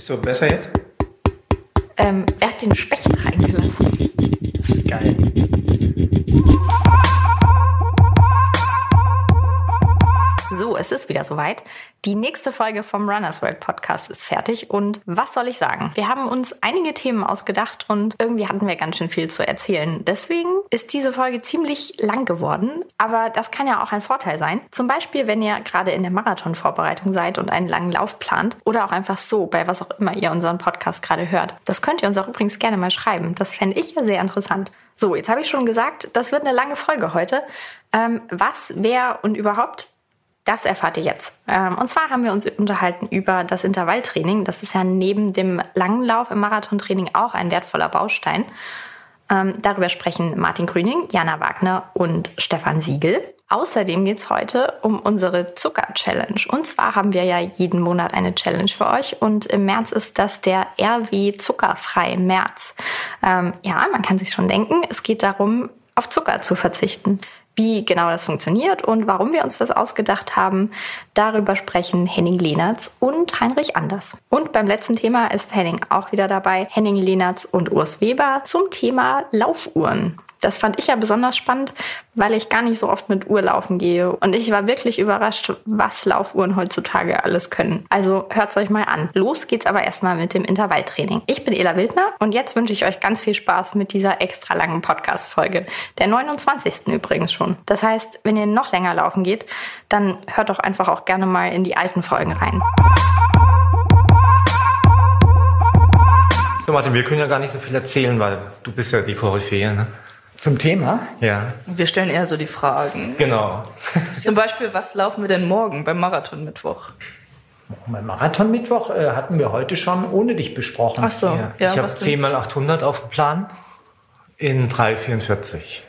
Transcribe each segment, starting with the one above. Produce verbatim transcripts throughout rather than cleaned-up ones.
Ist so besser jetzt? Ähm, wer hat den Specht reingelassen? Das ist geil. So, es ist wieder soweit. Die nächste Folge vom Runners World Podcast ist fertig und was soll ich sagen? Wir haben uns einige Themen ausgedacht und irgendwie hatten wir ganz schön viel zu erzählen. Deswegen ist diese Folge ziemlich lang geworden, aber das kann ja auch ein Vorteil sein. Zum Beispiel, wenn ihr gerade in der Marathonvorbereitung seid und einen langen Lauf plant oder auch einfach so, bei was auch immer ihr unseren Podcast gerade hört. Das könnt ihr uns auch übrigens gerne mal schreiben. Das fände ich ja sehr interessant. So, jetzt habe ich schon gesagt, das wird eine lange Folge heute. Ähm, was, wer und überhaupt... Das erfahrt ihr jetzt. Und zwar haben wir uns unterhalten über das Intervalltraining. Das ist ja neben dem langen Lauf im Marathontraining auch ein wertvoller Baustein. Darüber sprechen Martin Grüning, Jana Wagner und Stefan Siegel. Außerdem geht es heute um unsere Zucker-Challenge. Und zwar haben wir ja jeden Monat eine Challenge für euch. Und im März ist das der R W Zuckerfrei März. Ähm, ja, man kann sich schon denken, es geht darum, auf Zucker zu verzichten. Wie genau das funktioniert und warum wir uns das ausgedacht haben, darüber sprechen Henning Lehnertz und Heinrich Anders. Und beim letzten Thema ist Henning auch wieder dabei, Henning Lehnertz und Urs Weber zum Thema Laufuhren. Das fand ich ja besonders spannend, weil ich gar nicht so oft mit Uhr laufen gehe. Und ich war wirklich überrascht, was Laufuhren heutzutage alles können. Also hört's euch mal an. Los geht's aber erstmal mit dem Intervalltraining. Ich bin Ela Wildner und jetzt wünsche ich euch ganz viel Spaß mit dieser extra langen Podcast-Folge. Der neunundzwanzigsten übrigens schon. Das heißt, wenn ihr noch länger laufen geht, dann hört doch einfach auch gerne mal in die alten Folgen rein. So Martin, wir können ja gar nicht so viel erzählen, weil du bist ja die Koryphäe, ne? Zum Thema? Ja. Wir stellen eher so die Fragen. Genau. Zum Beispiel, was laufen wir denn morgen beim Marathonmittwoch? Beim Marathonmittwoch äh, hatten wir heute schon ohne dich besprochen. Ach so. Ja. Ja, ich habe was denn? zehn mal achthundert auf dem Plan in drei vierundvierzig.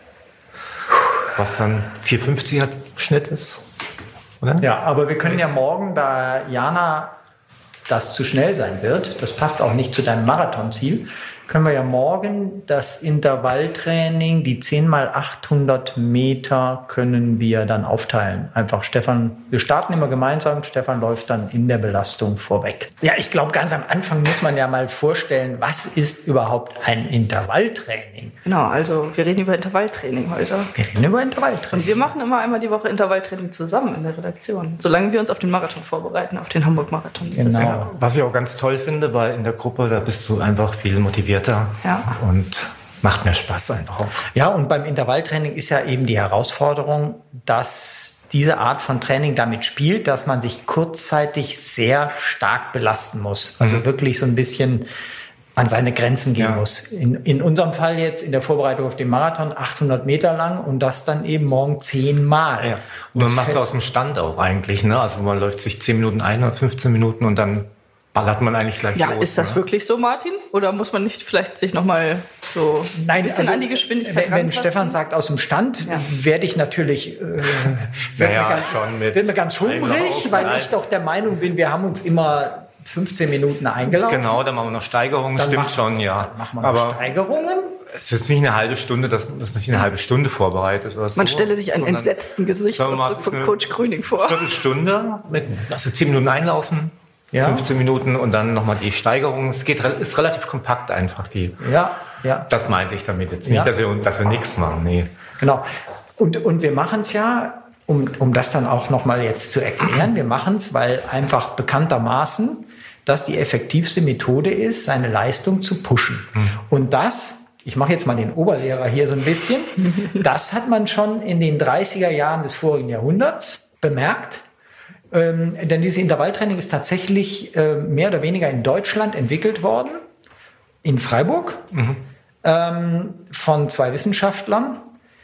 Was dann vier fünfziger Schnitt ist. Oder? Ja, aber wir können ja morgen, da Jana das zu schnell sein wird, das passt auch nicht zu deinem Marathonziel, können wir ja morgen das Intervalltraining, die zehn mal achthundert Meter können wir dann aufteilen. Einfach Stefan, wir starten immer gemeinsam, Stefan läuft dann in der Belastung vorweg. Ja, ich glaube, ganz am Anfang muss man ja mal vorstellen, was ist überhaupt ein Intervalltraining? Genau, also wir reden über Intervalltraining heute. Wir reden über Intervalltraining. Und wir machen immer einmal die Woche Intervalltraining zusammen in der Redaktion, solange wir uns auf den Marathon vorbereiten, auf den Hamburg-Marathon. Genau. Ja, was ich auch ganz toll finde, weil in der Gruppe, da bist du einfach viel motivierter Ja. und macht mehr Spaß einfach auch. Ja, und beim Intervalltraining ist ja eben die Herausforderung, dass diese Art von Training damit spielt, dass man sich kurzzeitig sehr stark belasten muss. Also Mhm. wirklich so ein bisschen an seine Grenzen gehen Ja. muss. In, in unserem Fall jetzt in der Vorbereitung auf den Marathon achthundert Meter lang und das dann eben morgen zehnmal. Ja. Und man macht es aus dem Stand auch eigentlich, ne? Also man läuft sich zehn Minuten ein oder fünfzehn Minuten und dann ballert man eigentlich gleich Ja, los. ist das ne? wirklich so, Martin? Oder muss man nicht vielleicht sich nochmal so Nein, ein bisschen also, an die Geschwindigkeit Wenn, wenn ranpassen? Stefan sagt aus dem Stand, Ja. werde ich natürlich äh, werd Ja, mir ganz, schon mit werd mir ganz hungrig, Einlauf, weil nein. ich doch der Meinung bin, wir haben uns immer fünfzehn Minuten eingelaufen. Genau, dann machen wir noch Steigerungen, Dann stimmt machen- schon, ja. Dann machen wir noch Aber Steigerungen. es ist jetzt nicht eine halbe Stunde, dass, dass man sich eine halbe Stunde vorbereitet oder so. Man stelle sich einen sondern entsetzten Gesichtsausdruck sagen wir mal, von eine Coach Grüning vor. Viertelstunde, mit, also zehn Minuten einlaufen, Ja. fünfzehn Minuten und dann nochmal die Steigerung. Es geht, re- ist relativ kompakt einfach. Die, Ja, ja, das meinte ich damit jetzt Ja. nicht, dass wir, dass wir nichts machen, nee. genau. Und, und wir machen es ja, um, um das dann auch nochmal jetzt zu erklären, wir machen es, weil einfach bekanntermaßen das die effektivste Methode ist, seine Leistung zu pushen. Mhm. Und das, ich mache jetzt mal den Oberlehrer hier so ein bisschen, das hat man schon in den dreißiger Jahren des vorigen Jahrhunderts bemerkt. Ähm, denn dieses Intervalltraining ist tatsächlich äh, mehr oder weniger in Deutschland entwickelt worden, in Freiburg, Mhm. ähm, von zwei Wissenschaftlern,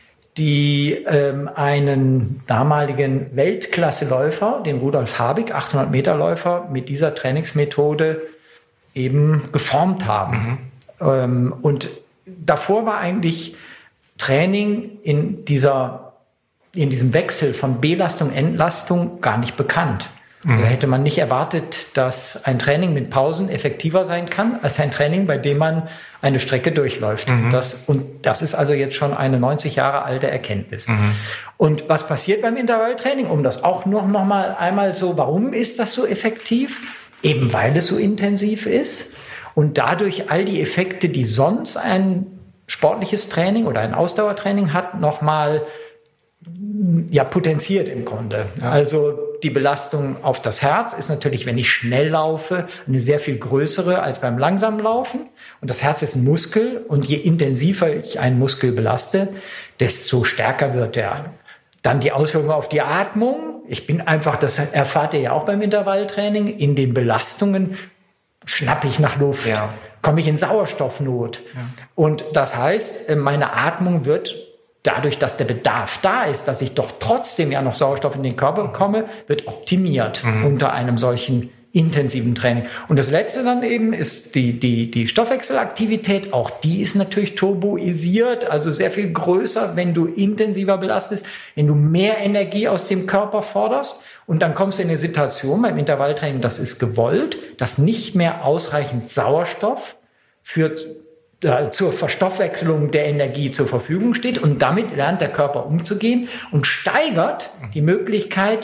die ähm, einen damaligen Weltklasseläufer, den Rudolf Habig, achthundert Meter Läufer, mit dieser Trainingsmethode eben geformt haben. Mhm. Ähm, und davor war eigentlich Training in dieser in diesem Wechsel von Belastung, Entlastung gar nicht bekannt. Also hätte man nicht erwartet, dass ein Training mit Pausen effektiver sein kann, als ein Training, bei dem man eine Strecke durchläuft. Mhm. Das, und das ist also jetzt schon eine neunzig Jahre alte Erkenntnis. Mhm. Und was passiert beim Intervalltraining? Um das auch noch, noch mal einmal so, warum ist das so effektiv? eben weil es so intensiv ist und dadurch all die Effekte, die sonst ein sportliches Training oder ein Ausdauertraining hat, nochmal ja, potenziert im Grunde. Ja. Also die Belastung auf das Herz ist natürlich, wenn ich schnell laufe, eine sehr viel größere als beim langsamen Laufen. Und das Herz ist ein Muskel und je intensiver ich einen Muskel belaste, desto stärker wird er. Dann die Auswirkungen auf die Atmung. Ich bin einfach, das erfahrt ihr ja auch beim Intervalltraining, in den Belastungen schnappe ich nach Luft, ja. komme ich in Sauerstoffnot. Ja. Und das heißt, meine Atmung wird dadurch, dass der Bedarf da ist, dass ich doch trotzdem ja noch Sauerstoff in den Körper bekomme, wird optimiert mhm. unter einem solchen intensiven Training. Und das Letzte dann eben ist die, die, die Stoffwechselaktivität. Auch die ist natürlich turboisiert, also sehr viel größer, wenn du intensiver belastest, wenn du mehr Energie aus dem Körper forderst. Und dann kommst du in eine Situation beim Intervalltraining, das ist gewollt, dass nicht mehr ausreichend Sauerstoff für zur Verstoffwechselung der Energie zur Verfügung steht und damit lernt der Körper umzugehen und steigert die Möglichkeit,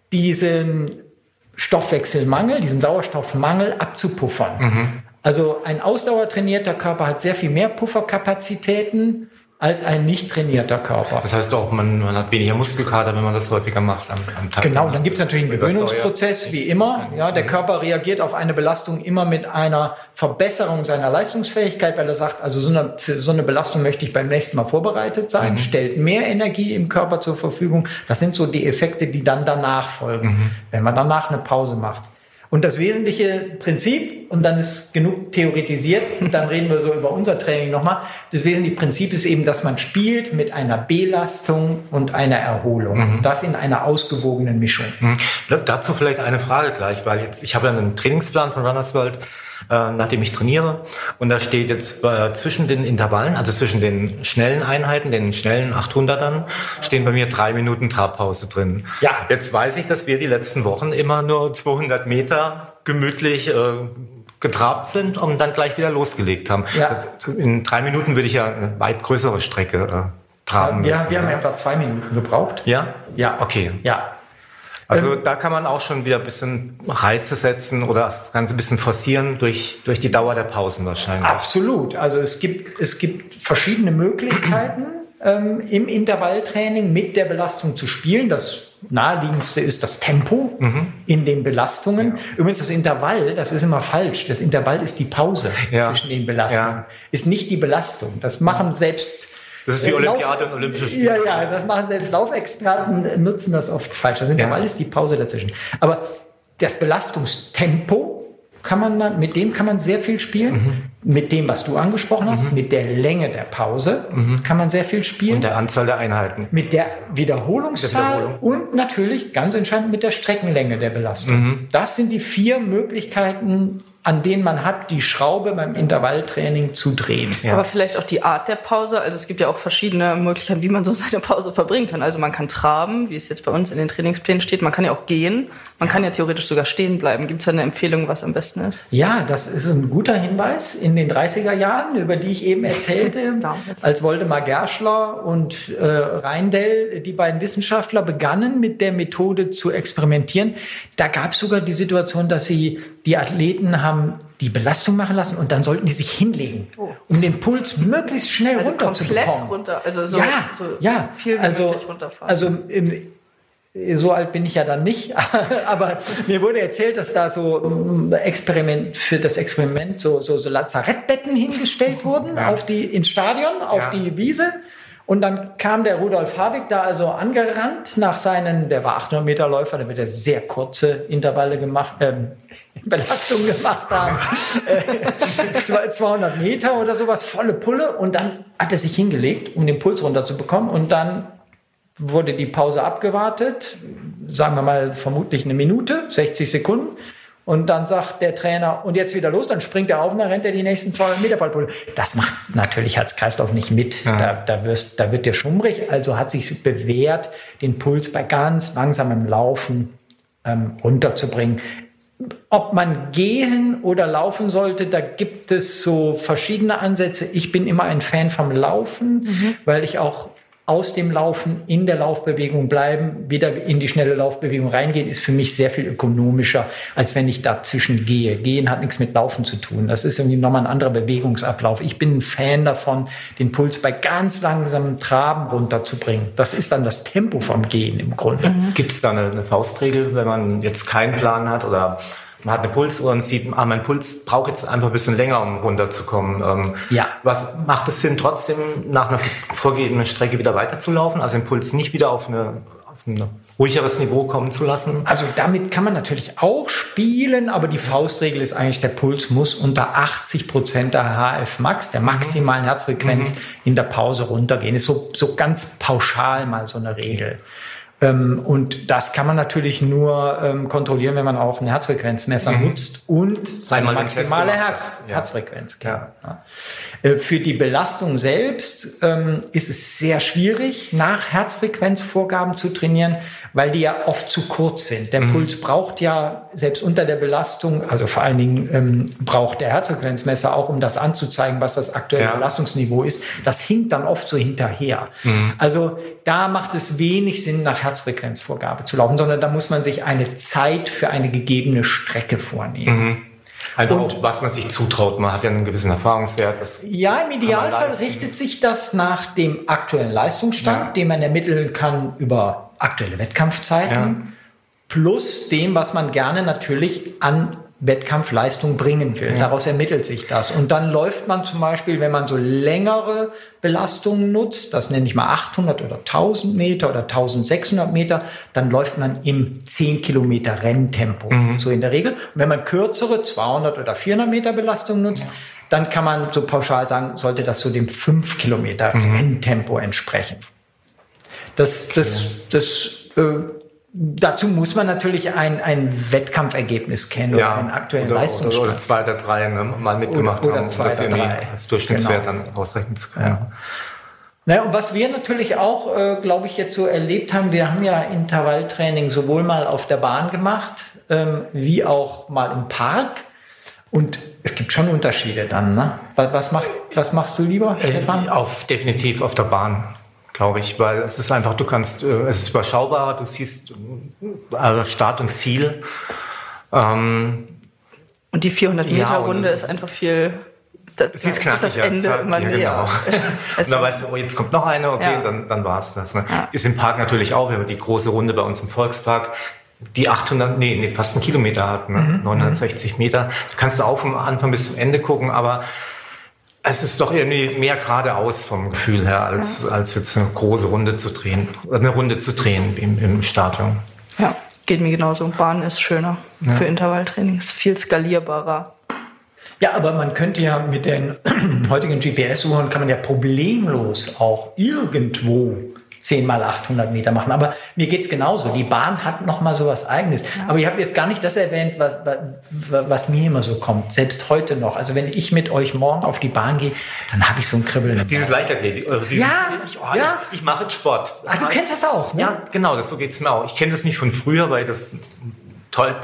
diesen Stoffwechselmangel, diesen Sauerstoffmangel abzupuffern. Mhm. Also ein ausdauertrainierter Körper hat sehr viel mehr Pufferkapazitäten als ein nicht trainierter Körper. Das heißt auch, man, man hat weniger Muskelkater, wenn man das häufiger macht am, am Tag. Genau, dann gibt es natürlich einen Gewöhnungsprozess, wie immer. Ja, der Körper reagiert auf eine Belastung immer mit einer Verbesserung seiner Leistungsfähigkeit, weil er sagt, also so eine, für so eine Belastung möchte ich beim nächsten Mal vorbereitet sein, mhm. stellt mehr Energie im Körper zur Verfügung. Das sind so die Effekte, die dann danach folgen, mhm. wenn man danach eine Pause macht. Und das wesentliche Prinzip, und dann ist genug theoretisiert, dann reden wir so über unser Training nochmal, das wesentliche Prinzip ist eben, dass man spielt mit einer Belastung und einer Erholung. Mhm. Das in einer ausgewogenen Mischung. Mhm. Dazu vielleicht eine Frage gleich, weil jetzt, ich habe ja einen Trainingsplan von Runners World, äh, nachdem ich trainiere. Und da steht jetzt äh, zwischen den Intervallen, also zwischen den schnellen Einheiten, den schnellen achthundertern, stehen bei mir drei Minuten Trabpause drin. Ja. Jetzt weiß ich, dass wir die letzten Wochen immer nur zweihundert Meter gemütlich äh, getrabt sind und dann gleich wieder losgelegt haben. Ja. Also in drei Minuten würde ich ja eine weit größere Strecke äh, traben ja, müssen. Wir haben ja etwa zwei Minuten gebraucht. Ja? Ja. Okay. Ja. Also da kann man auch schon wieder ein bisschen Reize setzen oder das Ganze ein bisschen forcieren durch, durch die Dauer der Pausen wahrscheinlich. Absolut. Also es gibt, es gibt verschiedene Möglichkeiten ähm, im Intervalltraining mit der Belastung zu spielen. Das naheliegendste ist das Tempo mhm. in den Belastungen. Ja. Übrigens das Intervall, das ist immer falsch. Das Intervall ist die Pause ja. zwischen den Belastungen. Ja. Ist nicht die Belastung. Das machen selbst... Das ist wie Olympiade und Olympische Spiele. Ja, ja, das machen selbst Laufexperten, nutzen das oft falsch. Das Intervall ja. ist die Pause dazwischen. Aber das Belastungstempo kann man dann, mit dem kann man sehr viel spielen. Mhm. Mit dem, was du angesprochen hast, mhm. mit der Länge der Pause mhm. kann man sehr viel spielen. Und der Anzahl der Einheiten. Mit der Wiederholungszahl Wiederholung. Und natürlich, ganz entscheidend, mit der Streckenlänge der Belastung. Mhm. Das sind die vier Möglichkeiten, an denen man hat, die Schraube beim Intervalltraining zu drehen. Ja. Aber vielleicht auch die Art der Pause. Also es gibt ja auch verschiedene Möglichkeiten, wie man so seine Pause verbringen kann. Also man kann traben, wie es jetzt bei uns in den Trainingsplänen steht. Man kann ja auch gehen. Man kann ja theoretisch sogar stehen bleiben. Gibt es da eine Empfehlung, was am besten ist? Ja, das ist ein guter Hinweis. In den dreißiger Jahren, über die ich eben erzählte, als Woldemar Gerschler und äh, Reindel, die beiden Wissenschaftler, begannen mit der Methode zu experimentieren. Da gab es sogar die Situation, dass sie die Athleten haben die Belastung machen lassen und dann sollten die sich hinlegen, oh. um den Puls möglichst schnell also runter zu bekommen. Komplett runter, also so, ja, so ja. viel wie also, möglich runterfahren. Also im, so alt bin ich ja dann nicht, aber mir wurde erzählt, dass da so Experiment für das Experiment so, so, so Lazarettbetten hingestellt wurden ja. auf die, ins Stadion, auf ja. die Wiese. Und dann kam der Rudolf Habig da also angerannt nach seinen, der war achthundert Meter Läufer, damit er sehr kurze Intervalle gemacht, ähm, Belastungen gemacht haben, äh, zweihundert Meter oder sowas, volle Pulle. Und dann hat er sich hingelegt, um den Puls runterzubekommen. Und dann wurde die Pause abgewartet, sagen wir mal vermutlich eine Minute, sechzig Sekunden. Und dann sagt der Trainer, und jetzt wieder los, dann springt er auf und dann rennt er die nächsten zweihundert Meter voll Pulle. Das macht natürlich Herz-Kreislauf nicht mit. Ja. Da, da, wirst, da wird dir schummrig. Also hat sich bewährt, den Puls bei ganz langsamem Laufen ähm, runterzubringen. Ob man gehen oder laufen sollte, da gibt es so verschiedene Ansätze. Ich bin immer ein Fan vom Laufen, mhm. weil ich auch aus dem Laufen in der Laufbewegung bleiben, wieder in die schnelle Laufbewegung reingehen, ist für mich sehr viel ökonomischer, als wenn ich dazwischen gehe. Gehen hat nichts mit Laufen zu tun. Das ist irgendwie nochmal ein anderer Bewegungsablauf. Ich bin ein Fan davon, den Puls bei ganz langsamem Traben runterzubringen. Das ist dann das Tempo vom Gehen im Grunde. Mhm. Gibt es da eine, eine Faustregel, wenn man jetzt keinen Plan hat oder man hat eine Pulsuhr und sieht, ah, mein Puls braucht jetzt einfach ein bisschen länger, um runterzukommen. Ähm, ja. Was macht es Sinn, trotzdem nach einer vorgegebenen Strecke wieder weiterzulaufen? Also den Puls nicht wieder auf, eine, auf ein ruhigeres Niveau kommen zu lassen? Also damit kann man natürlich auch spielen, aber die Faustregel ist eigentlich, der Puls muss unter achtzig Prozent der H F Max, der maximalen Herzfrequenz, mhm. in der Pause runtergehen. Ist so, so ganz pauschal mal so eine Regel. Und das kann man natürlich nur ähm, kontrollieren, wenn man auch ein Herzfrequenzmesser mhm. nutzt und seine Einmal maximale Herz, ja. Herzfrequenz kennt. Ja. Ja. Für die Belastung selbst ähm, ist es sehr schwierig, nach Herzfrequenzvorgaben zu trainieren, weil die ja oft zu kurz sind. Der mhm. Puls braucht ja selbst unter der Belastung, also vor allen Dingen ähm, braucht der Herzfrequenzmesser auch, um das anzuzeigen, was das aktuelle ja. Belastungsniveau ist. Das hinkt dann oft so hinterher. Mhm. Also da macht es wenig Sinn, nach Herzfrequenzvorgabe zu laufen, sondern da muss man sich eine Zeit für eine gegebene Strecke vornehmen. Mhm. Einfach und, auch, was man sich zutraut. Man hat ja einen gewissen Erfahrungswert. Das ja, im Idealfall richtet sich das nach dem aktuellen Leistungsstand, ja. den man ermitteln kann über aktuelle Wettkampfzeiten, ja. plus dem, was man gerne natürlich an Wettkampfleistung bringen will. Ja. Daraus ermittelt sich das. Und dann läuft man zum Beispiel, wenn man so längere Belastungen nutzt, das nenne ich mal achthundert oder tausend Meter oder eintausendsechshundert Meter, dann läuft man im zehn Kilometer Renntempo, mhm. so in der Regel. Und wenn man kürzere zweihundert oder vierhundert Meter Belastung nutzt, ja. dann kann man so pauschal sagen, sollte das so dem fünf Kilometer mhm. Renntempo entsprechen. Das, das, das, das äh, Dazu muss man natürlich ein, ein Wettkampfergebnis kennen ja, oder einen aktuellen oder, Leistungsstand. Oder zwei oder drei ne, mal mitgemacht oder, oder haben, zwei das oder drei. als Durchschnittswert genau. dann ausrechnen zu können. Ja. Naja, und was wir natürlich auch, äh, glaube ich, jetzt so erlebt haben, wir haben ja Intervalltraining sowohl mal auf der Bahn gemacht, ähm, wie auch mal im Park. Und es gibt schon Unterschiede dann. Ne? Was, macht, was machst du lieber, Stefan? Äh, auf, definitiv auf der Bahn. Glaube ich, weil es ist einfach, du kannst, es ist überschaubarer, du siehst also Start und Ziel. Ähm, und die vierhundert Meter ja, Runde ist einfach viel, das, sie ist knackig, ist das Ende ja, immer ja, näher. Genau. Und dann weißt du, oh, jetzt kommt noch eine, okay, ja. dann, dann war es das. Ne? Ja. Ist im Park natürlich auch, wir haben die große Runde bei uns im Volkspark, die achthundert, nee, nee fast einen Kilometer hat, ne? mhm. neunhundertsechzig Meter. Du kannst auch vom Anfang bis zum Ende gucken, aber es ist doch irgendwie mehr geradeaus vom Gefühl her, als, ja. als jetzt eine große Runde zu drehen, eine Runde zu drehen im, im Stadion. Ja, geht mir genauso. Bahn ist schöner ja. für Intervalltraining, ist viel skalierbarer. Ja, aber man könnte ja mit den heutigen G P S-Uhren kann man ja problemlos auch irgendwo zehn mal achthundert Meter machen. Aber mir geht's genauso. Die Bahn hat noch mal so was Eigenes. Ja. Aber ihr habt jetzt gar nicht das erwähnt, was, was, was mir immer so kommt. Selbst heute noch. Also wenn ich mit euch morgen auf die Bahn gehe, dann habe ich so ein Kribbeln. Dieses Leichtathletik. Dieses, ja, ich, oh, ja. Ich, ich mache jetzt Sport. Ah, du kennst das auch, ne? Ja, genau. Das, so geht's mir auch. Ich kenne das nicht von früher, weil das toll,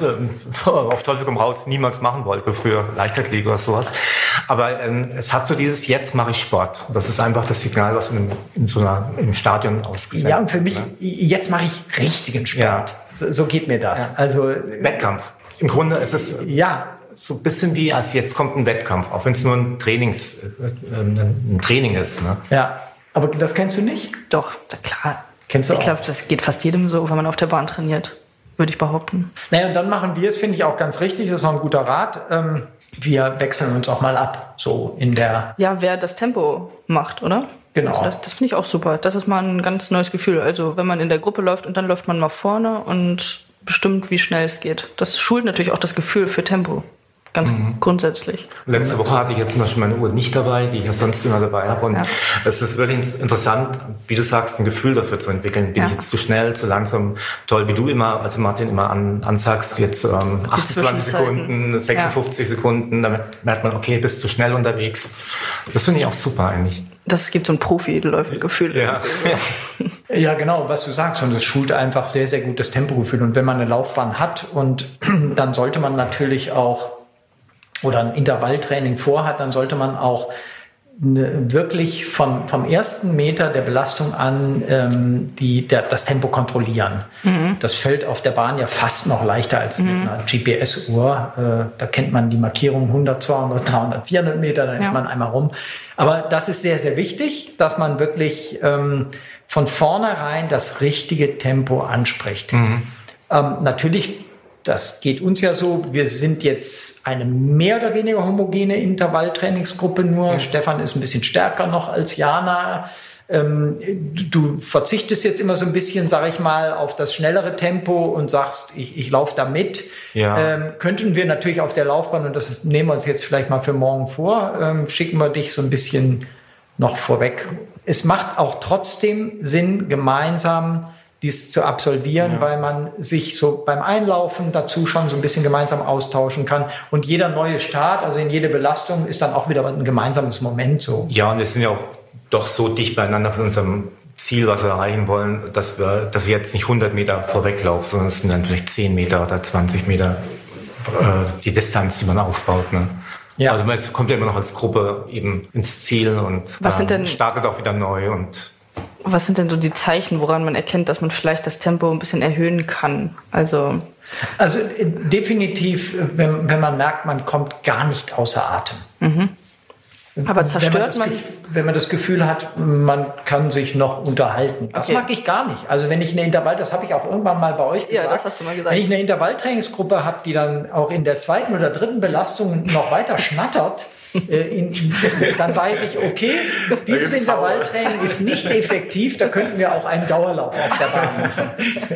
auf Teufel komm raus niemals machen wollte, früher Leichtathletik oder sowas. Aber ähm, es hat so dieses, jetzt mache ich Sport. Das ist einfach das Signal, was in, in so einer, im Stadion ausgesendet wird. Ja, und für mich, ne? jetzt mache ich richtigen Sport. Ja. So, so geht mir das. Ja. Also Wettkampf. Im Grunde ist es ja so ein bisschen wie, als jetzt kommt ein Wettkampf, auch wenn es nur ein, Trainings, äh, ein Training ist. Ne? Ja, aber das kennst du nicht? Doch, klar. Kennst du ich glaube, das geht fast jedem so, wenn man auf der Bahn trainiert. Würde ich behaupten. Naja, und dann machen wir es, finde ich auch ganz richtig, das ist auch ein guter Rat. Ähm, wir wechseln uns auch mal ab, so in der... Ja, wer das Tempo macht, oder? Genau. Also das das finde ich auch super. Das ist mal ein ganz neues Gefühl. Also wenn man in der Gruppe läuft und dann läuft man mal vorne und bestimmt, wie schnell es geht. Das schult natürlich auch das Gefühl für Tempo. Ganz mhm. grundsätzlich. Letzte Woche hatte ich jetzt zum Beispiel meine Uhr nicht dabei, die ich ja sonst immer dabei habe. Und ja. es ist wirklich interessant, wie du sagst, ein Gefühl dafür zu entwickeln. Bin ja. ich jetzt zu schnell, zu langsam? Toll, wie du immer, also Martin immer an, ansagst, jetzt ähm, achtundzwanzig Sekunden, sechsundfünfzig ja. Sekunden, damit merkt man, okay, bist zu schnell unterwegs. Das finde ich auch super eigentlich. Das gibt so ein Profi-Läufergefühl. Ja. Ja, genau, was du sagst. Und es schult einfach sehr, sehr gut das Tempogefühl. Und wenn man eine Laufbahn hat, und dann sollte man natürlich auch oder ein Intervalltraining vorhat, dann sollte man auch ne, wirklich von, vom ersten Meter der Belastung an ähm, die, der, das Tempo kontrollieren. Mhm. Das fällt auf der Bahn ja fast noch leichter als mhm. mit einer G P S-Uhr. Äh, da kennt man die Markierung hundert, zweihundert, dreihundert, vierhundert Meter, dann ja. ist man einmal rum. Aber das ist sehr, sehr wichtig, dass man wirklich ähm, von vornherein das richtige Tempo anspricht. Mhm. Ähm, natürlich, das geht uns ja so, wir sind jetzt eine mehr oder weniger homogene Intervalltrainingsgruppe nur. Mhm. Stefan ist ein bisschen stärker noch als Jana. Ähm, du verzichtest jetzt immer so ein bisschen, sag ich mal, auf das schnellere Tempo und sagst, ich, ich laufe da mit. Ja. Ähm, könnten wir natürlich auf der Laufbahn, und das nehmen wir uns jetzt vielleicht mal für morgen vor, ähm, schicken wir dich so ein bisschen noch vorweg. Es macht auch trotzdem Sinn, gemeinsam dies zu absolvieren, ja. weil man sich so beim Einlaufen dazu schon so ein bisschen gemeinsam austauschen kann. Und jeder neue Start, also in jede Belastung, ist dann auch wieder ein gemeinsames Moment so. Ja, und wir sind ja auch doch so dicht beieinander von unserem Ziel, was wir erreichen wollen, dass wir, dass ich jetzt nicht hundert Meter vorweglaufe, sondern es sind dann vielleicht zehn Meter oder zwanzig Meter äh, die Distanz, die man aufbaut. Ne? Ja. Also man kommt ja immer noch als Gruppe eben ins Ziel und was sind denn, startet auch wieder neu. Und was sind denn so die Zeichen, woran man erkennt, dass man vielleicht das Tempo ein bisschen erhöhen kann? Also, also definitiv, wenn, wenn man merkt, man kommt gar nicht außer Atem. Mhm. Aber zerstört wenn man, das, man wenn man das Gefühl hat, man kann sich noch unterhalten. Das okay. mag ich gar nicht. Also wenn ich eine Intervall, das habe ich auch irgendwann mal bei euch gesagt. Ja, das hast du mal gesagt. Wenn ich eine Intervalltrainingsgruppe habe, die dann auch in der zweiten oder dritten Belastung noch weiter schnattert, äh, in, dann weiß ich, okay, dieses Intervalltraining ist nicht effektiv, da könnten wir auch einen Dauerlauf auf der Bahn machen.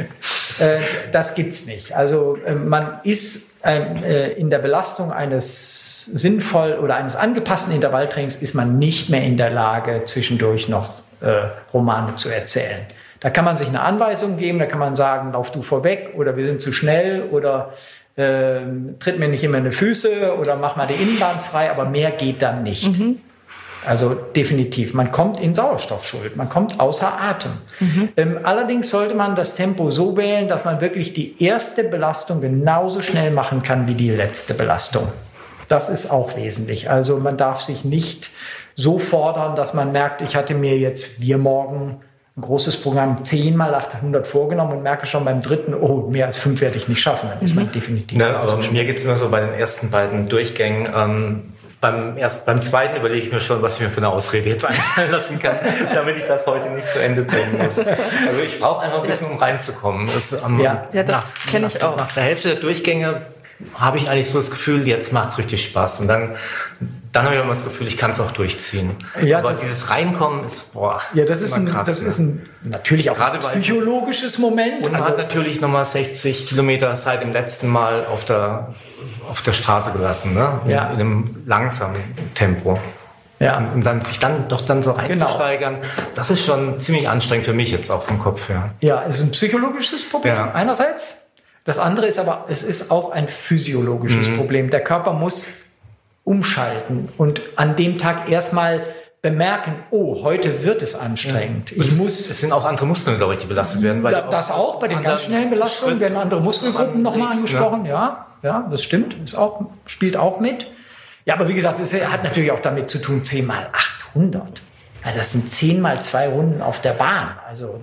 äh, das gibt's nicht. Also äh, man ist äh, in der Belastung eines sinnvoll oder eines angepassten Intervalltrainings ist man nicht mehr in der Lage, zwischendurch noch äh, Romane zu erzählen. Da kann man sich eine Anweisung geben, da kann man sagen, lauf du vorweg oder wir sind zu schnell oder äh, tritt mir nicht immer in die Füße oder mach mal die Innenbahn frei, aber mehr geht dann nicht. Mhm. Also definitiv, man kommt in Sauerstoffschuld, man kommt außer Atem. Mhm. Ähm, allerdings sollte man das Tempo so wählen, dass man wirklich die erste Belastung genauso schnell machen kann wie die letzte Belastung. Das ist auch wesentlich. Also man darf sich nicht so fordern, dass man merkt, ich hatte mir jetzt wir morgen ein großes Programm zehn mal achthundert vorgenommen und merke schon beim dritten, oh, mehr als fünf werde ich nicht schaffen. Dann ist man mhm. definitiv. Ja, aber mir geht es immer so bei den ersten beiden Durchgängen. Ähm, beim, erst, beim zweiten überlege ich mir schon, was ich mir für eine Ausrede jetzt einfallen lassen kann, damit ich das heute nicht zu Ende bringen muss. Also ich brauche einfach ein bisschen, um reinzukommen. Das, ähm, ja, ja, das kenne ich auch. Nach der Hälfte der Durchgänge habe ich eigentlich so das Gefühl, jetzt macht es richtig Spaß. Und dann, dann habe ich immer das Gefühl, ich kann es auch durchziehen. Ja, aber dieses Reinkommen ist, boah, ja, das ist, ein, krass, das ne? ist ein natürlich auch ein psychologisches Moment. Und man also, hat natürlich nochmal sechzig Kilometer seit dem letzten Mal auf der, auf der Straße gelassen, ne? in, ja. in einem langsamen Tempo. Ja. Und, und dann sich dann doch dann so reinzusteigern, genau. das ist schon ziemlich anstrengend für mich jetzt auch vom Kopf her. Ja, es ist ein psychologisches Problem ja. einerseits. Das andere ist aber, es ist auch ein physiologisches mhm. Problem. Der Körper muss umschalten und an dem Tag erstmal bemerken, oh, heute wird es anstrengend. Ja. Ich es, muss, es sind auch andere Muskeln, glaube ich, die belastet werden. Weil da, das auch, bei den ganz schnellen Belastungen werden andere Muskelgruppen nochmal angesprochen. Ne? Ja, ja, das stimmt, ist auch, spielt auch mit. Ja, aber wie gesagt, es hat natürlich auch damit zu tun, zehn mal achthundert. Also das sind zehn mal zwei Runden auf der Bahn. Also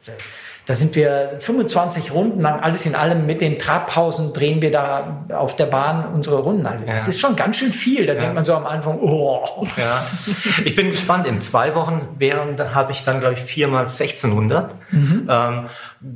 da sind wir fünfundzwanzig Runden lang, alles in allem mit den Trabpausen drehen wir da auf der Bahn unsere Runden. Also das ja. ist schon ganz schön viel. Da ja. denkt man so am Anfang, oh. Ja. Ich bin gespannt. In zwei Wochen wären, da habe ich dann, glaube ich, vier mal sechzehnhundert. Mhm. Ähm,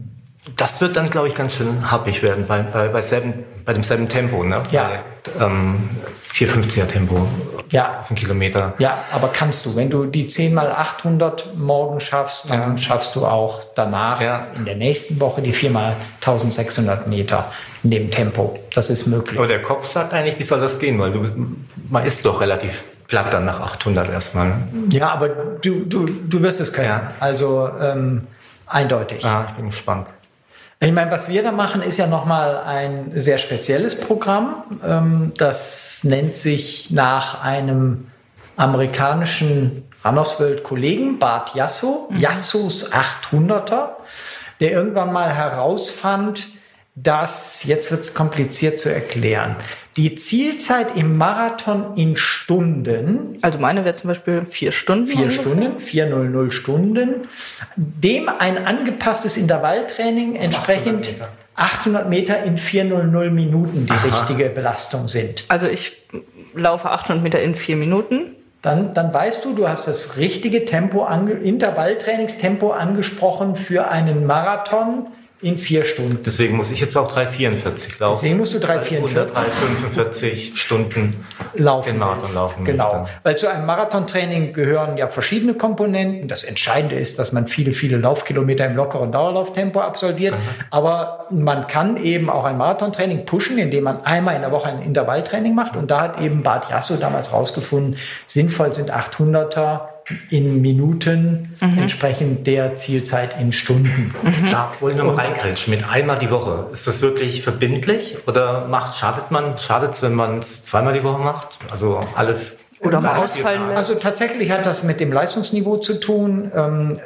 das wird dann, glaube ich, ganz schön happig werden bei, bei, bei, selben, bei demselben Tempo. Ne? Ja. Bei ähm, vierhundertfünfziger Tempo ja. auf einen Kilometer. Ja, aber kannst du. Wenn du die zehn mal achthundert morgen schaffst, dann ja. schaffst du auch danach ja. in der nächsten Woche die vier mal eintausendsechshundert Meter in dem Tempo. Das ist möglich. Aber der Kopf sagt eigentlich, wie soll das gehen? Weil du, man ist doch relativ platt dann nach achthundert erstmal. Ja, aber du, du, du wirst es können. Ja. Also ähm, eindeutig. Ah, ich bin gespannt. Ich meine, was wir da machen, ist ja nochmal ein sehr spezielles Programm. Das nennt sich nach einem amerikanischen Runners World Kollegen, Bart Yasso, mhm. Yassos achthunderter, der irgendwann mal herausfand, dass, jetzt wird es kompliziert zu erklären, die Zielzeit im Marathon in Stunden, Also meine wäre zum Beispiel vier Stunden. vier ungefähr. Stunden, vierhundert Stunden, dem ein angepasstes Intervalltraining entsprechend achthundert Meter in vierhundert Minuten die Aha. richtige Belastung sind. Also ich laufe achthundert Meter in vier Minuten. Dann, dann weißt du, du hast das richtige Tempo, ange, Intervalltrainingstempo angesprochen für einen Marathon in vier Stunden. Deswegen muss ich jetzt auch drei vierundvierzig laufen. Deswegen musst du drei vierundvierzig drei fünfundvierzig Stunden laufen den Marathon willst. laufen Genau. möchte. Weil zu einem Marathontraining gehören ja verschiedene Komponenten. Das Entscheidende ist, dass man viele, viele Laufkilometer im lockeren Dauerlauftempo absolviert. Mhm. Aber man kann eben auch ein Marathontraining pushen, indem man einmal in der Woche ein Intervalltraining macht. Und da hat eben Bart Jasso damals rausgefunden, sinnvoll sind achthunderter in Minuten, Mhm. entsprechend der Zielzeit in Stunden. Da wollen wir mal reingrätschen mit einmal die Woche. Ist das wirklich verbindlich oder macht, schadet man, schadet es, wenn man es zweimal die Woche macht? Also alle Oder mal alle ausfallen vier Tage? lässt. Also tatsächlich hat das mit dem Leistungsniveau zu tun. Ähm,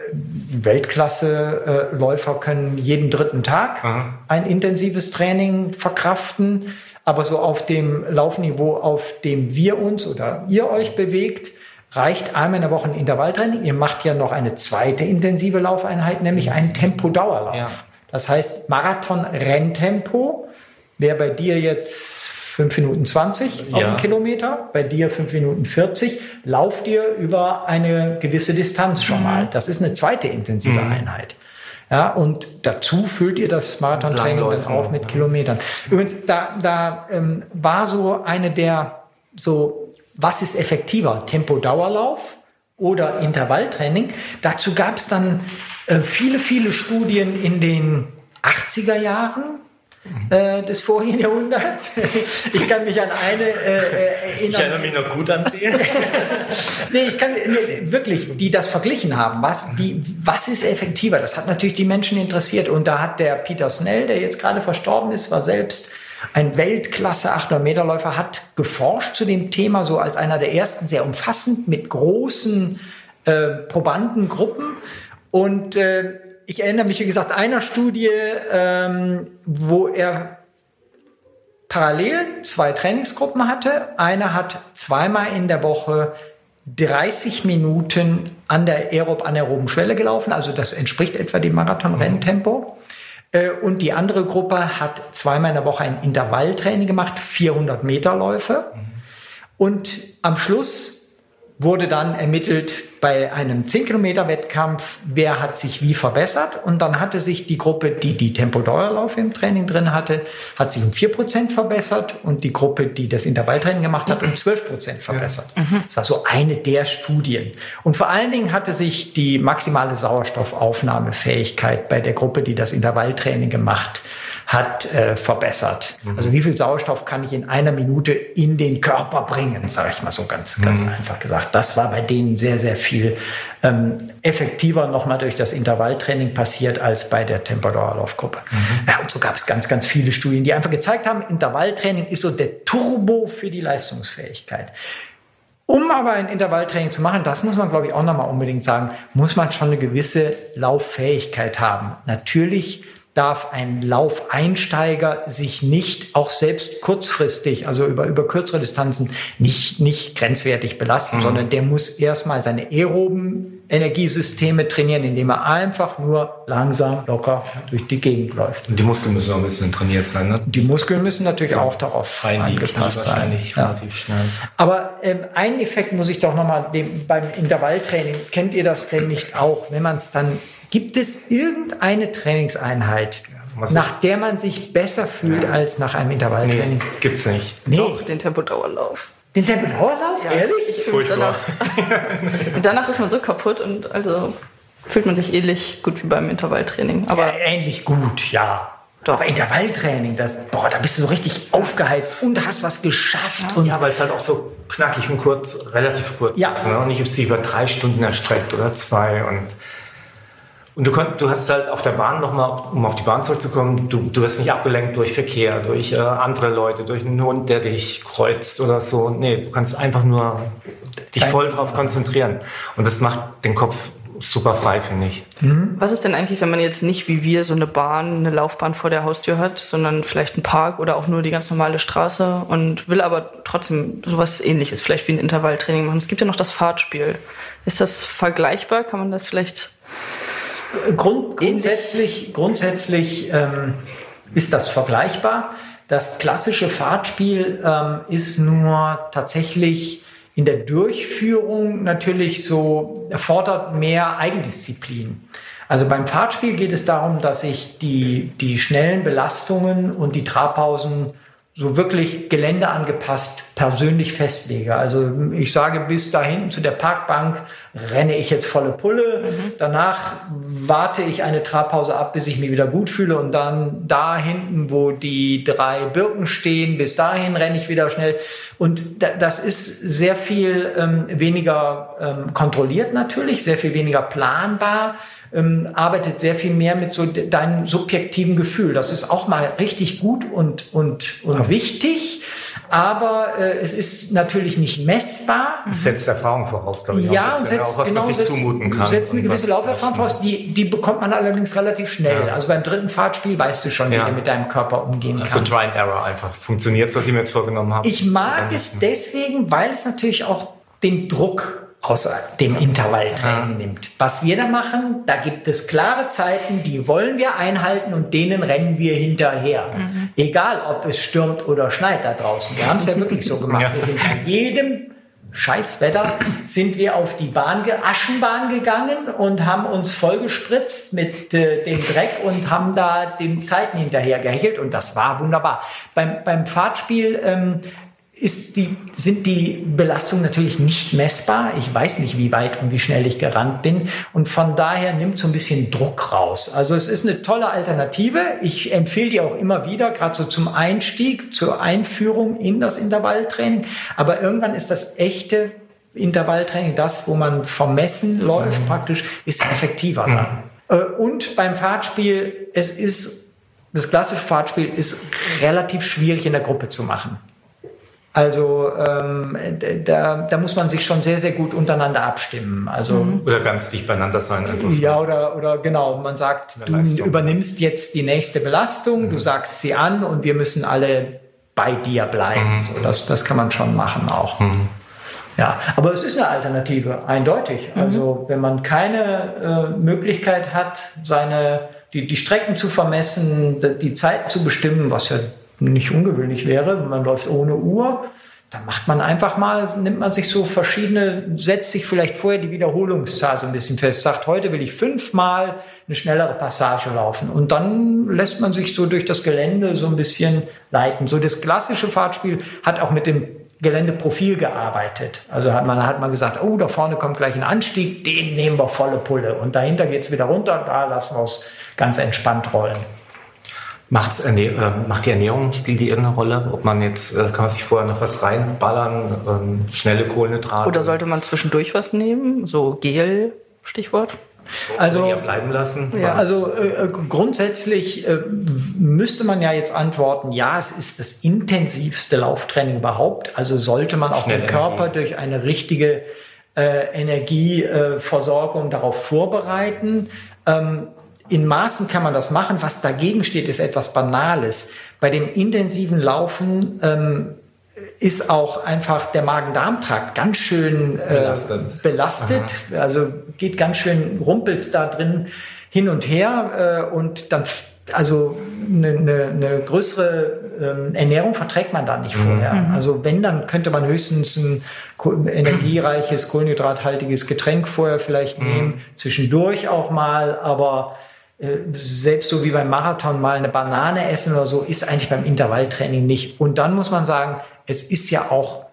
Weltklasse-Läufer können jeden dritten Tag Mhm. ein intensives Training verkraften. Aber so auf dem Laufniveau, auf dem wir uns oder ihr euch bewegt, reicht einmal in der Woche ein Intervalltraining. Ihr macht ja noch eine zweite intensive Laufeinheit, nämlich einen Tempodauerlauf. Ja. Das heißt Marathon-Renntempo wäre bei dir jetzt fünf Minuten zwanzig auf Ja. einen Kilometer, bei dir fünf Minuten vierzig. Lauft ihr über eine gewisse Distanz schon mal. Das ist eine zweite intensive Mhm. Einheit. Ja, und dazu füllt ihr das Marathontraining dann Langläufen, auf mit ja. Kilometern. Übrigens, da, da ähm, war so eine der, so, was ist effektiver, Tempo-Dauerlauf oder Intervalltraining? Dazu gab es dann äh, viele, viele Studien in den achtziger Jahren äh, des vorigen Jahrhunderts. Ich kann mich an eine äh, Ich erinnern. erinnere mich noch gut an sie. Nee, ich kann nee, wirklich, die das verglichen haben. Was, wie, was ist effektiver? Das hat natürlich die Menschen interessiert. Und da hat der Peter Snell, der jetzt gerade verstorben ist, war selbst ein Weltklasse achthundert Meter Läufer, hat geforscht zu dem Thema, so als einer der ersten, sehr umfassend mit großen äh, Probandengruppen. Und äh, ich erinnere mich, wie gesagt, einer Studie, ähm, wo er parallel zwei Trainingsgruppen hatte. Eine hat zweimal in der Woche dreißig Minuten an der aerob-anaeroben Schwelle gelaufen. Also das entspricht etwa dem Marathon-Renntempo. Äh, Und die andere Gruppe hat zweimal in der Woche ein Intervalltraining gemacht, vierhundert Meter Läufe. Und am Schluss wurde dann ermittelt bei einem zehn Kilometer Wettkampf, wer hat sich wie verbessert. Und dann hatte sich die Gruppe, die die Tempodauerlauf im Training drin hatte, hat sich um vier Prozent verbessert und die Gruppe, die das Intervalltraining gemacht hat, um zwölf Prozent verbessert. Das war so eine der Studien. Und vor allen Dingen hatte sich die maximale Sauerstoffaufnahmefähigkeit bei der Gruppe, die das Intervalltraining gemacht hat, äh, verbessert. Mhm. Also wie viel Sauerstoff kann ich in einer Minute in den Körper bringen, sage ich mal so ganz, ganz mhm. einfach gesagt. Das war bei denen sehr, sehr viel ähm, effektiver nochmal durch das Intervalltraining passiert als bei der Tempodauerlaufgruppe. Mhm. Ja, und so gab es ganz, ganz viele Studien, die einfach gezeigt haben, Intervalltraining ist so der Turbo für die Leistungsfähigkeit. Um aber ein Intervalltraining zu machen, das muss man, glaube ich, auch nochmal unbedingt sagen, muss man schon eine gewisse Lauffähigkeit haben. Natürlich darf ein Laufeinsteiger sich nicht, auch selbst kurzfristig, also über, über kürzere Distanzen, nicht, nicht grenzwertig belasten, mhm. sondern der muss erstmal seine aeroben Energiesysteme trainieren, indem er einfach nur langsam, locker durch die Gegend läuft. Und die Muskeln müssen auch ein bisschen trainiert sein, ne? Die Muskeln müssen natürlich ja auch darauf Rein angepasst sein. Wahrscheinlich ja. relativ schnell. Aber ähm, einen Effekt muss ich doch nochmal beim Intervalltraining, kennt ihr das denn nicht auch, wenn man es dann, gibt es irgendeine Trainingseinheit, Was nach der man sich besser fühlt ja. als nach einem Intervalltraining? Nee, gibt's nicht. Nee. Doch, den Tempodauerlauf. Den Tempodauerlauf? Ja, Ehrlich? Ich fühle mich danach. danach ist man so kaputt und also fühlt man sich ähnlich gut wie beim Intervalltraining. Aber ja, ähnlich gut, ja. Doch. Aber Intervalltraining, das, boah, da bist du so richtig aufgeheizt und hast was geschafft. Ja, und ja, weil es halt auch so knackig und kurz, relativ kurz ja. ist. Ne? Und ich habe sie über drei Stunden erstreckt oder zwei. Und, und du, konnt, du hast halt auf der Bahn nochmal, um auf die Bahn zurückzukommen, du, du wirst nicht abgelenkt durch Verkehr, durch äh, andere Leute, durch einen Hund, der dich kreuzt oder so. Nee, du kannst einfach nur dich Dein, voll drauf konzentrieren. Und das macht den Kopf super frei, finde ich. Mhm. Was ist denn eigentlich, wenn man jetzt nicht wie wir so eine Bahn, eine Laufbahn vor der Haustür hat, sondern vielleicht einen Park oder auch nur die ganz normale Straße und will aber trotzdem sowas Ähnliches, vielleicht wie ein Intervalltraining machen? Es gibt ja noch das Fahrtspiel. Ist das vergleichbar? Kann man das vielleicht... Grund, grundsätzlich grundsätzlich ähm, ist das vergleichbar. Das klassische Fahrtspiel ähm, ist nur tatsächlich in der Durchführung natürlich so, erfordert mehr Eigendisziplin. Also beim Fahrtspiel geht es darum, dass ich die, die schnellen Belastungen und die Trabpausen so wirklich geländeangepasst persönlich festlege. Also ich sage, bis da hinten zu der Parkbank renne ich jetzt volle Pulle. Mhm. Danach warte ich eine Trabpause ab, bis ich mich wieder gut fühle. Und dann da hinten, wo die drei Birken stehen, bis dahin renne ich wieder schnell. Und das ist sehr viel ähm, weniger ähm, kontrolliert natürlich, sehr viel weniger planbar. Ähm, arbeitet sehr viel mehr mit so de- deinem subjektiven Gefühl. Das ist auch mal richtig gut und, und, und ja. wichtig, aber äh, es ist natürlich nicht messbar. Es setzt Erfahrung voraus, glaube ich. Ja, und setzt, auch was, genau, was setzt, zumuten kann. setzt eine gewisse Lauferfahrung voraus. Die, die bekommt man allerdings relativ schnell. Ja. Also beim dritten Fahrtspiel weißt du schon, wie ja. du mit deinem Körper umgehen kannst. Also Try and Error einfach. Funktioniert, was ich mir jetzt vorgenommen habe. Ich mag es deswegen, weil es natürlich auch den Druck aus dem Intervalltraining ja. nimmt. Was wir da machen, da gibt es klare Zeiten, die wollen wir einhalten und denen rennen wir hinterher. Mhm. Egal, ob es stürmt oder schneit da draußen. Wir haben es ja wirklich so gemacht. Ja. Wir sind bei jedem Scheißwetter sind wir auf die Bahn, Aschenbahn gegangen und haben uns vollgespritzt mit äh, dem Dreck und haben da den Zeiten hinterher gehechelt und das war wunderbar. Beim, beim Fahrtspiel ähm, Ist die, sind die Belastungen natürlich nicht messbar. Ich weiß nicht, wie weit und wie schnell ich gerannt bin. Und von daher nimmt so ein bisschen Druck raus. Also es ist eine tolle Alternative. Ich empfehle die auch immer wieder, gerade so zum Einstieg, zur Einführung in das Intervalltraining. Aber irgendwann ist das echte Intervalltraining, das, wo man vermessen läuft, mhm. praktisch, ist effektiver dann. Mhm. Und beim Fahrtspiel, es ist, das klassische Fahrtspiel ist relativ schwierig in der Gruppe zu machen. Also ähm, da, da muss man sich schon sehr, sehr gut untereinander abstimmen. Also, oder ganz dicht beieinander sein. Einfach. Ja, oder, oder genau, man sagt, du Leistung. übernimmst jetzt die nächste Belastung, mhm. du sagst sie an und wir müssen alle bei dir bleiben. Mhm. So, das, das kann man schon machen auch. Mhm. Ja, aber es ist eine Alternative, eindeutig. Mhm. Also wenn man keine äh, Möglichkeit hat, seine, die, die Strecken zu vermessen, die Zeiten zu bestimmen, was ja nicht ungewöhnlich wäre, man läuft ohne Uhr, dann macht man einfach mal, nimmt man sich so verschiedene, setzt sich vielleicht vorher die Wiederholungszahl so ein bisschen fest, sagt, heute will ich fünfmal eine schnellere Passage laufen und dann lässt man sich so durch das Gelände so ein bisschen leiten. So das klassische Fahrtspiel hat auch mit dem Geländeprofil gearbeitet. Also hat man hat man gesagt, oh, da vorne kommt gleich ein Anstieg, den nehmen wir volle Pulle und dahinter geht es wieder runter, da lassen wir es ganz entspannt rollen. Macht's, äh, macht die Ernährung, spielt die irgendeine Rolle? Ob man jetzt, äh, kann man sich vorher noch was reinballern, ähm, schnelle Kohlenhydrate? Oder sollte man zwischendurch was nehmen? So Gel, Stichwort? Also hier bleiben lassen. Ja, also äh, grundsätzlich äh, müsste man ja jetzt antworten, ja, es ist das intensivste Lauftraining überhaupt. Also sollte man auch den Körper durch eine richtige äh, Energieversorgung äh, darauf vorbereiten. Ähm, In Maßen kann man das machen. Was dagegen steht, ist etwas Banales. Bei dem intensiven Laufen ähm, ist auch einfach der Magen-Darm-Trakt ganz schön äh, belastet. belastet. Also geht ganz schön, rumpelt's da drin hin und her. Äh, und dann, also eine, eine, eine größere ähm, Ernährung verträgt man da nicht vorher. Mhm. Also wenn, dann könnte man höchstens ein energiereiches, kohlenhydrathaltiges Getränk vorher vielleicht mhm. nehmen. Zwischendurch auch mal, aber selbst so wie beim Marathon mal eine Banane essen oder so, ist eigentlich beim Intervalltraining nicht. Und dann muss man sagen, es ist ja auch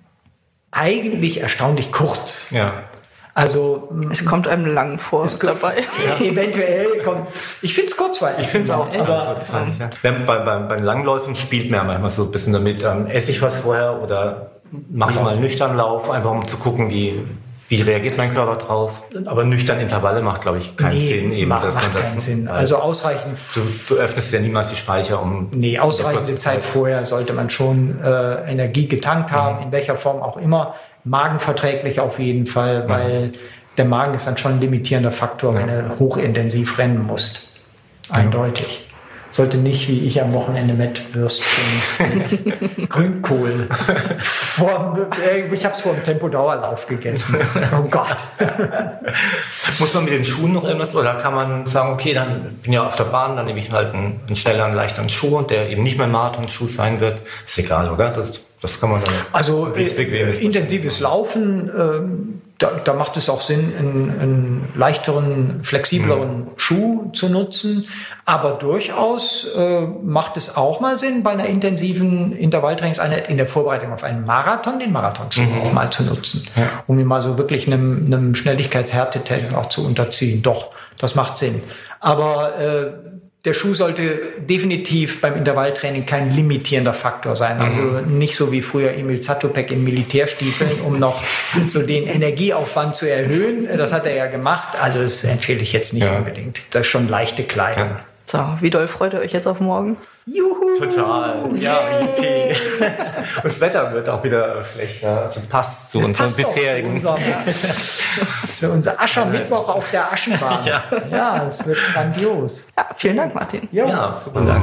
eigentlich erstaunlich kurz. Ja. Also es kommt einem lang vor es dabei. Ja. Eventuell kommt. Ich finde es kurzweilig. Ich finde es auch. Aber kurzweilig, ja. bei, bei, bei Langläufen spielt man manchmal so ein bisschen damit, ähm, esse ich was vorher oder mache ich mal einen nüchternen Lauf, einfach um zu gucken, wie Wie reagiert mein Körper drauf? Aber nüchtern Intervalle macht, glaube ich, keinen nee, Sinn. Eben, macht, dass macht man das, keinen Sinn. Also ausreichend... Du, du öffnest ja niemals die Speicher, um... Nee, ausreichende Zeit vorher sollte man schon äh, Energie getankt haben, mhm. in welcher Form auch immer. Magenverträglich auf jeden Fall, weil der Magen ist dann schon ein limitierender Faktor, wenn du hochintensiv rennen musst. Eindeutig. Sollte nicht, wie ich am Wochenende, Mettwürstchen mit Grünkohl. Vor, ich habe es vor dem Tempodauerlauf gegessen. Oh Gott. Muss man mit den Schuhen noch irgendwas, oder kann man sagen, okay, dann bin ich ja auf der Bahn, dann nehme ich halt einen, einen schnelleren, leichteren Schuh, der eben nicht mehr ein Marathonschuh sein wird. Ist egal, oder? Das, das kann man dann. Also äh, intensives Laufen, ähm, da, da macht es auch Sinn, einen, einen leichteren, flexibleren mhm. Schuh zu nutzen. Aber durchaus äh, macht es auch mal Sinn, bei einer intensiven Intervalltrainingseinheit in der Vorbereitung auf einen Marathon den Marathonschuh mhm. auch mal zu nutzen, ja. um ihn mal so wirklich einem, einem Schnelligkeitshärtetest ja. auch zu unterziehen. Doch, das macht Sinn. Aber äh, der Schuh sollte definitiv beim Intervalltraining kein limitierender Faktor sein. Also nicht so wie früher Emil Zatopek in Militärstiefeln, um noch so den Energieaufwand zu erhöhen. Das hat er ja gemacht. Also das empfehle ich jetzt nicht ja. unbedingt. Das ist schon leichte Kleidung. Ja. So, wie doll freut ihr euch jetzt auf morgen? Juhu! Total. Ja, yippie. Und das Wetter wird auch wieder schlechter. Also passt zu das unserem passt bisherigen. Zu unserem, zu unser Aschermittwoch auf der Aschenbahn. Ja, ja, es wird grandios. Ja, vielen Dank, Martin. Jo. Ja, super Dank.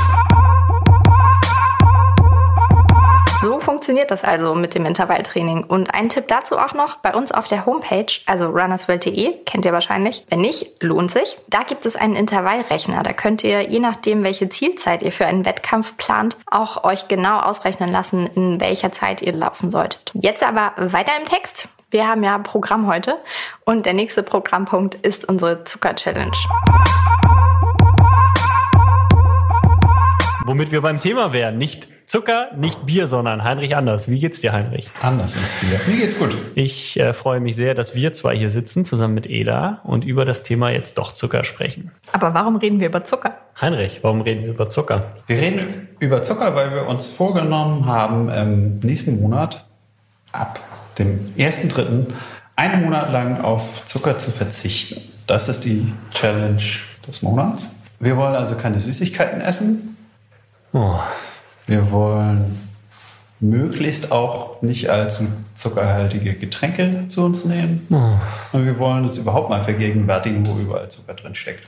So funktioniert das also mit dem Intervalltraining. Und ein Tipp dazu auch noch, bei uns auf der Homepage, also runnersworld punkt de, kennt ihr wahrscheinlich. Wenn nicht, lohnt sich. Da gibt es einen Intervallrechner. Da könnt ihr, je nachdem, welche Zielzeit ihr für einen Wettkampf plant, auch euch genau ausrechnen lassen, in welcher Zeit ihr laufen solltet. Jetzt aber weiter im Text. Wir haben ja Programm heute und der nächste Programmpunkt ist unsere Zucker-Challenge. Womit wir beim Thema wären. Nicht Zucker, nicht Bier, sondern Heinrich Anders. Wie geht's dir, Heinrich? Anders ins Bier. Mir geht's gut. Ich äh, freue mich sehr, dass wir zwei hier sitzen, zusammen mit Eda, und über das Thema jetzt doch Zucker sprechen. Aber warum reden wir über Zucker? Heinrich, warum reden wir über Zucker? Wir reden über Zucker, weil wir uns vorgenommen haben, im nächsten Monat, ab dem ersten dritten einen Monat lang auf Zucker zu verzichten. Das ist die Challenge des Monats. Wir wollen also keine Süßigkeiten essen. Oh. Wir wollen möglichst auch nicht allzu zuckerhaltige Getränke zu uns nehmen. Oh. Und wir wollen uns überhaupt mal vergegenwärtigen, wo überall Zucker drin steckt.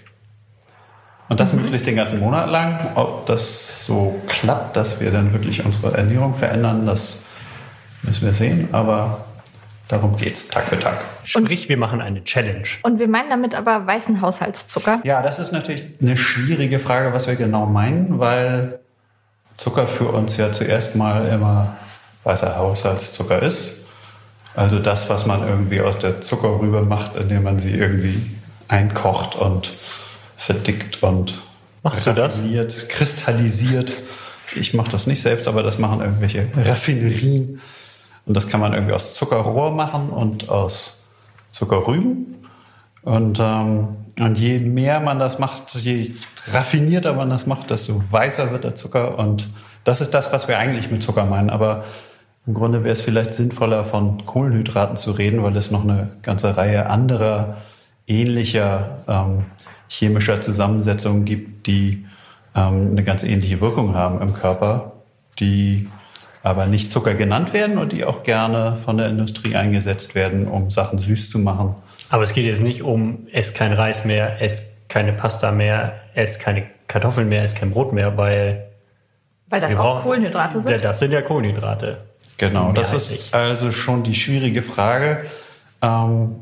Und das mhm. möglichst den ganzen Monat lang. Ob das so klappt, dass wir dann wirklich unsere Ernährung verändern, das müssen wir sehen. Aber darum geht's, Tag für Tag. Sprich, wir machen eine Challenge. Und wir meinen damit aber weißen Haushaltszucker? Ja, das ist natürlich eine schwierige Frage, was wir genau meinen, weil Zucker für uns ja zuerst mal immer weißer Haushaltszucker ist. Also das, was man irgendwie aus der Zuckerrübe macht, indem man sie irgendwie einkocht und verdickt und Machst du das? kristallisiert. Ich mache das nicht selbst, aber das machen irgendwelche Raffinerien. Und das kann man irgendwie aus Zuckerrohr machen und aus Zuckerrüben. Und, ähm, und je mehr man das macht, je raffinierter man das macht, desto weißer wird der Zucker. Und das ist das, was wir eigentlich mit Zucker meinen. Aber im Grunde wäre es vielleicht sinnvoller, von Kohlenhydraten zu reden, weil es noch eine ganze Reihe anderer ähnlicher ähm, chemischer Zusammensetzungen gibt, die ähm, eine ganz ähnliche Wirkung haben im Körper, die aber nicht Zucker genannt werden und die auch gerne von der Industrie eingesetzt werden, um Sachen süß zu machen. Aber es geht jetzt nicht um, ess kein Reis mehr, ess keine Pasta mehr, ess keine Kartoffeln mehr, ess kein Brot mehr, weil... Weil das auch brauchen, Kohlenhydrate sind? Ja, das sind ja Kohlenhydrate. Genau, das ist also schon die schwierige Frage. Ähm,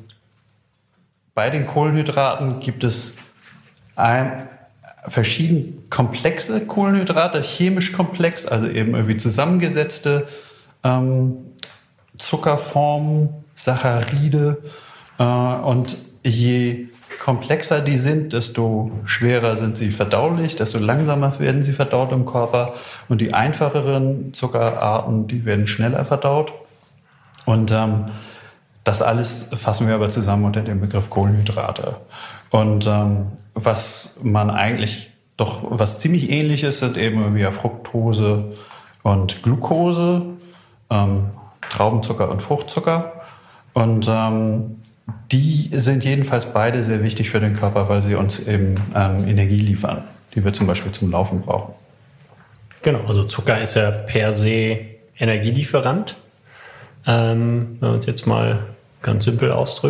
bei den Kohlenhydraten gibt es ein, verschieden komplexe Kohlenhydrate, chemisch komplex, also eben irgendwie zusammengesetzte ähm, Zuckerformen, Saccharide. Äh, und je komplexer die sind, desto schwerer sind sie verdaulich, desto langsamer werden sie verdaut im Körper. Und die einfacheren Zuckerarten, die werden schneller verdaut. Und ähm, das alles fassen wir aber zusammen unter dem Begriff Kohlenhydrate. Und ähm, was man eigentlich doch, was ziemlich ähnlich ist, sind eben wie Fructose und Glucose, ähm, Traubenzucker und Fruchtzucker. Und ähm, die sind jedenfalls beide sehr wichtig für den Körper, weil sie uns eben ähm, Energie liefern, die wir zum Beispiel zum Laufen brauchen. Genau, also Zucker ist ja per se Energielieferant, ähm, wenn man es jetzt mal ganz simpel ausdrückt.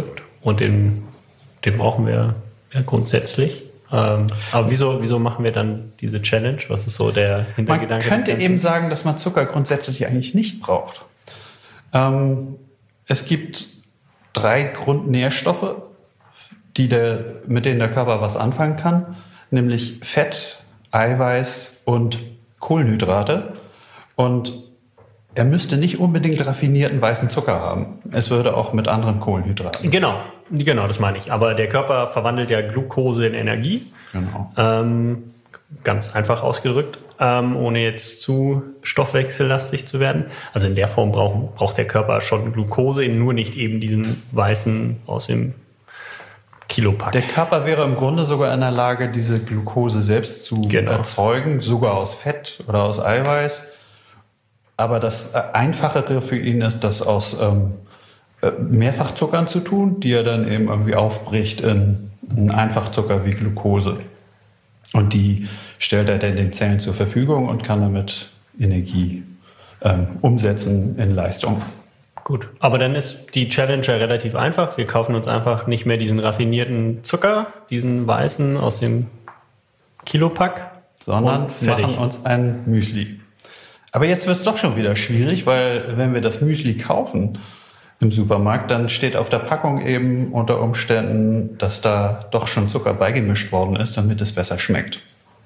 und den, den brauchen wir ja grundsätzlich. Ähm, aber wieso, wieso machen wir dann diese Challenge? Was ist so der Hintergedanke? Man könnte eben sagen, dass man Zucker grundsätzlich eigentlich nicht braucht. Ähm, es gibt drei Grundnährstoffe, die der, mit denen der Körper was anfangen kann, nämlich Fett, Eiweiß und Kohlenhydrate. Und er müsste nicht unbedingt raffinierten weißen Zucker haben. Es würde auch mit anderen Kohlenhydraten. Genau, genau, das meine ich. Aber der Körper verwandelt ja Glucose in Energie. Genau. Ähm, ganz einfach ausgedrückt, ähm, ohne jetzt zu stoffwechsellastig zu werden. Also in der Form braucht, braucht der Körper schon Glucose, nur nicht eben diesen weißen aus dem Kilopack. Der Körper wäre im Grunde sogar in der Lage, diese Glucose selbst zu Genau. erzeugen, sogar aus Fett oder aus Eiweiß. Aber das Einfachere für ihn ist, das aus ähm, Mehrfachzuckern zu tun, die er dann eben irgendwie aufbricht in einen Einfachzucker wie Glucose. Und die stellt er dann den Zellen zur Verfügung und kann damit Energie ähm, umsetzen in Leistung. Gut, aber dann ist die Challenge ja relativ einfach. Wir kaufen uns einfach nicht mehr diesen raffinierten Zucker, diesen weißen aus dem Kilopack, Sondern und fertig. machen uns ein Müsli. Aber jetzt wird es doch schon wieder schwierig, weil wenn wir das Müsli kaufen im Supermarkt, dann steht auf der Packung eben unter Umständen, dass da doch schon Zucker beigemischt worden ist, damit es besser schmeckt.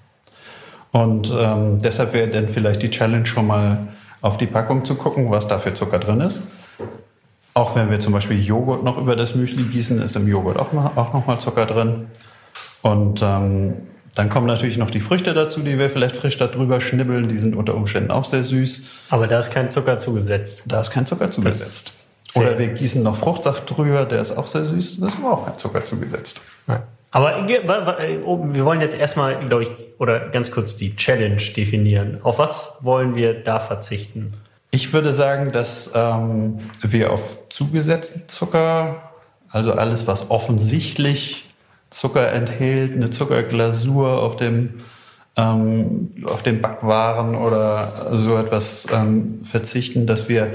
Und ähm, deshalb wäre dann vielleicht die Challenge schon mal auf die Packung zu gucken, was da für Zucker drin ist. Auch wenn wir zum Beispiel Joghurt noch über das Müsli gießen, ist im Joghurt auch, auch noch mal Zucker drin. Und ähm, dann kommen natürlich noch die Früchte dazu, die wir vielleicht frisch da drüber schnibbeln. Die sind unter Umständen auch sehr süß. Aber da ist kein Zucker zugesetzt. Da ist kein Zucker zugesetzt. Sehr- Oder wir gießen noch Fruchtsaft drüber, der ist auch sehr süß. Da ist aber auch kein Zucker zugesetzt. Nein. Aber ge- wa- wa- oh, wir wollen jetzt erstmal, glaube ich, oder ganz kurz die Challenge definieren. Auf was wollen wir da verzichten? Ich würde sagen, dass ähm, wir auf zugesetzten Zucker, also alles, was offensichtlich Zucker enthält, eine Zuckerglasur auf dem, ähm, auf dem Backwaren oder so etwas ähm, verzichten, dass wir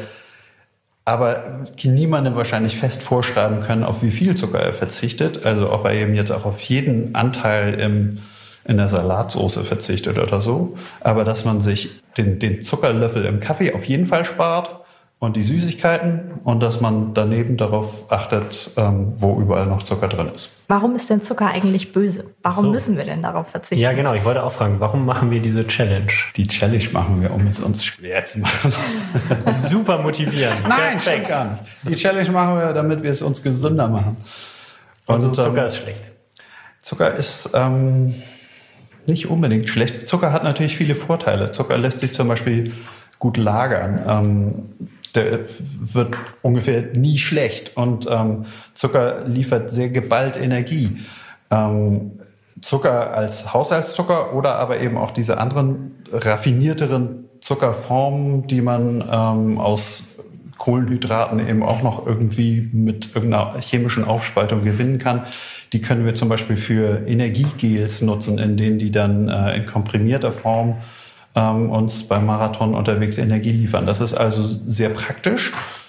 aber niemandem wahrscheinlich fest vorschreiben können, auf wie viel Zucker er verzichtet. Also ob er eben jetzt auch auf jeden Anteil im, in der Salatsauce verzichtet oder so. Aber dass man sich den, den Zuckerlöffel im Kaffee auf jeden Fall spart und die Süßigkeiten und dass man daneben darauf achtet, ähm, wo überall noch Zucker drin ist. Warum ist denn Zucker eigentlich böse? Warum So. müssen wir denn darauf verzichten? Ja, genau. Ich wollte auch fragen, warum machen wir diese Challenge? Die Challenge machen wir, um es uns schwer zu machen. Super motivierend. Nein, stimmt gar nicht. Die Challenge machen wir, damit wir es uns gesünder machen. Also Und, Zucker ähm, ist schlecht. Zucker ist ähm, nicht unbedingt schlecht. Zucker hat natürlich viele Vorteile. Zucker lässt sich zum Beispiel gut lagern. Ähm, der wird ungefähr nie schlecht. Und ähm, Zucker liefert sehr geballt Energie. Ähm, Zucker als Haushaltszucker oder aber eben auch diese anderen raffinierteren Zuckerformen, die man ähm, aus Kohlenhydraten eben auch noch irgendwie mit irgendeiner chemischen Aufspaltung gewinnen kann. Die können wir zum Beispiel für Energiegels nutzen, in denen die dann äh, in komprimierter Form ähm, uns beim Marathon unterwegs Energie liefern. Das ist also sehr praktisch,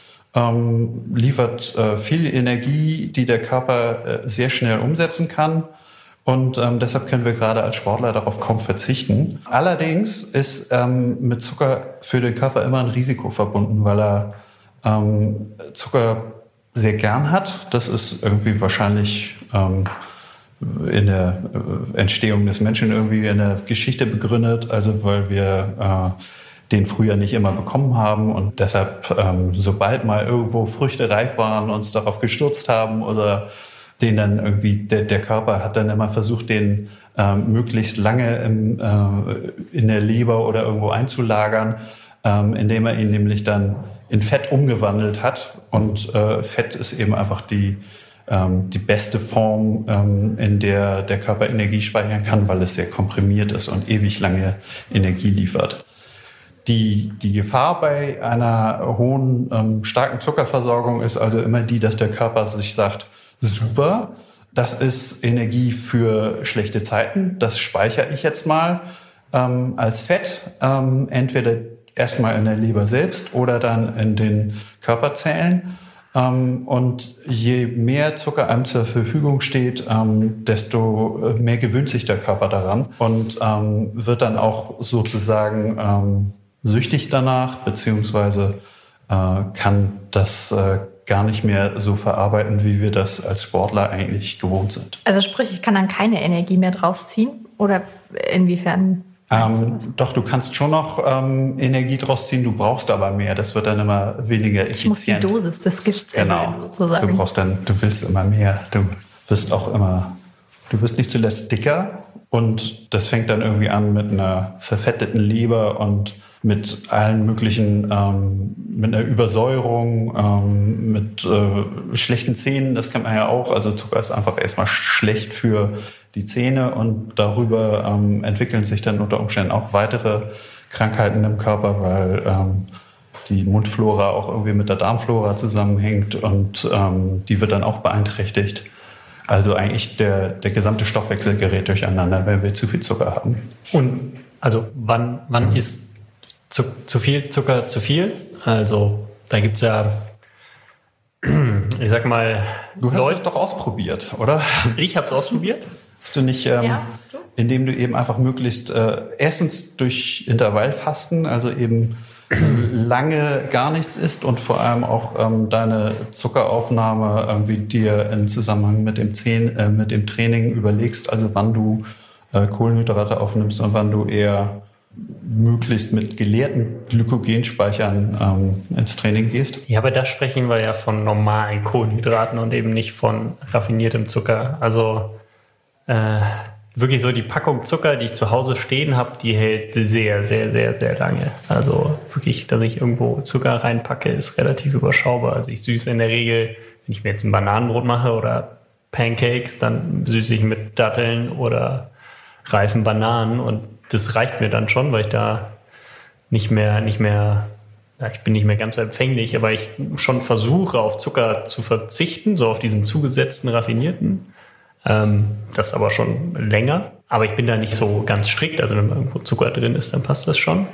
ähm, liefert äh, viel Energie, die der Körper äh, sehr schnell umsetzen kann. Und ähm, deshalb können wir gerade als Sportler darauf kaum verzichten. Allerdings ist ähm, mit Zucker für den Körper immer ein Risiko verbunden, weil er ähm, Zucker sehr gern hat. Das ist irgendwie wahrscheinlich ähm, in der äh, Entstehung des Menschen irgendwie in der Geschichte begründet. Also weil wir äh, den früher nicht immer bekommen haben und deshalb, ähm, sobald mal irgendwo Früchte reif waren, uns darauf gestürzt haben oder den dann irgendwie, der, der Körper hat dann immer versucht, den ähm, möglichst lange im, äh, in der Leber oder irgendwo einzulagern, ähm, indem er ihn nämlich dann in Fett umgewandelt hat. Und äh, Fett ist eben einfach die, ähm, die beste Form, ähm, in der der Körper Energie speichern kann, weil es sehr komprimiert ist und ewig lange Energie liefert. Die, die Gefahr bei einer hohen, ähm, starken Zuckerversorgung ist also immer die, dass der Körper sich sagt, super, das ist Energie für schlechte Zeiten, das speichere ich jetzt mal ähm, als Fett, ähm, entweder erstmal in der Leber selbst oder dann in den Körperzellen. Ähm, und je mehr Zucker einem zur Verfügung steht, ähm, desto mehr gewöhnt sich der Körper daran und ähm, wird dann auch sozusagen ähm, süchtig danach, beziehungsweise äh, kann das äh, gar nicht mehr so verarbeiten, wie wir das als Sportler eigentlich gewohnt sind. Also sprich, ich kann dann keine Energie mehr draus ziehen? Oder inwiefern? Ähm, doch, du kannst schon noch ähm, Energie draus ziehen, du brauchst aber mehr. Das wird dann immer weniger effizient. Ich muss die Dosis des Gifts genau. erhöhen, sozusagen. Du brauchst dann, du willst immer mehr. Du wirst auch immer, du wirst nicht zuletzt dicker. Und das fängt dann irgendwie an mit einer verfetteten Leber und mit allen möglichen, ähm, mit einer Übersäuerung, ähm, mit äh, schlechten Zähnen, das kennt man ja auch. Also Zucker ist einfach erstmal schlecht für die Zähne und darüber ähm, entwickeln sich dann unter Umständen auch weitere Krankheiten im Körper, weil ähm, die Mundflora auch irgendwie mit der Darmflora zusammenhängt und ähm, die wird dann auch beeinträchtigt. Also eigentlich der, der gesamte Stoffwechsel gerät durcheinander, wenn wir zu viel Zucker haben. Und also wann, wann ist zu, zu viel Zucker zu viel? Also da gibt es ja, ich sag mal... Du hast Leute, es doch ausprobiert, oder? Ich habe es ausprobiert. Hast du nicht, ähm, Ja, du? indem du eben einfach möglichst äh, erstens durch Intervallfasten, also eben lange gar nichts isst und vor allem auch ähm, deine Zuckeraufnahme irgendwie dir im Zusammenhang mit dem, Zehn, äh, mit dem Training überlegst, also wann du äh, Kohlenhydrate aufnimmst und wann du eher möglichst mit geleerten Glykogenspeichern ähm, ins Training gehst. Ja, aber da sprechen wir ja von normalen Kohlenhydraten und eben nicht von raffiniertem Zucker. Also äh, wirklich so die Packung Zucker, die ich zu Hause stehen habe, die hält sehr, sehr, sehr, sehr lange. Also wirklich, dass ich irgendwo Zucker reinpacke, ist relativ überschaubar. Also ich süße in der Regel, wenn ich mir jetzt ein Bananenbrot mache oder Pancakes, dann süße ich mit Datteln oder reifen Bananen und das reicht mir dann schon, weil ich da nicht mehr, nicht mehr, ja, ich bin nicht mehr ganz so empfänglich, aber ich schon versuche, auf Zucker zu verzichten, so auf diesen zugesetzten, raffinierten. Ähm, das aber schon länger. Aber ich bin da nicht so ganz strikt. Also wenn irgendwo Zucker drin ist, dann passt das schon.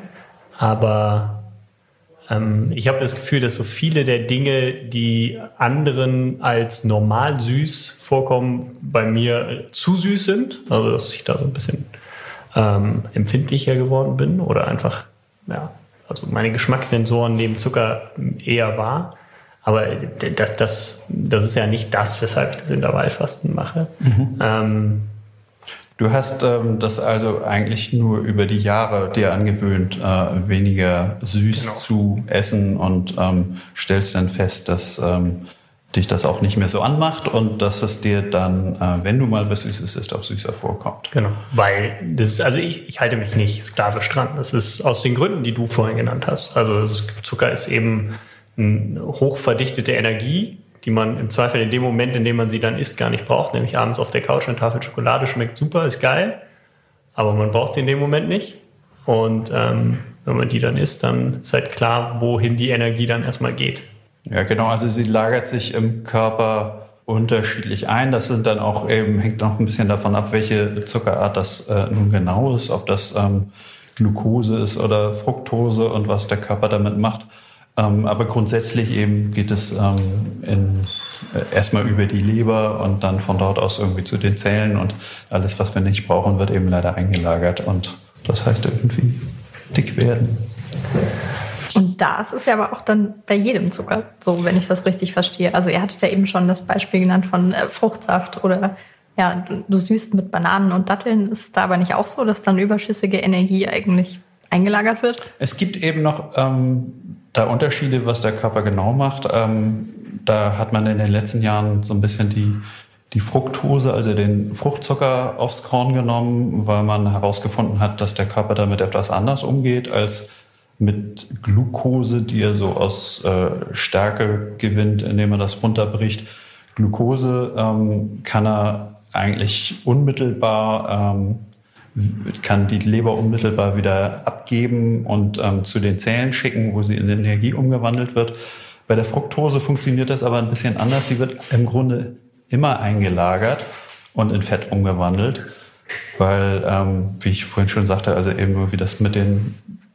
Aber ähm, ich habe das Gefühl, dass so viele der Dinge, die anderen als normal süß vorkommen, bei mir zu süß sind. Also dass ich da so ein bisschen ähm, empfindlicher geworden bin oder einfach, ja, also meine Geschmackssensoren nehmen Zucker eher wahr. Aber das, das, das ist ja nicht das, weshalb ich das Intervallfasten mache. Mhm. Ähm, du hast ähm, das also eigentlich nur über die Jahre dir angewöhnt, äh, weniger süß genau. zu essen und ähm, stellst dann fest, dass ähm, dich das auch nicht mehr so anmacht und dass es dir dann, äh, wenn du mal was Süßes isst, auch süßer vorkommt. Genau, weil das ist, also ich, ich halte mich nicht sklavisch dran. Das ist aus den Gründen, die du vorhin genannt hast. Also das ist, Zucker ist eben eine hochverdichtete Energie, die man im Zweifel in dem Moment, in dem man sie dann isst, gar nicht braucht, nämlich abends auf der Couch eine Tafel Schokolade, schmeckt super, ist geil, aber man braucht sie in dem Moment nicht. Und ähm, wenn man die dann isst, dann ist halt klar, wohin die Energie dann erstmal geht. Ja, genau, also sie lagert sich im Körper unterschiedlich ein. Das sind dann auch eben, hängt noch ein bisschen davon ab, welche Zuckerart das äh, nun genau ist, ob das ähm, Glucose ist oder Fructose und was der Körper damit macht. Ähm, aber grundsätzlich eben geht es ähm, in, äh, erstmal über die Leber und dann von dort aus irgendwie zu den Zellen und alles, was wir nicht brauchen, wird eben leider eingelagert und das heißt irgendwie dick werden. Und das ist ja aber auch dann bei jedem Zucker so, wenn ich das richtig verstehe. Also ihr hattet ja eben schon das Beispiel genannt von äh, Fruchtsaft oder ja, du, du süßt mit Bananen und Datteln. Ist es da aber nicht auch so, dass dann überschüssige Energie eigentlich eingelagert wird? Es gibt eben noch ähm, da Unterschiede, was der Körper genau macht. Ähm, da hat man in den letzten Jahren so ein bisschen die, die Fructose, also den Fruchtzucker aufs Korn genommen, weil man herausgefunden hat, dass der Körper damit etwas anders umgeht als mit Glucose, die er so aus äh, Stärke gewinnt, indem er das runterbricht. Glucose ähm, kann er eigentlich unmittelbar ähm, kann die Leber unmittelbar wieder abgeben und ähm, zu den Zellen schicken, wo sie in Energie umgewandelt wird. Bei der Fructose funktioniert das aber ein bisschen anders. Die wird im Grunde immer eingelagert und in Fett umgewandelt, weil, ähm, wie ich vorhin schon sagte, also eben wie das mit den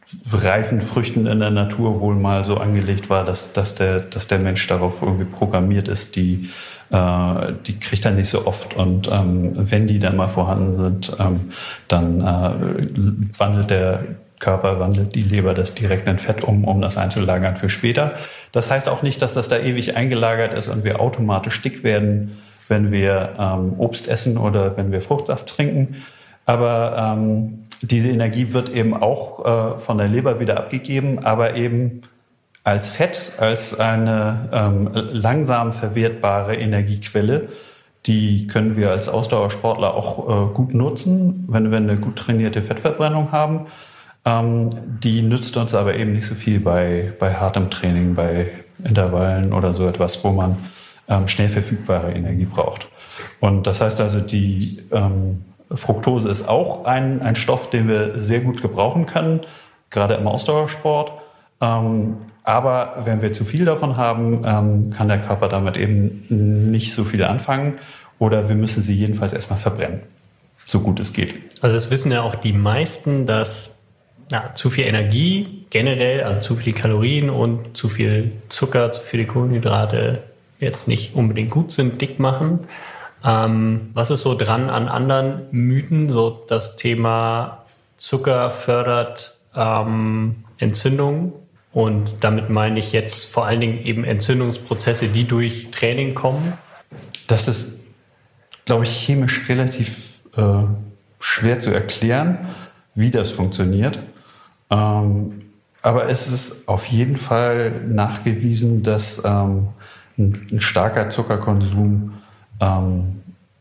reifen Früchten in der Natur wohl mal so angelegt war, dass, dass, der, dass der Mensch darauf irgendwie programmiert ist, die, äh, die kriegt er nicht so oft. Und ähm, wenn die dann mal vorhanden sind, ähm, dann äh, wandelt der Körper, wandelt die Leber das direkt in Fett um, um das einzulagern für später. Das heißt auch nicht, dass das da ewig eingelagert ist und wir automatisch dick werden, wenn wir ähm, Obst essen oder wenn wir Fruchtsaft trinken. Aber ähm, diese Energie wird eben auch äh, von der Leber wieder abgegeben, aber eben als Fett, als eine ähm, langsam verwertbare Energiequelle. Die können wir als Ausdauersportler auch äh, gut nutzen, wenn wir eine gut trainierte Fettverbrennung haben. Ähm, die nützt uns aber eben nicht so viel bei, bei hartem Training, bei Intervallen oder so etwas, wo man ähm, schnell verfügbare Energie braucht. Und das heißt also, die ähm, Fructose ist auch ein, ein Stoff, den wir sehr gut gebrauchen können, gerade im Ausdauersport. Ähm, aber wenn wir zu viel davon haben, ähm, kann der Körper damit eben nicht so viel anfangen oder wir müssen sie jedenfalls erstmal verbrennen, so gut es geht. Also es wissen ja auch die meisten, dass na, zu viel Energie generell, also zu viele Kalorien und zu viel Zucker, zu viele Kohlenhydrate jetzt nicht unbedingt gut sind, dick machen. Ähm, was ist so dran an anderen Mythen? So das Thema Zucker fördert ähm, Entzündungen. Und damit meine ich jetzt vor allen Dingen eben Entzündungsprozesse, die durch Training kommen. Das ist, glaube ich, chemisch relativ äh, schwer zu erklären, wie das funktioniert. Ähm, aber es ist auf jeden Fall nachgewiesen, dass ähm, ein, ein starker Zuckerkonsum ähm,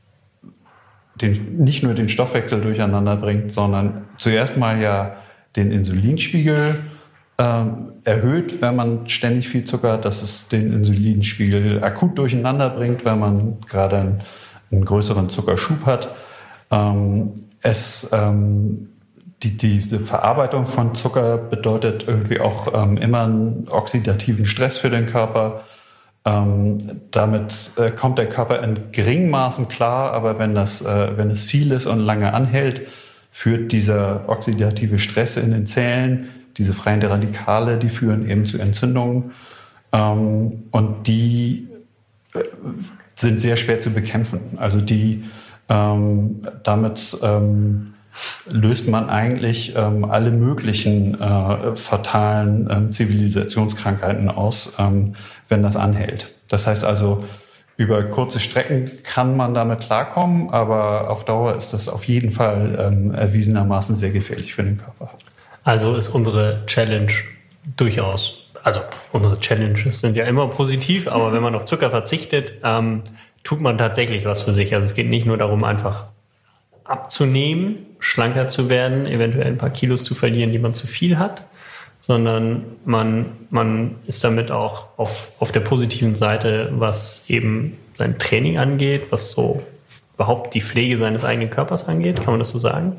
den, nicht nur den Stoffwechsel durcheinander bringt, sondern zuerst mal ja den Insulinspiegel ähm, erhöht, wenn man ständig viel Zucker hat, dass es den Insulinspiegel akut durcheinander bringt, wenn man gerade einen, einen größeren Zuckerschub hat. Ähm, es ähm, Die, diese Verarbeitung von Zucker bedeutet irgendwie auch ähm, immer einen oxidativen Stress für den Körper. Ähm, damit äh, kommt der Körper in geringen Maßen klar, aber wenn, das, äh, wenn es viel ist und lange anhält, führt dieser oxidative Stress in den Zellen, diese freien Radikale, die führen eben zu Entzündungen. Ähm, und die äh, sind sehr schwer zu bekämpfen. Also die ähm, damit ähm, löst man eigentlich ähm, alle möglichen äh, fatalen ähm, Zivilisationskrankheiten aus, ähm, wenn das anhält. Das heißt also, über kurze Strecken kann man damit klarkommen, aber auf Dauer ist das auf jeden Fall ähm, erwiesenermaßen sehr gefährlich für den Körper. Also ist unsere Challenge durchaus, also unsere Challenges sind ja immer positiv, aber wenn man auf Zucker verzichtet, ähm, tut man tatsächlich was für sich. Also es geht nicht nur darum, einfach abzunehmen, schlanker zu werden, eventuell ein paar Kilos zu verlieren, die man zu viel hat, sondern man, man ist damit auch auf, auf der positiven Seite, was eben sein Training angeht, was so überhaupt die Pflege seines eigenen Körpers angeht. Kann man das so sagen?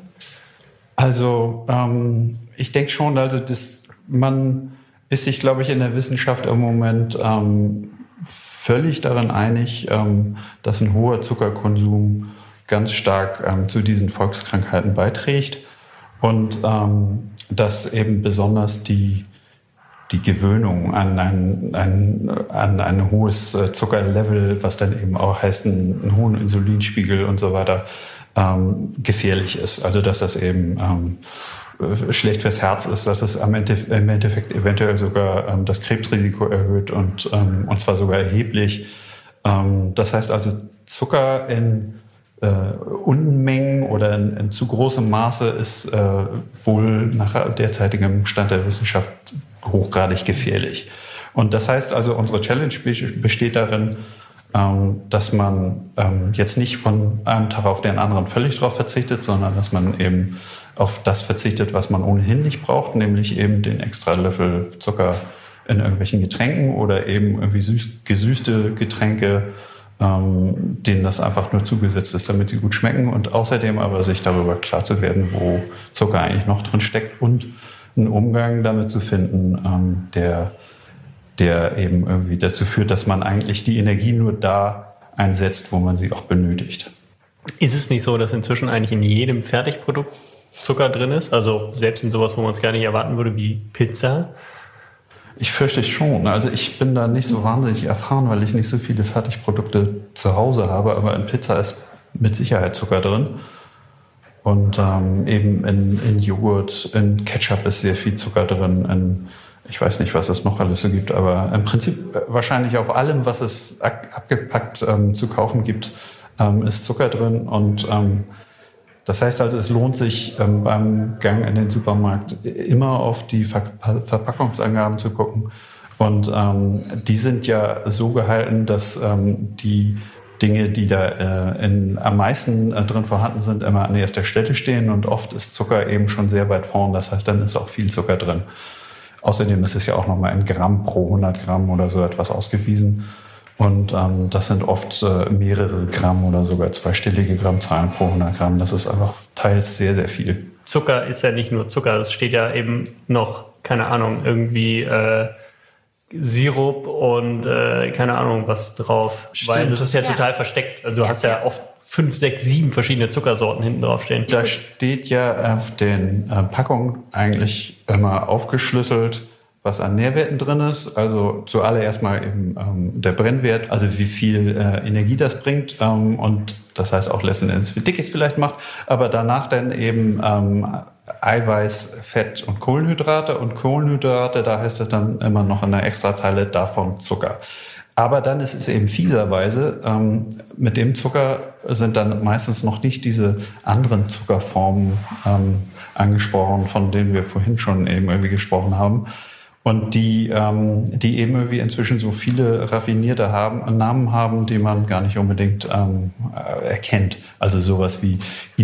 Also ähm, ich denke schon, also das, man ist sich, glaube ich, in der Wissenschaft im Moment ähm, völlig darin einig, ähm, dass ein hoher Zuckerkonsum ganz stark ähm, zu diesen Volkskrankheiten beiträgt und ähm, dass eben besonders die, die Gewöhnung an ein, ein, an ein hohes äh, Zuckerlevel, was dann eben auch heißt, einen, einen hohen Insulinspiegel und so weiter, ähm, gefährlich ist. Also dass das eben ähm, schlecht fürs Herz ist, dass es am Ende, im Endeffekt eventuell sogar ähm, das Krebsrisiko erhöht und, ähm, und zwar sogar erheblich. Ähm, das heißt also, Zucker in äh, Unmengen oder in, in zu großem Maße ist äh, wohl nach derzeitigem Stand der Wissenschaft hochgradig gefährlich. Und das heißt also, unsere Challenge besteht darin, ähm, dass man ähm, jetzt nicht von einem Tag auf den anderen völlig drauf verzichtet, sondern dass man eben auf das verzichtet, was man ohnehin nicht braucht, nämlich eben den extra Löffel Zucker in irgendwelchen Getränken oder eben irgendwie süß, gesüßte Getränke, ähm, denen das einfach nur zugesetzt ist, damit sie gut schmecken, und außerdem aber sich darüber klar zu werden, wo Zucker eigentlich noch drin steckt und einen Umgang damit zu finden, ähm, der, der eben irgendwie dazu führt, dass man eigentlich die Energie nur da einsetzt, wo man sie auch benötigt. Ist es nicht so, dass inzwischen eigentlich in jedem Fertigprodukt Zucker drin ist? Also selbst in sowas, wo man es gar nicht erwarten würde, wie Pizza? Ich fürchte schon. Also ich bin da nicht so wahnsinnig erfahren, weil ich nicht so viele Fertigprodukte zu Hause habe. Aber in Pizza ist mit Sicherheit Zucker drin. Und ähm, eben in, in Joghurt, in Ketchup ist sehr viel Zucker drin. In, ich weiß nicht, was es noch alles so gibt. Aber im Prinzip wahrscheinlich auf allem, was es abgepackt ähm, zu kaufen gibt, ähm, ist Zucker drin. Und ähm, das heißt also, es lohnt sich ähm, beim Gang in den Supermarkt immer auf die Ver- Verpackungsangaben zu gucken. Und ähm, die sind ja so gehalten, dass ähm, die Dinge, die da äh, in, am meisten äh, drin vorhanden sind, immer an erster Stelle stehen. Und oft ist Zucker eben schon sehr weit vorn. Das heißt, dann ist auch viel Zucker drin. Außerdem ist es ja auch nochmal in Gramm pro hundert Gramm oder so etwas ausgewiesen. Und ähm, das sind oft äh, mehrere Gramm oder sogar zweistellige Grammzahlen pro hundert Gramm. Das ist einfach teils sehr, sehr viel. Zucker ist ja nicht nur Zucker, es steht ja eben noch, keine Ahnung, irgendwie äh, Sirup und äh, keine Ahnung was drauf. Stimmt. Weil das ist ja, Ja. total versteckt. Also du Ja, hast ja, ja. oft fünf, sechs, sieben verschiedene Zuckersorten hinten drauf stehen. Da steht ja auf den äh, Packungen eigentlich immer aufgeschlüsselt, was an Nährwerten drin ist. Also zuallererst mal eben ähm, der Brennwert, also wie viel äh, Energie das bringt ähm, und das heißt auch letzten Endes, wie dick es vielleicht macht. Aber danach dann eben ähm, Eiweiß, Fett und Kohlenhydrate. Und Kohlenhydrate, da heißt es dann immer noch in der Extrazeile davon Zucker. Aber dann ist es eben fieserweise, ähm, mit dem Zucker sind dann meistens noch nicht diese anderen Zuckerformen ähm, angesprochen, von denen wir vorhin schon eben irgendwie gesprochen haben. Und die, ähm, die eben irgendwie inzwischen so viele raffinierte haben, Namen haben, die man gar nicht unbedingt ähm, erkennt. Also sowas wie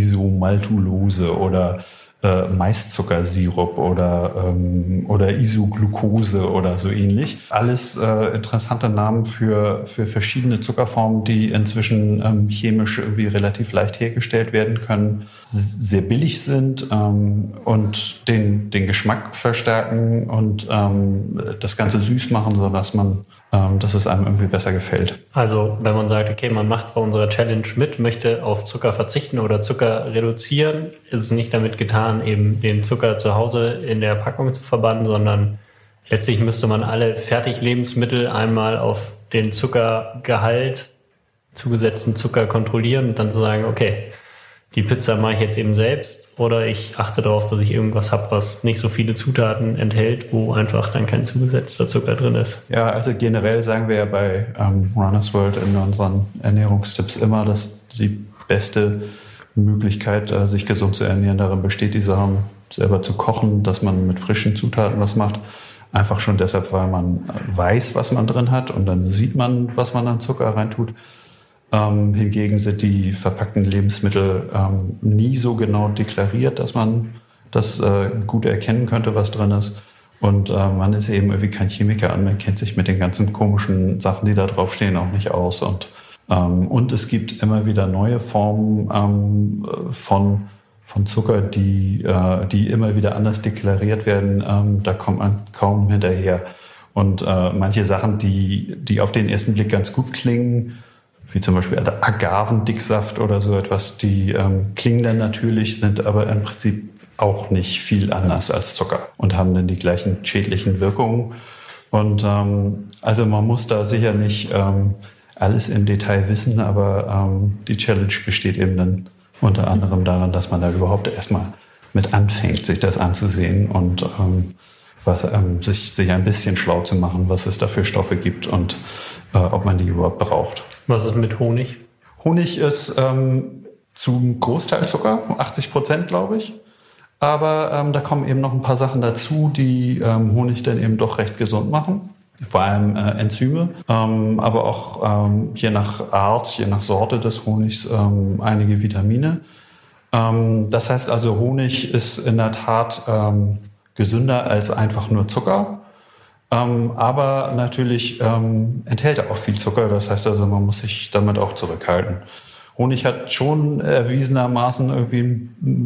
Isomaltulose oder äh, Maiszuckersirup oder, ähm, oder Isoglucose oder so ähnlich. Alles äh, interessante Namen für, für verschiedene Zuckerformen, die inzwischen ähm, chemisch irgendwie relativ leicht hergestellt werden können, sehr billig sind ähm, und den, den Geschmack verstärken und ähm, das Ganze süß machen, sodass man, ähm, dass es einem irgendwie besser gefällt. Also wenn man sagt, okay, man macht bei unserer Challenge mit, möchte auf Zucker verzichten oder Zucker reduzieren, ist es nicht damit getan, eben den Zucker zu Hause in der Packung zu verbannen, sondern letztlich müsste man alle Fertiglebensmittel einmal auf den Zuckergehalt, zugesetzten Zucker kontrollieren und dann zu sagen, okay, die Pizza mache ich jetzt eben selbst oder ich achte darauf, dass ich irgendwas habe, was nicht so viele Zutaten enthält, wo einfach dann kein zugesetzter Zucker drin ist. Ja, also generell sagen wir ja bei ähm, Runners World in unseren Ernährungstipps immer, dass die beste Möglichkeit, äh, sich gesund zu ernähren, darin besteht, die Sachen selber zu kochen, dass man mit frischen Zutaten was macht. Einfach schon deshalb, weil man weiß, was man drin hat und dann sieht man, was man an Zucker reintut. Ähm, hingegen sind die verpackten Lebensmittel ähm, nie so genau deklariert, dass man das äh, gut erkennen könnte, was drin ist. Und äh, man ist eben irgendwie kein Chemiker und man kennt sich mit den ganzen komischen Sachen, die da drauf stehen, auch nicht aus. Und, ähm, und es gibt immer wieder neue Formen ähm, von, von Zucker, die, äh, die immer wieder anders deklariert werden. Ähm, da kommt man kaum hinterher. Und äh, manche Sachen, die, die auf den ersten Blick ganz gut klingen, wie zum Beispiel Agavendicksaft oder so etwas, die ähm, klingen dann natürlich, sind aber im Prinzip auch nicht viel anders als Zucker und haben dann die gleichen schädlichen Wirkungen. Und ähm, also man muss da sicher nicht ähm, alles im Detail wissen, aber ähm, die Challenge besteht eben dann unter anderem daran, dass man da überhaupt erstmal mit anfängt, sich das anzusehen und ähm, was, ähm, sich, sich ein bisschen schlau zu machen, was es da für Stoffe gibt und äh, ob man die überhaupt braucht. Was ist mit Honig? Honig ist ähm, zum Großteil Zucker, achtzig Prozent glaube ich. Aber ähm, da kommen eben noch ein paar Sachen dazu, die ähm, Honig dann eben doch recht gesund machen. Vor allem äh, Enzyme, ähm, aber auch ähm, je nach Art, je nach Sorte des Honigs ähm, einige Vitamine. Ähm, das heißt also, Honig ist in der Tat ähm, gesünder als einfach nur Zucker. Ähm, aber natürlich ähm, enthält er auch viel Zucker. Das heißt also, man muss sich damit auch zurückhalten. Honig hat schon erwiesenermaßen irgendwie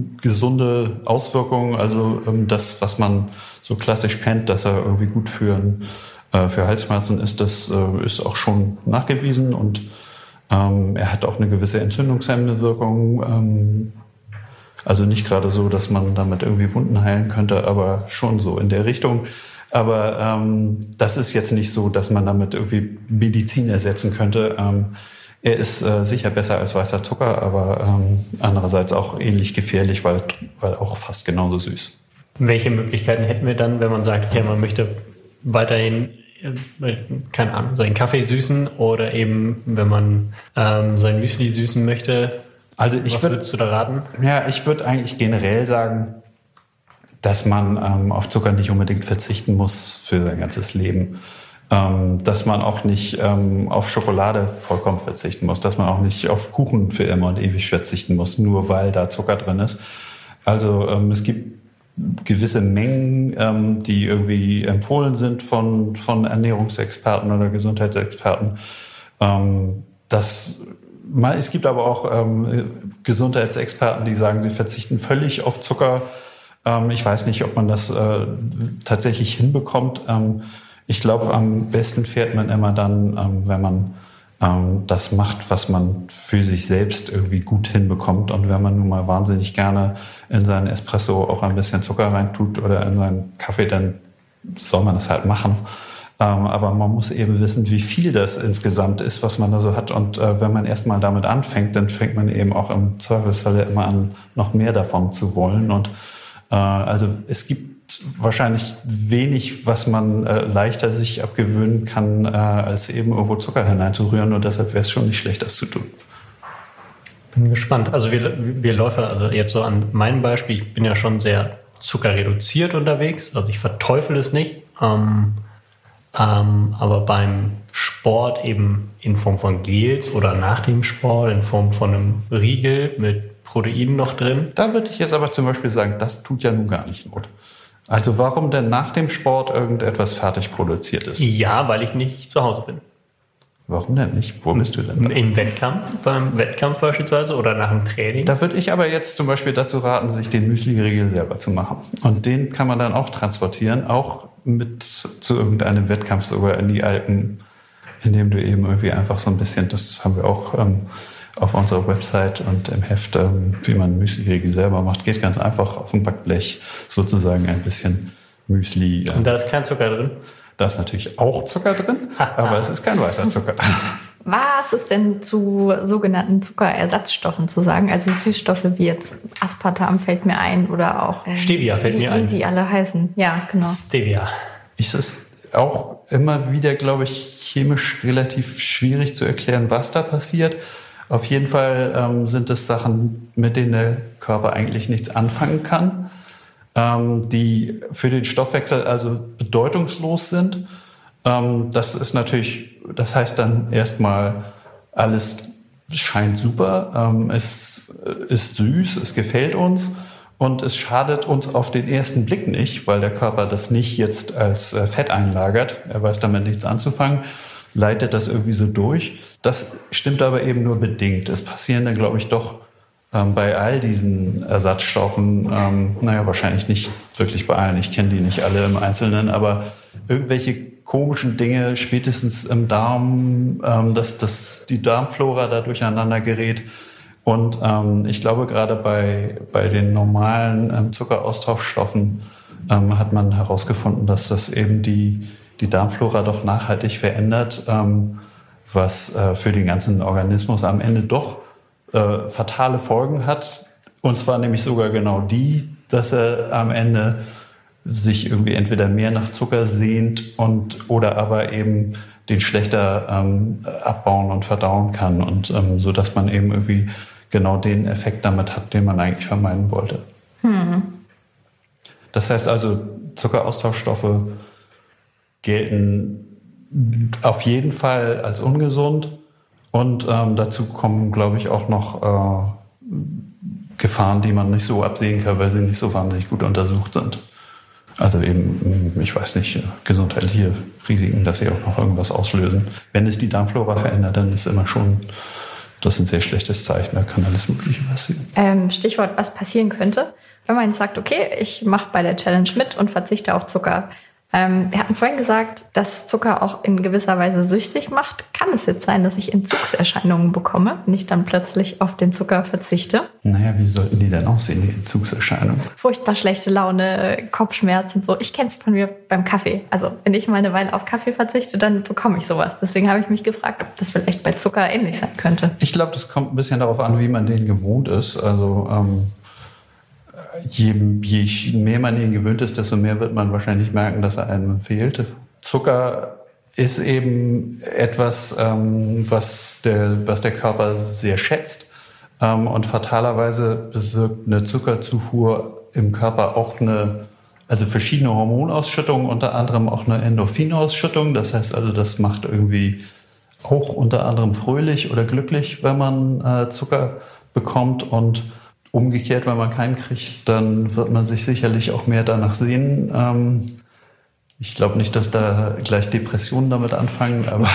gesunde Auswirkungen. Also ähm, das, was man so klassisch kennt, dass er irgendwie gut für, äh, für Halsschmerzen ist, das äh, ist auch schon nachgewiesen. Und ähm, er hat auch eine gewisse entzündungshemmende Wirkung. Ähm, Also nicht gerade so, dass man damit irgendwie Wunden heilen könnte, aber schon so in der Richtung. Aber ähm, das ist jetzt nicht so, dass man damit irgendwie Medizin ersetzen könnte. Ähm, er ist äh, sicher besser als weißer Zucker, aber ähm, andererseits auch ähnlich gefährlich, weil, weil auch fast genauso süß. Welche Möglichkeiten hätten wir dann, wenn man sagt, okay, man möchte weiterhin, äh, keine Ahnung, seinen Kaffee süßen oder eben, wenn man ähm, sein Müsli süßen möchte? Also ich Was würd, würdest du da raten? Ja, ich würde eigentlich generell sagen, dass man ähm, auf Zucker nicht unbedingt verzichten muss für sein ganzes Leben. Ähm, dass man auch nicht ähm, auf Schokolade vollkommen verzichten muss. Dass man auch nicht auf Kuchen für immer und ewig verzichten muss, nur weil da Zucker drin ist. Also ähm, es gibt gewisse Mengen, ähm, die irgendwie empfohlen sind von, von Ernährungsexperten oder Gesundheitsexperten. Ähm, das, mal, es gibt aber auch ähm, Gesundheitsexperten, die sagen, sie verzichten völlig auf Zucker. Ähm, ich weiß nicht, ob man das äh, tatsächlich hinbekommt. Ähm, ich glaube, am besten fährt man immer dann, ähm, wenn man ähm, das macht, was man für sich selbst irgendwie gut hinbekommt. Und wenn man nun mal wahnsinnig gerne in seinen Espresso auch ein bisschen Zucker reintut oder in seinen Kaffee, dann soll man das halt machen. Ähm, aber man muss eben wissen, wie viel das insgesamt ist, was man da so hat. Und äh, wenn man erstmal damit anfängt, dann fängt man eben auch im Zweifelsfall immer an, noch mehr davon zu wollen. Und äh, also es gibt wahrscheinlich wenig, was man äh, leichter sich abgewöhnen kann, äh, als eben irgendwo Zucker hineinzurühren. Und deshalb wäre es schon nicht schlecht, das zu tun. Bin gespannt. Also wir, wir Läufer, also jetzt so an meinem Beispiel, ich bin ja schon sehr zuckerreduziert unterwegs. Also ich verteufel es nicht. Ähm, ähm, aber beim Sport eben in Form von Gels oder nach dem Sport in Form von einem Riegel mit Proteinen noch drin. Da würde ich jetzt aber zum Beispiel sagen, das tut ja nun gar nicht Not. Also warum denn nach dem Sport irgendetwas fertig produziert ist? Ja, weil ich nicht zu Hause bin. Warum denn nicht? Wo bist du denn? Im Wettkampf, beim Wettkampf beispielsweise oder nach dem Training. Da würde ich aber jetzt zum Beispiel dazu raten, sich den Müsli-Riegel selber zu machen. Und den kann man dann auch transportieren, auch mit zu irgendeinem Wettkampf sogar in die Alpen, indem du eben irgendwie einfach so ein bisschen, das haben wir auch ähm, auf unserer Website und im Heft, ähm, wie man Müsli-Riegel selber macht, geht ganz einfach auf dem Backblech sozusagen ein bisschen Müsli. Ähm, und da ist kein Zucker drin? Da ist natürlich auch Zucker drin, aber es ist kein weißer Zucker. Was ist denn zu sogenannten Zuckerersatzstoffen zu sagen? Also Süßstoffe wie jetzt Aspartam fällt mir ein oder auch äh, Stevia fällt wie, mir ein. Wie sie alle heißen. Ja, genau. Stevia. Es ist auch immer wieder, glaube ich, chemisch relativ schwierig zu erklären, was da passiert. Auf jeden Fall ähm, sind es Sachen, mit denen der Körper eigentlich nichts anfangen kann, ähm, die für den Stoffwechsel also bedeutungslos sind. Ähm, das ist natürlich, das heißt dann erstmal, alles scheint super, ähm, es ist süß, es gefällt uns und es schadet uns auf den ersten Blick nicht, weil der Körper das nicht jetzt als äh, Fett einlagert. Er weiß damit nichts anzufangen, leitet das irgendwie so durch. Das stimmt aber eben nur bedingt. Es passieren dann, glaube ich, doch ähm, bei all diesen Ersatzstoffen, ähm, naja, wahrscheinlich nicht wirklich bei allen, ich kenne die nicht alle im Einzelnen, aber irgendwelche komischen Dinge, spätestens im Darm, ähm, dass, dass die Darmflora da durcheinander gerät. Und ähm, ich glaube, gerade bei, bei den normalen ähm, Zuckeraustauschstoffen ähm, hat man herausgefunden, dass das eben die, die Darmflora doch nachhaltig verändert, ähm, was äh, für den ganzen Organismus am Ende doch äh, fatale Folgen hat. Und zwar nämlich sogar genau die, dass er am Ende sich irgendwie entweder mehr nach Zucker sehnt und oder aber eben den schlechter ähm, abbauen und verdauen kann. Und ähm, so, dass man eben irgendwie genau den Effekt damit hat, den man eigentlich vermeiden wollte. Hm. Das heißt also, Zuckeraustauschstoffe gelten auf jeden Fall als ungesund. Und ähm, dazu kommen, glaube ich, auch noch äh, Gefahren, die man nicht so absehen kann, weil sie nicht so wahnsinnig gut untersucht sind. Also eben, ich weiß nicht, gesundheitliche Risiken, dass sie auch noch irgendwas auslösen. Wenn es die Darmflora verändert, dann ist immer schon, das ist ein sehr schlechtes Zeichen, da kann alles Mögliche passieren. Ähm, Stichwort, was passieren könnte, wenn man jetzt sagt, okay, ich mache bei der Challenge mit und verzichte auf Zucker. Ähm, wir hatten vorhin gesagt, dass Zucker auch in gewisser Weise süchtig macht. Kann es jetzt sein, dass ich Entzugserscheinungen bekomme, wenn ich dann plötzlich auf den Zucker verzichte? Naja, wie sollten die denn aussehen, die Entzugserscheinungen? Furchtbar schlechte Laune, Kopfschmerzen, so. Ich kenne es von mir beim Kaffee. Also wenn ich mal eine Weile auf Kaffee verzichte, dann bekomme ich sowas. Deswegen habe ich mich gefragt, ob das vielleicht bei Zucker ähnlich sein könnte. Ich glaube, das kommt ein bisschen darauf an, wie man den gewohnt ist. Also ähm, je, je mehr man den gewöhnt ist, desto mehr wird man wahrscheinlich merken, dass er einem fehlt. Zucker ist eben etwas, ähm, was, der, was der Körper sehr schätzt. Ähm, und fatalerweise bewirkt eine Zuckerzufuhr im Körper auch eine, also verschiedene Hormonausschüttungen, unter anderem auch eine Endorphinausschüttung. Das heißt also, das macht irgendwie auch unter anderem fröhlich oder glücklich, wenn man äh, Zucker bekommt. Und umgekehrt, wenn man keinen kriegt, dann wird man sich sicherlich auch mehr danach sehnen. Ähm, ich glaube nicht, dass da gleich Depressionen damit anfangen, aber,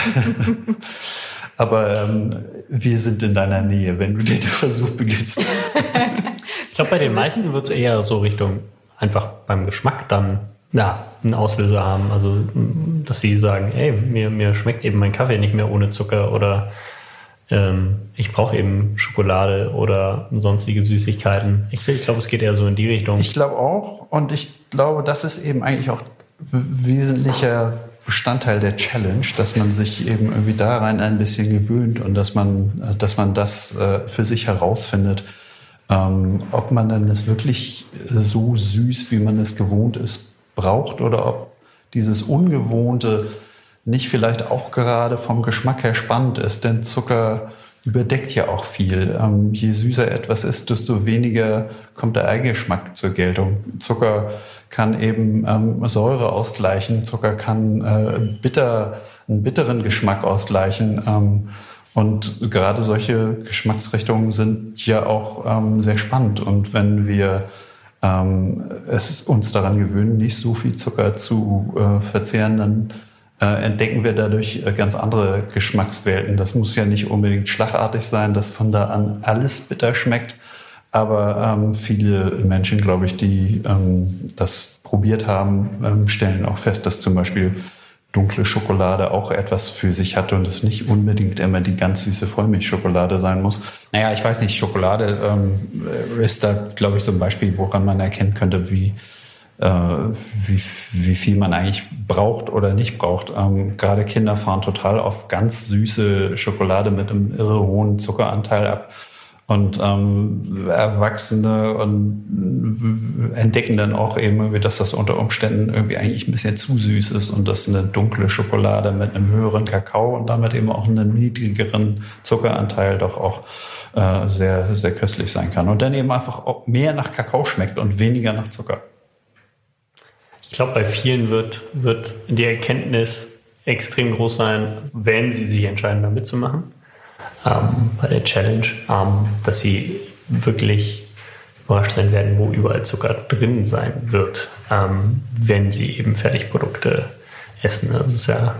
aber ähm, wir sind in deiner Nähe, wenn du den Versuch beginnst. Ich glaube, bei den meisten wird es eher so Richtung einfach beim Geschmack dann ja, einen Auslöser haben. Also, dass sie sagen, ey, mir, mir schmeckt eben mein Kaffee nicht mehr ohne Zucker oder ähm, ich brauche eben Schokolade oder sonstige Süßigkeiten. Ich, ich glaube, es geht eher so in die Richtung. Ich glaube auch, und ich glaube, das ist eben eigentlich auch wesentlicher Bestandteil der Challenge, dass man sich eben irgendwie darein ein bisschen gewöhnt und dass man, dass man das äh, für sich herausfindet, ähm, ob man dann das wirklich so süß, wie man es gewohnt ist, braucht oder ob dieses Ungewohnte nicht vielleicht auch gerade vom Geschmack her spannend ist, denn Zucker überdeckt ja auch viel. Ähm, je süßer etwas ist, desto weniger kommt der Eigengeschmack zur Geltung. Zucker kann eben ähm, Säure ausgleichen, Zucker kann äh, bitter, einen bitteren Geschmack ausgleichen. Ähm, und gerade solche Geschmacksrichtungen sind ja auch ähm, sehr spannend. Und wenn wir ähm, es uns daran gewöhnen, nicht so viel Zucker zu äh, verzehren, dann äh, entdecken wir dadurch äh, ganz andere Geschmackswelten. Das muss ja nicht unbedingt schlagartig sein, dass von da an alles bitter schmeckt. Aber ähm, viele Menschen, glaube ich, die ähm, das probiert haben, ähm, stellen auch fest, dass zum Beispiel dunkle Schokolade auch etwas für sich hat und es nicht unbedingt immer die ganz süße Vollmilchschokolade sein muss. Naja, ich weiß nicht, Schokolade ähm, ist da, glaube ich, so ein Beispiel, woran man erkennen könnte, wie, äh, wie, wie viel man eigentlich braucht oder nicht braucht. Ähm, gerade Kinder fahren total auf ganz süße Schokolade mit einem irre hohen Zuckeranteil ab. Und ähm, Erwachsene und entdecken dann auch eben, irgendwie, dass das unter Umständen irgendwie eigentlich ein bisschen zu süß ist und dass eine dunkle Schokolade mit einem höheren Kakao und damit eben auch einem niedrigeren Zuckeranteil doch auch äh, sehr, sehr köstlich sein kann. Und dann eben einfach auch mehr nach Kakao schmeckt und weniger nach Zucker. Ich glaube, bei vielen wird, wird die Erkenntnis extrem groß sein, wenn sie sich entscheiden, da mitzumachen. Ähm, bei der Challenge, ähm, dass sie wirklich überrascht sein werden, wo überall Zucker drin sein wird, ähm, wenn sie eben Fertigprodukte essen. Das ist ja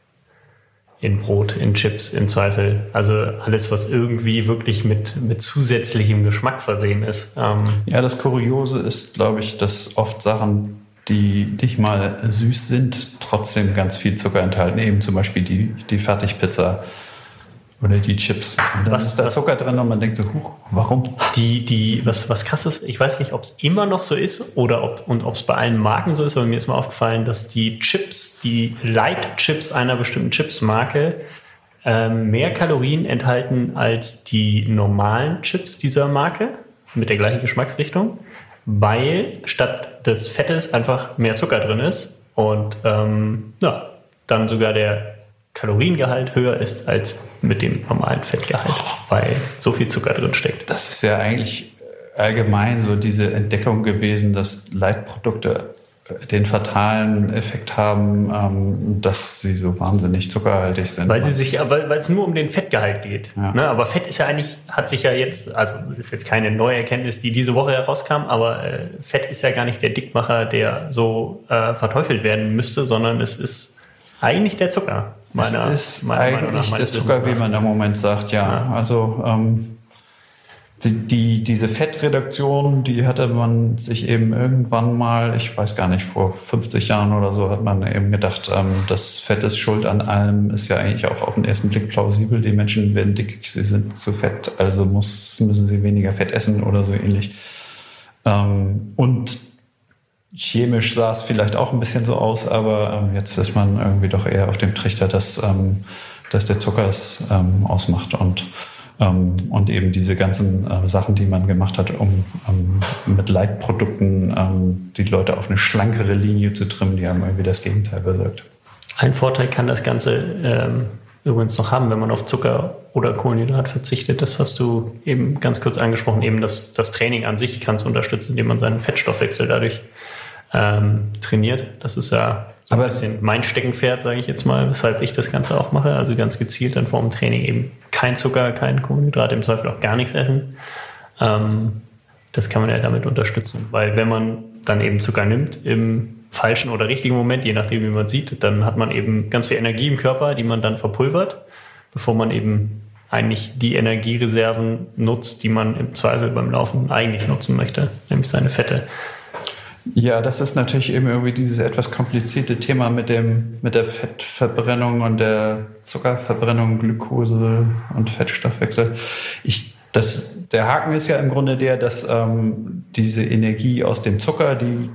in Brot, in Chips, im Zweifel. Also alles, was irgendwie wirklich mit, mit zusätzlichem Geschmack versehen ist. Ähm, ja, das Kuriose ist, glaube ich, dass oft Sachen, die nicht mal süß sind, trotzdem ganz viel Zucker enthalten. Eben zum Beispiel die, die Fertigpizza. Oder die Chips. Und dann was, ist da Zucker was, drin und man denkt so, huch, warum? Die, die, was, was krass ist, ich weiß nicht, ob es immer noch so ist oder ob und ob es bei allen Marken so ist, aber mir ist mal aufgefallen, dass die Chips, die Light-Chips einer bestimmten Chips-Marke ähm, mehr Kalorien enthalten als die normalen Chips dieser Marke mit der gleichen Geschmacksrichtung, weil statt des Fettes einfach mehr Zucker drin ist und ähm, ja, dann sogar der Kaloriengehalt höher ist als mit dem normalen Fettgehalt, weil so viel Zucker drin steckt. Das ist ja eigentlich allgemein so diese Entdeckung gewesen, dass Leitprodukte den fatalen Effekt haben, ähm, dass sie so wahnsinnig zuckerhaltig sind. Weil sie sich, weil, weil es nur um den Fettgehalt geht. Ja. Ne? Aber Fett ist ja eigentlich, hat sich ja jetzt, also ist jetzt keine neue Erkenntnis, die diese Woche herauskam, aber äh, Fett ist ja gar nicht der Dickmacher, der so äh, verteufelt werden müsste, sondern es ist eigentlich der Zucker. Meiner, es ist meiner eigentlich nach, der Zucker, wie man im Moment sagt, ja. ja. Also ähm, Die, die, diese Fettreduktion, die hatte man sich eben irgendwann mal, ich weiß gar nicht, vor fünfzig Jahren oder so, hat man eben gedacht, ähm, das Fett ist schuld an allem, ist ja eigentlich auch auf den ersten Blick plausibel. Die Menschen werden dick, sie sind zu fett, also muss, müssen sie weniger Fett essen oder so ähnlich. Ähm, und chemisch sah es vielleicht auch ein bisschen so aus, aber ähm, jetzt ist man irgendwie doch eher auf dem Trichter, dass, ähm, dass der Zucker es ähm, ausmacht und Ähm, und eben diese ganzen äh, Sachen, die man gemacht hat, um ähm, mit Leitprodukten ähm, die Leute auf eine schlankere Linie zu trimmen, die haben irgendwie das Gegenteil bewirkt. Ein Vorteil kann das Ganze ähm, übrigens noch haben, wenn man auf Zucker oder Kohlenhydrat verzichtet. Das hast du eben ganz kurz angesprochen, eben das, das Training an sich kann es unterstützen, indem man seinen Fettstoffwechsel dadurch ähm, trainiert. Das ist ja so ein bisschen mein Steckenpferd, sage ich jetzt mal, weshalb ich das Ganze auch mache. Also ganz gezielt dann vor dem Training eben kein Zucker, kein Kohlenhydrat, im Zweifel auch gar nichts essen. Ähm, das kann man ja damit unterstützen. Weil wenn man dann eben Zucker nimmt im falschen oder richtigen Moment, je nachdem wie man sieht, dann hat man eben ganz viel Energie im Körper, die man dann verpulvert, bevor man eben eigentlich die Energiereserven nutzt, die man im Zweifel beim Laufen eigentlich nutzen möchte, nämlich seine Fette. Ja, das ist natürlich eben irgendwie dieses etwas komplizierte Thema mit dem, mit der Fettverbrennung und der Zuckerverbrennung, Glucose und Fettstoffwechsel. Ich, das, der Haken ist ja im Grunde der, dass ähm, diese Energie aus dem Zucker, die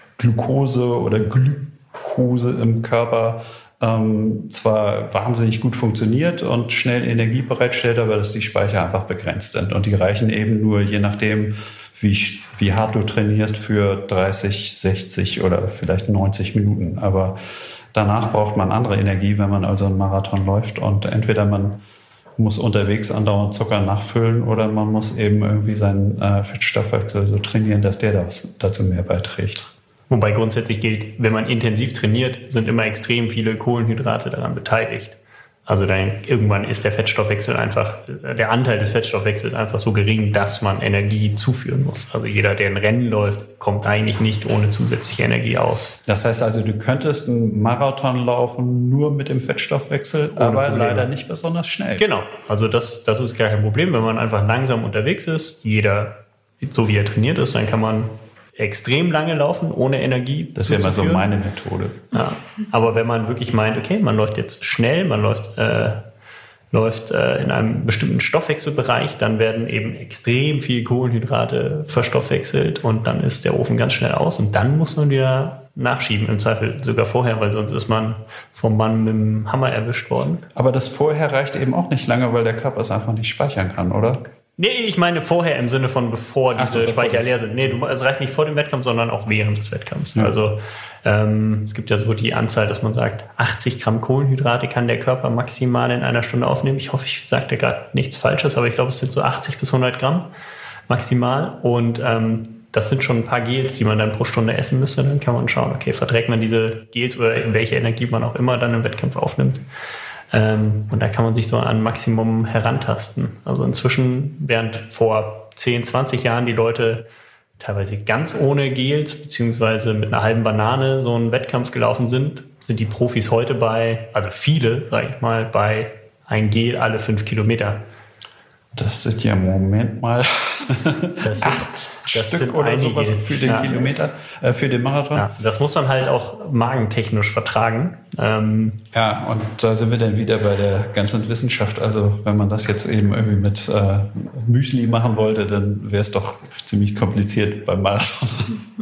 Glucose oder Glukose im Körper ähm, zwar wahnsinnig gut funktioniert und schnell Energie bereitstellt, aber dass die Speicher einfach begrenzt sind. Und die reichen eben nur, je nachdem, Wie, wie hart du trainierst, für dreißig, sechzig oder vielleicht neunzig Minuten. Aber danach braucht man andere Energie, wenn man also einen Marathon läuft. Und entweder man muss unterwegs andauernd Zucker nachfüllen oder man muss eben irgendwie seinen äh, Fettstoffwechsel so trainieren, dass der das, dazu mehr beiträgt. Wobei grundsätzlich gilt, wenn man intensiv trainiert, sind immer extrem viele Kohlenhydrate daran beteiligt. Also dann irgendwann ist der Fettstoffwechsel einfach, der Anteil des Fettstoffwechsels einfach so gering, dass man Energie zuführen muss. Also jeder, der ein Rennen läuft, kommt eigentlich nicht ohne zusätzliche Energie aus. Das heißt also, du könntest einen Marathon laufen nur mit dem Fettstoffwechsel, ohne aber Probleme. Leider nicht besonders schnell. Genau, also das, das ist gar kein Problem. Wenn man einfach langsam unterwegs ist, jeder, so wie er trainiert ist, dann kann man extrem lange laufen, ohne Energie. Das wäre mal so meine Methode. Ja. Aber wenn man wirklich meint, okay, man läuft jetzt schnell, man läuft, äh, läuft äh, in einem bestimmten Stoffwechselbereich, dann werden eben extrem viel Kohlenhydrate verstoffwechselt und dann ist der Ofen ganz schnell aus und dann muss man wieder nachschieben, im Zweifel sogar vorher, weil sonst ist man vom Mann mit dem Hammer erwischt worden. Aber das vorher reicht eben auch nicht lange, weil der Körper es einfach nicht speichern kann, oder? Nee, ich meine vorher im Sinne von bevor diese so, bevor Speicher leer sind. Nee, du, es reicht nicht vor dem Wettkampf, sondern auch während des Wettkampfs. Ja. Also ähm, es gibt ja so die Anzahl, dass man sagt, achtzig Gramm Kohlenhydrate kann der Körper maximal in einer Stunde aufnehmen. Ich hoffe, ich sage da gerade nichts Falsches, aber ich glaube, es sind so achtzig bis hundert Gramm maximal. Und ähm, das sind schon ein paar Gels, die man dann pro Stunde essen müsste. Dann kann man schauen, okay, verträgt man diese Gels oder welche Energie man auch immer dann im Wettkampf aufnimmt. Ähm, und da kann man sich so an Maximum herantasten. Also inzwischen, während vor zehn, zwanzig Jahren die Leute teilweise ganz ohne Gels beziehungsweise mit einer halben Banane so einen Wettkampf gelaufen sind, sind die Profis heute bei, also viele, sage ich mal, bei ein Gel alle fünf Kilometer. Das sind ja, Moment mal, das acht sind, das Stück sind oder sowas einige. für den Ja. Kilometer, äh, für den Marathon. Ja, das muss man halt auch magentechnisch vertragen. Ähm, ja, und da sind wir dann wieder bei der ganzen Wissenschaft. Also wenn man das jetzt eben irgendwie mit äh, Müsli machen wollte, dann wäre es doch ziemlich kompliziert beim Marathon.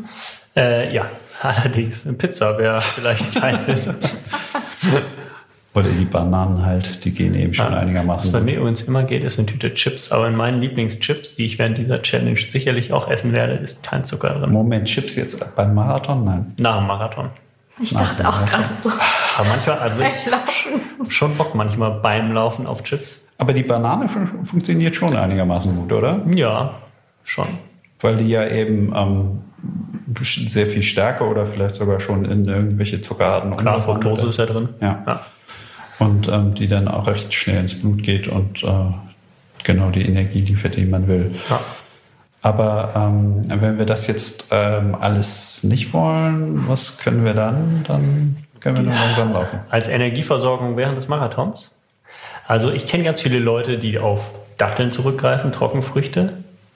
äh, ja, allerdings. Eine Pizza wäre vielleicht fein. Oder die Bananen halt, die gehen eben schon ja, einigermaßen. Was bei mir übrigens immer geht, ist eine Tüte Chips. Aber in meinen Lieblingschips, die ich während dieser Challenge sicherlich auch essen werde, ist kein Zucker drin. Moment, Chips jetzt beim Marathon? Nein. Nach dem Marathon. Ich Nach dachte auch gerade so. Aber manchmal, also ich habe schon Bock manchmal beim Laufen auf Chips. Aber die Banane fun- funktioniert schon einigermaßen gut, oder? Ja, schon. Weil die ja eben ähm, sehr viel stärker oder vielleicht sogar schon in irgendwelche Zuckerarten. Klar, Fructose ist ja drin. Ja. ja. Und ähm, die dann auch recht schnell ins Blut geht und äh, genau die Energie liefert, die man will. Ja. Aber ähm, wenn wir das jetzt ähm, alles nicht wollen, was können wir dann? Dann können wir nur langsam laufen. Als Energieversorgung während des Marathons? Also ich kenne ganz viele Leute, die auf Datteln zurückgreifen, Trockenfrüchte.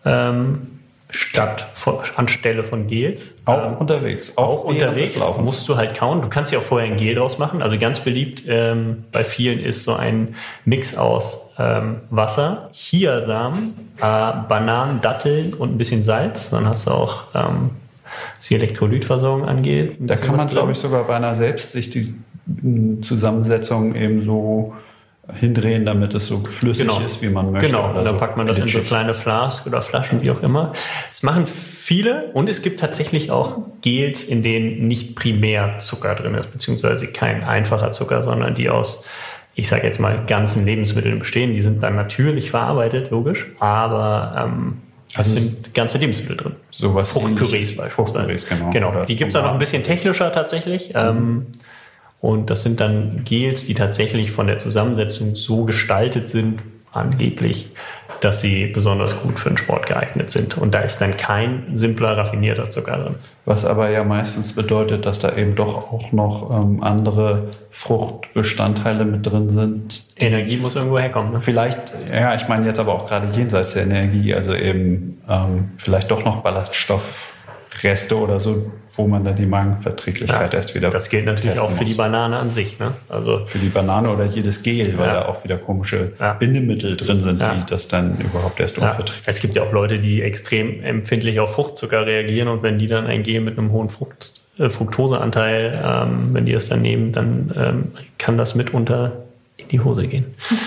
ähm, statt von, anstelle von Gels. Auch ähm, unterwegs. Auch, auch unterwegs Laufens. musst du halt kauen. Du kannst ja auch vorher ein Gel draus machen. Also ganz beliebt ähm, bei vielen ist so ein Mix aus ähm, Wasser, Chiasamen, äh, Bananen, Datteln und ein bisschen Salz. Dann hast du auch, ähm, was die Elektrolytversorgung angeht. Da kann man, glaube ich, sogar bei einer selbstsichtigen Zusammensetzung eben so hindrehen, damit es so flüssig genau. ist, wie man möchte. Genau, und dann so packt man das in so glitschig. kleine Flask oder Flaschen, wie auch immer. Das machen viele und es gibt tatsächlich auch Gels, in denen nicht primär Zucker drin ist, beziehungsweise kein einfacher Zucker, sondern die aus, ich sage jetzt mal, ganzen Lebensmitteln bestehen. Die sind dann natürlich verarbeitet, logisch, aber ähm, Also es sind ganze Lebensmittel drin. Sowas Fruchtpürees ähnliches. beispielsweise. Fruchtpürees, genau. Genau, Oder die gibt es dann noch ein bisschen technischer tatsächlich. Mhm. Ähm, und das sind dann Gels, die tatsächlich von der Zusammensetzung so gestaltet sind, angeblich, dass sie besonders gut für den Sport geeignet sind. Und da ist dann kein simpler, raffinierter Zucker drin. Was aber ja meistens bedeutet, dass da eben doch auch noch ähm, andere Fruchtbestandteile mit drin sind. Energie muss irgendwo herkommen. Ne? Vielleicht, ja, ich meine jetzt aber auch gerade jenseits der Energie, also eben ähm, vielleicht doch noch Ballaststoffreste oder so, wo man dann die Magenverträglichkeit Ja, erst wieder das gilt natürlich testen auch für muss. die Banane an sich. Ne? Also Für die Banane oder jedes Gel, weil Ja. da auch wieder komische Ja. Bindemittel drin sind, Ja. die das dann überhaupt erst ja, unverträglich. es gibt ja auch Leute, die extrem empfindlich auf Fruchtzucker reagieren und wenn die dann ein Gel mit einem hohen Frucht, äh, Fructoseanteil, ähm, wenn die es dann nehmen, dann ähm, kann das mitunter in die Hose gehen.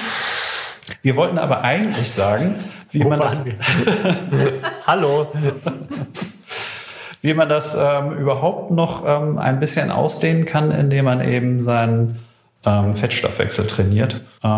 Wir wollten aber eigentlich sagen, wie Wo man waren das, wir? Hallo. wie man das ähm, überhaupt noch ähm, ein bisschen ausdehnen kann, indem man eben seinen ähm, Fettstoffwechsel trainiert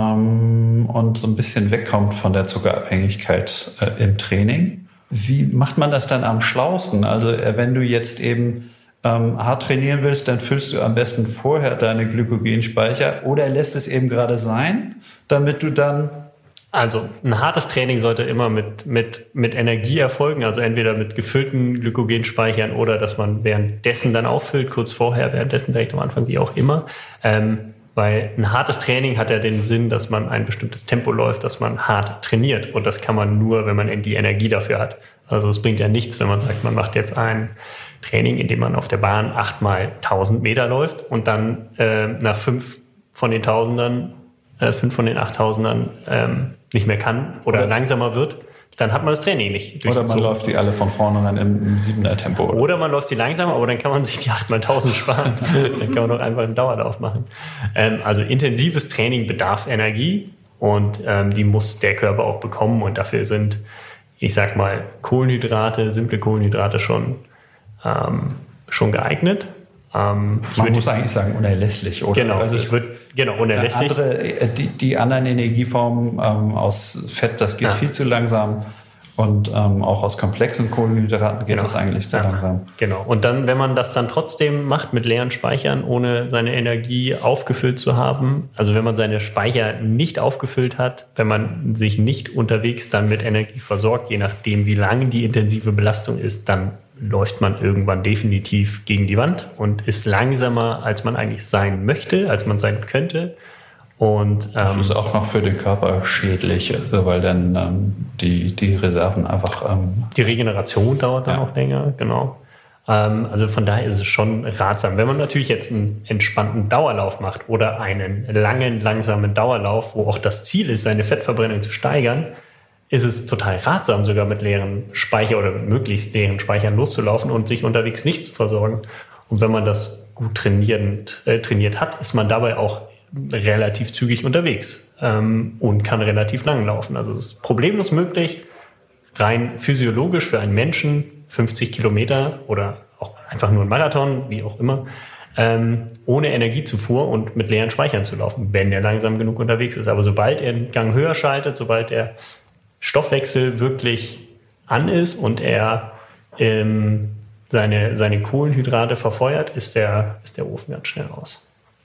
ähm, und so ein bisschen wegkommt von der Zuckerabhängigkeit äh, im Training. Wie macht man das dann am schlausten? Also äh, wenn du jetzt eben ähm, hart trainieren willst, dann füllst du am besten vorher deine Glykogenspeicher oder lässt es eben gerade sein, damit du dann Also ein hartes Training sollte immer mit, mit, mit Energie erfolgen, also entweder mit gefüllten Glykogenspeichern oder dass man währenddessen dann auffüllt, kurz vorher, währenddessen direkt am Anfang, wie auch immer. Ähm, weil ein hartes Training hat ja den Sinn, dass man ein bestimmtes Tempo läuft, dass man hart trainiert. Und das kann man nur, wenn man die Energie dafür hat. Also es bringt ja nichts, wenn man sagt, man macht jetzt ein Training, in dem man auf der Bahn achtmal tausend Meter läuft und dann äh, nach fünf von den Tausendern äh, fünf von den achttausendern ähm, nicht mehr kann oder, oder langsamer wird, dann hat man das Training nicht durchgezogen. Oder man läuft sie alle von vornherein im, im Siebener-Tempo. Oder? oder man läuft sie langsamer, aber dann kann man sich die acht mal tausend sparen. Dann kann man doch einfach einen Dauerlauf machen. Ähm, also intensives Training bedarf Energie und ähm, die muss der Körper auch bekommen und dafür sind, ich sag mal, Kohlenhydrate, simple Kohlenhydrate schon, ähm, schon geeignet. Ähm, Man muss eigentlich sagen, unerlässlich, oder? Genau, also ich würde genau unerlässlich. Andere, die, die anderen Energieformen ähm, aus Fett, das geht Ja. viel zu langsam. Und ähm, auch aus komplexen Kohlenhydraten geht Genau. das eigentlich sehr Ja. langsam. Genau. Und dann, wenn man das dann trotzdem macht mit leeren Speichern, ohne seine Energie aufgefüllt zu haben, also wenn man seine Speicher nicht aufgefüllt hat, wenn man sich nicht unterwegs dann mit Energie versorgt, je nachdem, wie lang die intensive Belastung ist, dann läuft man irgendwann definitiv gegen die Wand und ist langsamer, als man eigentlich sein möchte, als man sein könnte. Und Das ähm, ist auch noch für den Körper schädlich, also weil dann ähm, die, die Reserven einfach... Ähm, die Regeneration dauert dann Ja. auch länger, genau. Ähm, also von daher ist es schon ratsam. Wenn man natürlich jetzt einen entspannten Dauerlauf macht oder einen langen, langsamen Dauerlauf, wo auch das Ziel ist, seine Fettverbrennung zu steigern, ist es total ratsam, sogar mit leeren Speicher oder mit möglichst leeren Speichern loszulaufen und sich unterwegs nicht zu versorgen. Und wenn man das gut trainierend, äh, trainiert hat, ist man dabei auch relativ zügig unterwegs ähm, und kann relativ lang laufen. Also es ist problemlos möglich, rein physiologisch für einen Menschen fünfzig Kilometer oder auch einfach nur ein Marathon, wie auch immer, ähm, ohne Energiezufuhr und mit leeren Speichern zu laufen, wenn er langsam genug unterwegs ist. Aber sobald er einen Gang höher schaltet, sobald der Stoffwechsel wirklich an ist und er ähm, seine, seine Kohlenhydrate verfeuert, ist der, ist der Ofen ganz schnell aus.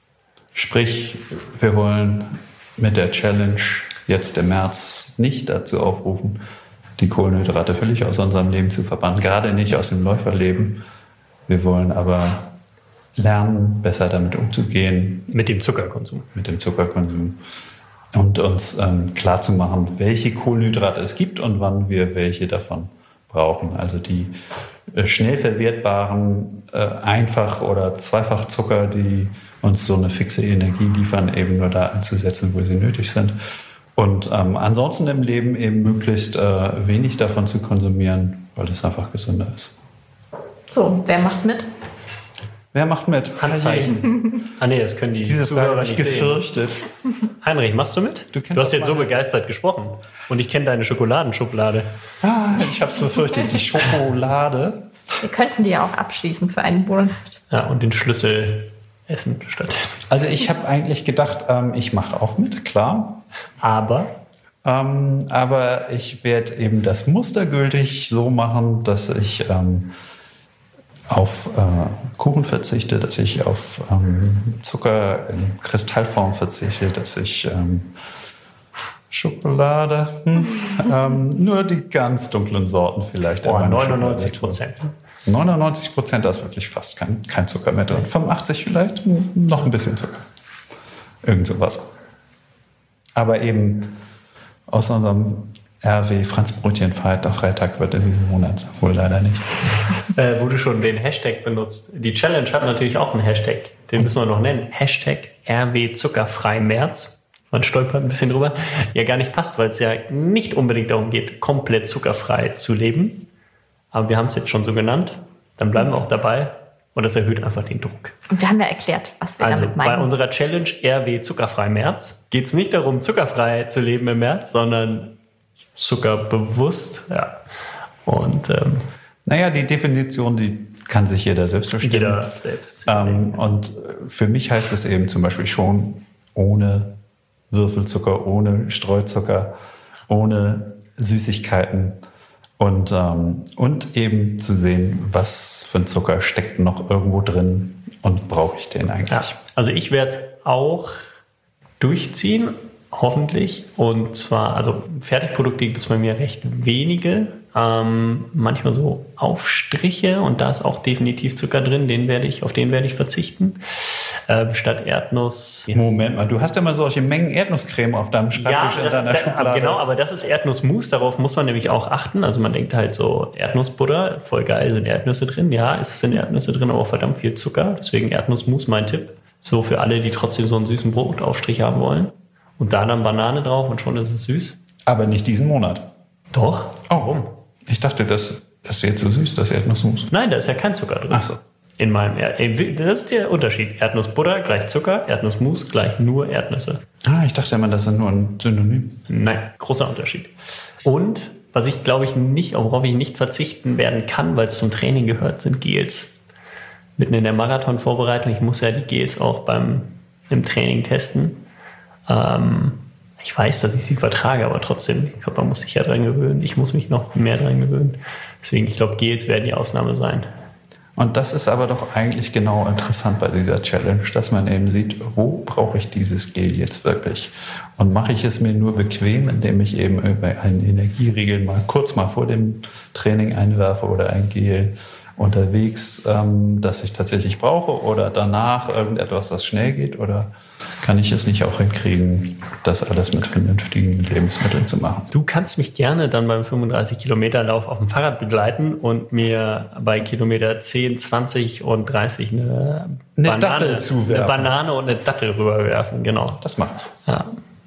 Sprich, wir wollen mit der Challenge jetzt im März nicht dazu aufrufen, die Kohlenhydrate völlig aus unserem Leben zu verbannen, gerade nicht aus dem Läuferleben. Wir wollen aber lernen, besser damit umzugehen. Mit dem Zuckerkonsum. Mit dem Zuckerkonsum. und uns ähm, klar zu machen, welche Kohlenhydrate es gibt und wann wir welche davon brauchen. Also die äh, schnell verwertbaren äh, Einfach- oder Zweifachzucker, die uns so eine fixe Energie liefern, eben nur da einzusetzen, wo sie nötig sind. Und ähm, ansonsten im Leben eben möglichst äh, wenig davon zu konsumieren, weil das einfach gesünder ist. So, wer macht mit? Wer macht mit? Handzeichen. Ah nee, das können die Diese Frage Zuhörer habe ich nicht sehen. gefürchtet. Heinrich, machst du mit? Du Du, kennst hast doch jetzt so meine- begeistert gesprochen. Und ich kenne deine Schokoladenschublade. Ah, ich habe es befürchtet, die Schokolade. Wir könnten die ja auch abschließen für einen Monat. Ja, und den Schlüssel essen stattdessen. Also ich habe eigentlich gedacht, ähm, ich mache auch mit, klar. Aber Ähm, aber ich werde eben das mustergültig so machen, dass ich ähm, auf äh, Kuchen verzichte, dass ich auf ähm, Zucker in Kristallform verzichte, dass ich ähm, Schokolade, hm, ähm, nur die ganz dunklen Sorten vielleicht. in oh, meine neunundneunzig Schokolade Prozent. tue. neunundneunzig Prozent, da ist wirklich fast kein, kein Zucker mehr drin. fünfundachtzig vielleicht, hm, noch ein bisschen Zucker. Irgend sowas. Aber eben aus unserem R W Franz Brötchen Freitag wird in diesem Monat wohl leider nichts. Äh, wo du schon den Hashtag benutzt. Die Challenge hat natürlich auch einen Hashtag. Den müssen wir noch nennen. Hashtag R W Zuckerfrei März. Man stolpert ein bisschen drüber. Ja, gar nicht passt, weil es ja nicht unbedingt darum geht, komplett zuckerfrei zu leben. Aber wir haben es jetzt schon so genannt. Dann bleiben wir auch dabei. Und das erhöht einfach den Druck. Und wir haben ja erklärt, was wir Also damit bei meinen. unserer Challenge R W Zuckerfrei März geht es nicht darum, zuckerfrei zu leben im März, sondern zuckerbewusst. Ja. Und ähm, Naja, die Definition, die kann sich jeder selbst bestimmen. jeder selbst. Ähm, und für mich heißt es eben zum Beispiel schon ohne Würfelzucker, ohne Streuzucker, ohne Süßigkeiten und, ähm, und eben zu sehen, was für ein Zucker steckt noch irgendwo drin und brauche ich den eigentlich. Ja, also ich werde es auch durchziehen, hoffentlich. Und zwar, also Fertigprodukte gibt es bei mir recht wenige. Ähm, manchmal so Aufstriche und da ist auch definitiv Zucker drin, den werde ich, auf den werde ich verzichten. Ähm, statt Erdnuss. Moment mal, du hast ja mal solche Mengen Erdnusscreme auf deinem Schreibtisch Ja, in das, deiner da, Schublade. genau, aber das ist Erdnussmus, darauf muss man nämlich auch achten. Also man denkt halt so, Erdnussbutter, voll geil, sind Erdnüsse drin. Ja, es sind Erdnüsse drin, aber auch verdammt viel Zucker. Deswegen Erdnussmus mein Tipp. So für alle, die trotzdem so einen süßen Brotaufstrich haben wollen. Und da dann Banane drauf und schon ist es süß. Aber nicht diesen Monat. Doch. Oh, warum? Ich dachte, das, das ist jetzt so süß, das Erdnussmus. Nein, da ist ja kein Zucker drin. Ach so. In meinem er das ist der Unterschied. Erdnussbutter gleich Zucker, Erdnussmus gleich nur Erdnüsse. Ah, ich dachte immer, das ist nur ein Synonym. Nein, großer Unterschied. Und was ich glaube ich nicht, worauf ich nicht verzichten werden kann, weil es zum Training gehört, sind Gels. Mitten in der Marathonvorbereitung, ich muss ja die Gels auch beim im Training testen. Ähm, ich weiß, dass ich sie vertrage, aber trotzdem, der Körper muss sich ja dran gewöhnen. Ich muss mich noch mehr dran gewöhnen. Deswegen, ich glaube, Gels werden die Ausnahme sein. Und das ist aber doch eigentlich genau interessant bei dieser Challenge, dass man eben sieht, wo brauche ich dieses Gel jetzt wirklich? Und mache ich es mir nur bequem, indem ich eben über einen Energieriegel mal kurz mal vor dem Training einwerfe oder ein Gel unterwegs, ähm, das ich tatsächlich brauche, oder danach irgendetwas, das schnell geht, oder kann ich es nicht auch hinkriegen, das alles mit vernünftigen Lebensmitteln zu machen? Du kannst mich gerne dann beim fünfunddreißig Kilometer Lauf auf dem Fahrrad begleiten und mir bei Kilometer zehn, zwanzig und dreißig eine, Eine Banane, Dattel zuwerfen. eine Banane und eine Dattel rüberwerfen. Genau. Das mache ich. Ja.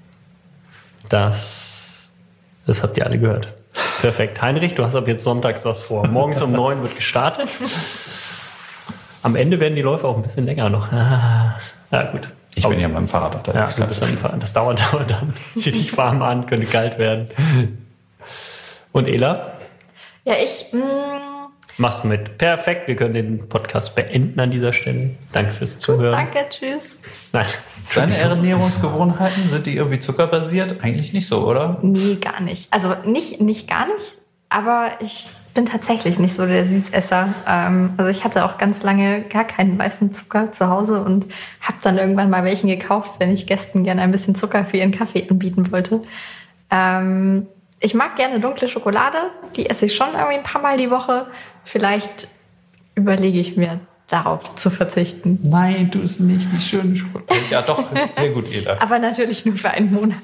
Das, das habt ihr alle gehört. Perfekt. Heinrich, du hast ab jetzt sonntags was vor. Morgens um neun wird gestartet. Am Ende werden die Läufe auch ein bisschen länger noch. Ah, ja, gut. Ich bin ja mit dem Fahrrad Ja, unterwegs. du bist dann Fahrrad. Das dauert aber dann. Zieh dich warm an, könnte kalt werden. Und Ela, Ja, ich. Mh, machst mit. Perfekt. Wir können den Podcast beenden an dieser Stelle. Danke fürs Zuhören. danke, tschüss. Nein. Deine Ernährungsgewohnheiten, sind die irgendwie zuckerbasiert? Eigentlich nicht so, oder? Nee, gar nicht. Also nicht, nicht gar nicht, aber ich bin tatsächlich nicht so der Süßesser. Ähm, also ich hatte auch ganz lange gar keinen weißen Zucker zu Hause und habe dann irgendwann mal welchen gekauft, wenn ich Gästen gerne ein bisschen Zucker für ihren Kaffee anbieten wollte. Ähm, ich mag gerne dunkle Schokolade, die esse ich schon irgendwie ein paar Mal die Woche. Vielleicht überlege ich mir darauf zu verzichten. Nein, du es nicht, die schöne Schokolade. Ja, doch, sehr gut, Ela. Aber natürlich nur für einen Monat.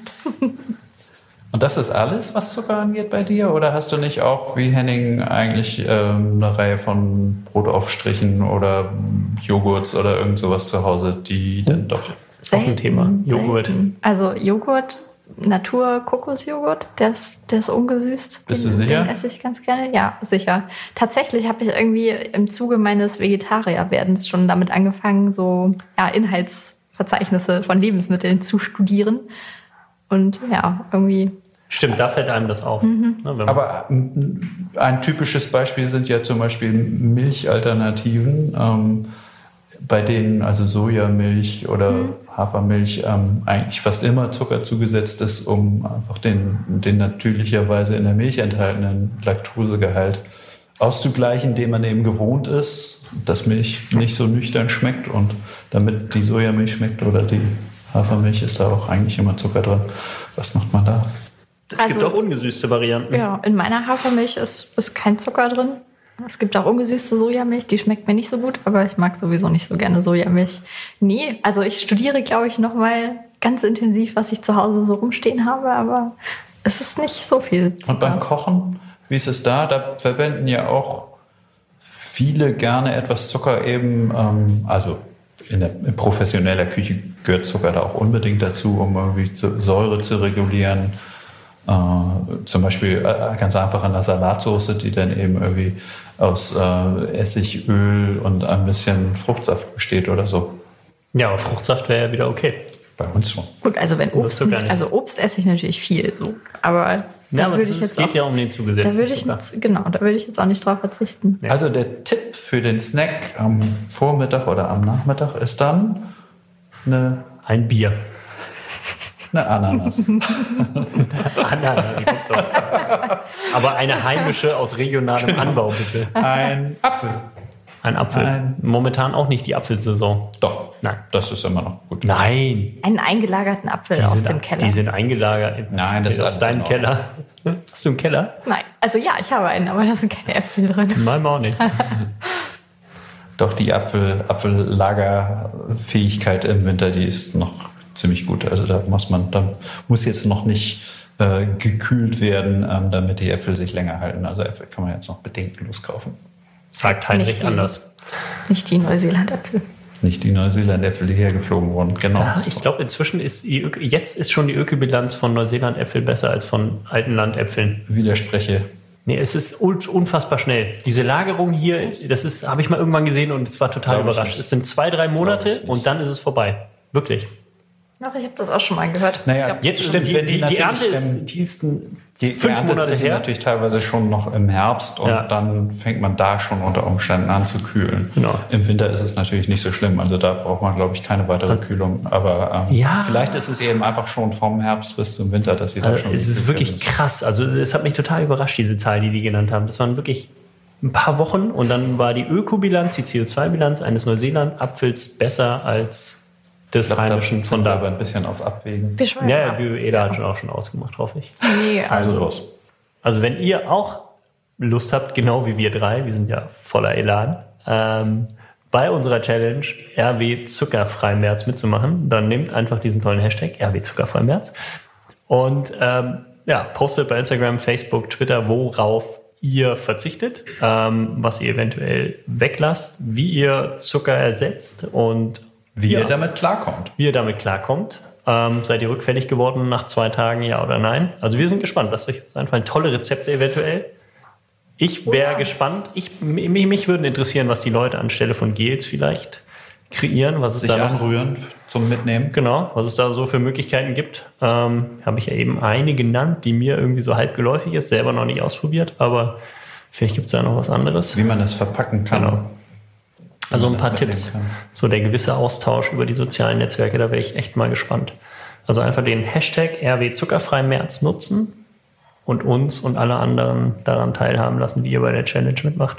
Und das ist alles, was Zucker angeht bei dir? Oder hast du nicht auch, wie Henning, eigentlich ähm, eine Reihe von Brotaufstrichen oder Joghurts oder irgend sowas zu Hause, die dann doch... Auch ein Thema. Joghurt. Selten. Also Joghurt, Natur-Kokosjoghurt, der ist, der ist ungesüßt. Bist den, du sicher? Den esse ich ganz gerne. Ja, sicher. Tatsächlich habe ich irgendwie im Zuge meines Vegetarierwerdens schon damit angefangen, so ja, Inhaltsverzeichnisse von Lebensmitteln zu studieren. Und ja, irgendwie... Stimmt, da fällt einem das auf. Mhm. Ne, wenn man Aber ein typisches Beispiel sind ja zum Beispiel Milchalternativen, ähm, bei denen also Sojamilch oder mhm. Hafermilch ähm, eigentlich fast immer Zucker zugesetzt ist, um einfach den, den natürlicherweise in der Milch enthaltenen Laktosegehalt auszugleichen, den man eben gewohnt ist, dass Milch nicht so nüchtern schmeckt, und damit die Sojamilch schmeckt oder die Hafermilch ist da auch eigentlich immer Zucker drin. Was macht man da? Es Also, gibt auch ungesüßte Varianten. Ja, in meiner Hafermilch ist, ist kein Zucker drin. Es gibt auch ungesüßte Sojamilch, die schmeckt mir nicht so gut, aber ich mag sowieso nicht so gerne Sojamilch. Nee, also ich studiere, glaube ich, nochmal ganz intensiv, was ich zu Hause so rumstehen habe, aber es ist nicht so viel Zucker. Und beim Kochen, wie ist es da? Da verwenden ja auch viele gerne etwas Zucker eben, ähm, also in der in professioneller Küche gehört Zucker da auch unbedingt dazu, um irgendwie zu, Säure zu regulieren. Äh, zum Beispiel äh, ganz einfach an der Salatsauce, die dann eben irgendwie aus äh, Essig, Öl und ein bisschen Fruchtsaft besteht oder so. Ja, aber Fruchtsaft wäre ja wieder okay. Bei uns schon. Gut, also wenn Oder Obst, Zucker nicht. also Obst esse ich natürlich viel, so, aber Ja, da aber würde das, ich es jetzt geht auch, ja um den zugesetzten da würde ich Zucker. jetzt, genau, da würde ich jetzt auch nicht drauf verzichten. Ja. Also der Tipp für den Snack am Vormittag oder am Nachmittag ist dann eine, Ein Bier. eine Ananas. Ananas, die gibt's doch. Aber eine heimische aus regionalem Anbau, bitte. Ein Apfel. Ein Apfel. Ein- Momentan auch nicht die Apfelsaison. Doch, Nein. das ist immer noch gut. Nein. Einen eingelagerten Apfel Die aus sind, dem Keller. die sind eingelagert. Nein, das ist aus alles deinem in Ordnung. Keller. Hast du einen Keller? Nein, also ja, ich habe einen, aber da sind keine Äpfel drin. Nein, auch nicht. Doch die Apfel, Apfellagerfähigkeit im Winter, die ist noch ziemlich gut. Also da muss man, da muss jetzt noch nicht äh, gekühlt werden, ähm, damit die Äpfel sich länger halten. Also Äpfel kann man jetzt noch bedingtlos kaufen. Sagt Heinrich Nicht die- anders. Nicht die Neuseeland-Äpfel. Nicht die Neuseeland-Äpfel, die hergeflogen wurden. Genau. Ja, ich glaube, inzwischen ist die Öko, jetzt ist schon die Ökobilanz von Neuseeland-Äpfeln besser als von alten Landäpfeln. Widerspreche. Nee, es ist un- unfassbar schnell. Diese Lagerung hier, das ist, habe ich mal irgendwann gesehen und es war total Glaube ich überrascht. nicht. Es sind zwei, drei Monate Glaube ich nicht. und dann ist es vorbei. Wirklich. Doch, ich habe das auch schon mal gehört. Naja, Ich glaub, Jetzt Stimmt, die, wenn die die, die natürlich, Ernte ist, ähm, die ist ein- Die fünf Ernte Monate sind die her. natürlich teilweise schon noch im Herbst und Ja. dann fängt man da schon unter Umständen an zu kühlen. Genau. Im Winter ist es natürlich nicht so schlimm, also da braucht man, glaube ich, keine weitere Kühlung. Aber ähm, Ja. vielleicht ist es eben einfach schon vom Herbst bis zum Winter, dass sie da Also schon... es ist gekühlt wirklich werden. krass. Also es hat mich total überrascht, diese Zahl, die die genannt haben. Das waren wirklich ein paar Wochen und dann war die Ökobilanz, die C O zwei Bilanz eines Neuseeland-Apfels besser als des Ich glaube, da heimischen sind von wir aber da. ein bisschen auf Abwägen. wir schweifen Ja, ja, ab. wie Eda hat schon auch schon ausgemacht, hoffe ich. Nee, Also also, los. Also wenn ihr auch Lust habt, genau wie wir drei, wir sind ja voller Elan, ähm, bei unserer Challenge R W Zuckerfrei März mitzumachen, dann nehmt einfach diesen tollen Hashtag R W Zuckerfrei März und ähm, ja, postet bei Instagram, Facebook, Twitter, worauf ihr verzichtet, ähm, was ihr eventuell weglasst, wie ihr Zucker ersetzt und Wie ja, ihr damit klarkommt. wie ihr damit klarkommt. Ähm, seid ihr rückfällig geworden nach zwei Tagen, ja oder nein? Also wir sind gespannt, lasst euch das einfallen. Tolle Rezepte eventuell. Ich wäre ja. gespannt. Ich, mich, mich würden interessieren, was die Leute anstelle von Gels vielleicht kreieren, was es Sich da noch, anrühren zum Mitnehmen. genau, was es da so für Möglichkeiten gibt. Ähm, habe ich ja eben eine genannt, die mir irgendwie so halb geläufig ist, selber noch nicht ausprobiert, aber vielleicht gibt es da noch was anderes. Wie man das verpacken kann. Genau. Also man ein paar das mitnehmen Tipps. kann. So der gewisse Austausch über die sozialen Netzwerke, da wäre ich echt mal gespannt. Also einfach den Hashtag R W Zuckerfrei März nutzen und uns und alle anderen daran teilhaben lassen, wie ihr bei der Challenge mitmacht.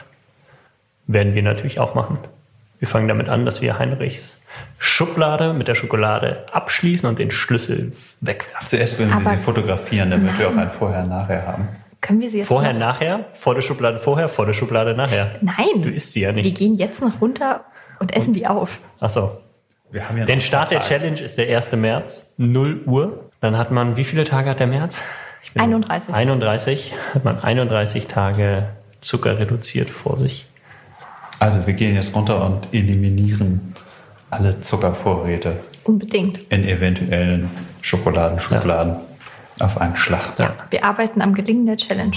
Werden wir natürlich auch machen. Wir fangen damit an, dass wir Heinrichs Schublade mit der Schokolade abschließen und den Schlüssel wegwerfen. Zuerst werden wir Aber- sie fotografieren, damit wir auch Nein. ein Vorher-Nachher haben. können wir sie jetzt Vorher, noch, nachher, vor der Schublade vorher, vor der Schublade nachher. Du Nein, isst sie ja wir nicht. gehen jetzt noch runter Und essen die auf. Achso. Wir haben ja Den noch Start der ein paar Tage. Challenge ist der erste März, null Uhr. Dann hat man, wie viele Tage hat der März? Ich bin einunddreißig. einunddreißig. Hat man einunddreißig Tage Zucker reduziert vor sich. Also wir gehen jetzt runter und eliminieren alle Zuckervorräte Unbedingt. in eventuellen Schokoladenschubladen auf einen Schlag. Ja, wir arbeiten am Gelingen der Challenge.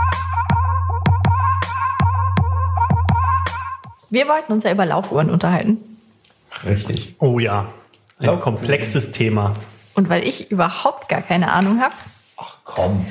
Wir wollten uns ja über Laufuhren unterhalten. Richtig. Oh ja, ein Lauf- komplexes Thema. Und weil ich überhaupt gar keine Ahnung habe, Ach komm.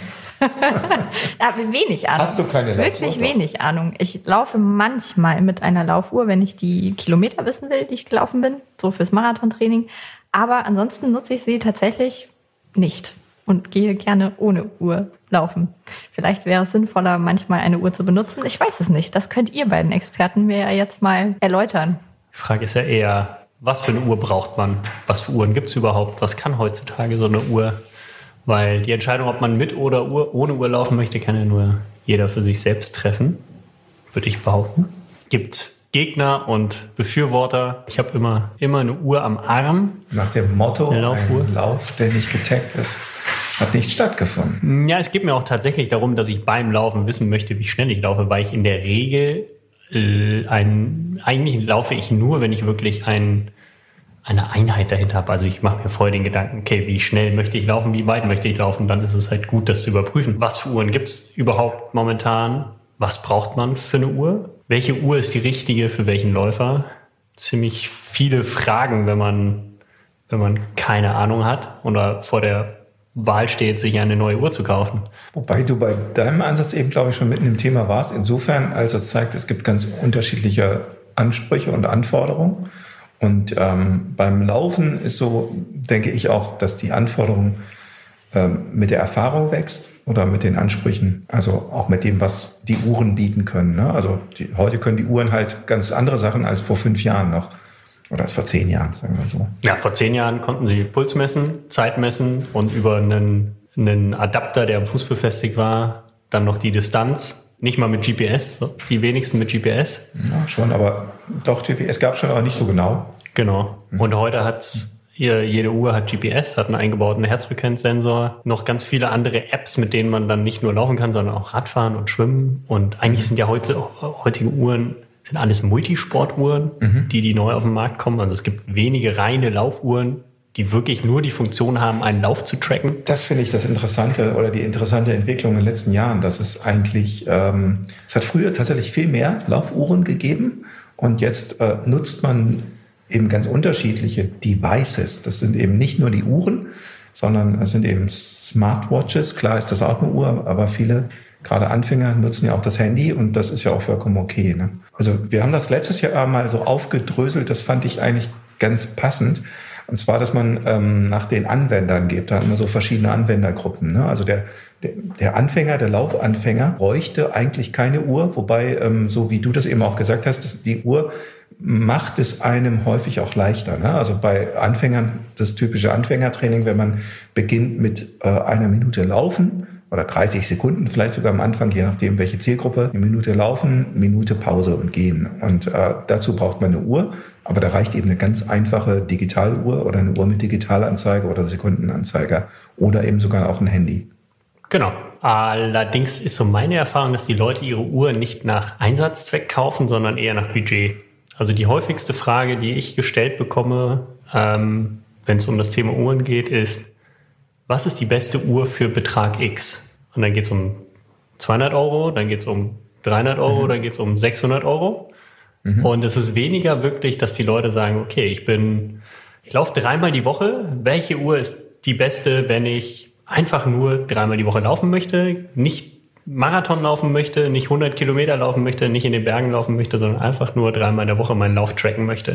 da habe ich wenig Ahnung. Hast du keine Laufuhr? Wirklich Doch. wenig Ahnung. Ich laufe manchmal mit einer Laufuhr, wenn ich die Kilometer wissen will, die ich gelaufen bin, so fürs Marathontraining. Aber ansonsten nutze ich sie tatsächlich nicht und gehe gerne ohne Uhr laufen. Vielleicht wäre es sinnvoller, manchmal eine Uhr zu benutzen. Ich weiß es nicht. Das könnt ihr beiden Experten mir ja jetzt mal erläutern. Die Frage ist ja eher, was für eine Uhr braucht man? Was für Uhren gibt es überhaupt? Was kann heutzutage so eine Uhr? Weil die Entscheidung, ob man mit oder Uhr, ohne Uhr laufen möchte, kann ja nur jeder für sich selbst treffen, würde ich behaupten. Gibt Gegner und Befürworter. Ich habe immer, immer eine Uhr am Arm. Nach dem Motto, Eine Laufuhr. ein Lauf, der nicht getaggt ist, hat nicht stattgefunden. Ja, es geht mir auch tatsächlich darum, dass ich beim Laufen wissen möchte, wie schnell ich laufe, weil ich in der Regel äh, ein, eigentlich laufe ich nur, wenn ich wirklich ein, eine Einheit dahinter habe. Also ich mache mir vorher den Gedanken, okay, wie schnell möchte ich laufen, wie weit möchte ich laufen, dann ist es halt gut, das zu überprüfen. Was für Uhren gibt es überhaupt momentan? Was braucht man für eine Uhr? Welche Uhr ist die richtige für welchen Läufer? Ziemlich viele Fragen, wenn man, wenn man keine Ahnung hat oder vor der Wahl steht, sich eine neue Uhr zu kaufen. Wobei du bei deinem Ansatz eben, glaube ich, schon mitten im Thema warst. Insofern, als es zeigt, es gibt ganz unterschiedliche Ansprüche und Anforderungen. Und ähm, beim Laufen ist so, denke ich auch, dass die Anforderung ähm, mit der Erfahrung wächst oder mit den Ansprüchen, also auch mit dem, was die Uhren bieten können. Ne? Also die, heute können die Uhren halt ganz andere Sachen als vor fünf Jahren noch. Oder als vor zehn Jahren, sagen wir so. Ja, vor zehn Jahren konnten sie Puls messen, Zeit messen und über einen, einen Adapter, der am Fuß befestigt war, dann noch die Distanz. Nicht mal mit G P S, so. Die wenigsten mit G P S. Ja, schon, aber doch, G P S gab es schon, aber nicht so genau. Genau. Und heute hat jede Uhr hat G P S, hat einen eingebauten Herzfrequenzsensor, noch ganz viele andere Apps, mit denen man dann nicht nur laufen kann, sondern auch Radfahren und Schwimmen. Und eigentlich sind ja heute heutige Uhren sind alles Multisportuhren, mhm. die, die neu auf den Markt kommen. Also es gibt wenige reine Laufuhren, die wirklich nur die Funktion haben, einen Lauf zu tracken. Das finde ich das Interessante oder die interessante Entwicklung in den letzten Jahren, dass es eigentlich, ähm, es hat früher tatsächlich viel mehr Laufuhren gegeben und jetzt äh, nutzt man eben ganz unterschiedliche Devices. Das sind eben nicht nur die Uhren, sondern es sind eben Smartwatches. Klar ist das auch eine Uhr, aber viele, gerade Anfänger, nutzen ja auch das Handy und das ist ja auch vollkommen okay. Ne? Also wir haben das letztes Jahr mal so aufgedröselt, das fand ich eigentlich ganz passend. Und zwar, dass man ähm, nach den Anwendern geht. Da hatten wir so verschiedene Anwendergruppen. Ne? Also der, der, der Anfänger, der Laufanfänger bräuchte eigentlich keine Uhr. Wobei, ähm, so wie du das eben auch gesagt hast, dass die Uhr macht es einem häufig auch leichter. Ne? Also bei Anfängern, das typische Anfängertraining, wenn man beginnt mit äh, einer Minute Laufen oder dreißig Sekunden, vielleicht sogar am Anfang, je nachdem welche Zielgruppe, eine Minute laufen, Minute Pause und gehen. Und äh, dazu braucht man eine Uhr, aber da reicht eben eine ganz einfache digitale Uhr oder eine Uhr mit Digitalanzeige oder Sekundenanzeiger oder eben sogar auch ein Handy. Genau. Allerdings ist so meine Erfahrung, dass die Leute ihre Uhr nicht nach Einsatzzweck kaufen, sondern eher nach Budget. Also die häufigste Frage, die ich gestellt bekomme, ähm, wenn es um das Thema Uhren geht, ist, was ist die beste Uhr für Betrag X? Und dann geht es um zweihundert Euro, dann geht es um dreihundert Euro, mhm. dann geht es um sechshundert Euro. Mhm. Und es ist weniger wirklich, dass die Leute sagen, okay, ich bin, ich laufe dreimal die Woche. Welche Uhr ist die beste, wenn ich einfach nur dreimal die Woche laufen möchte, nicht Marathon laufen möchte, nicht hundert Kilometer laufen möchte, nicht in den Bergen laufen möchte, sondern einfach nur dreimal in der Woche meinen Lauf tracken möchte.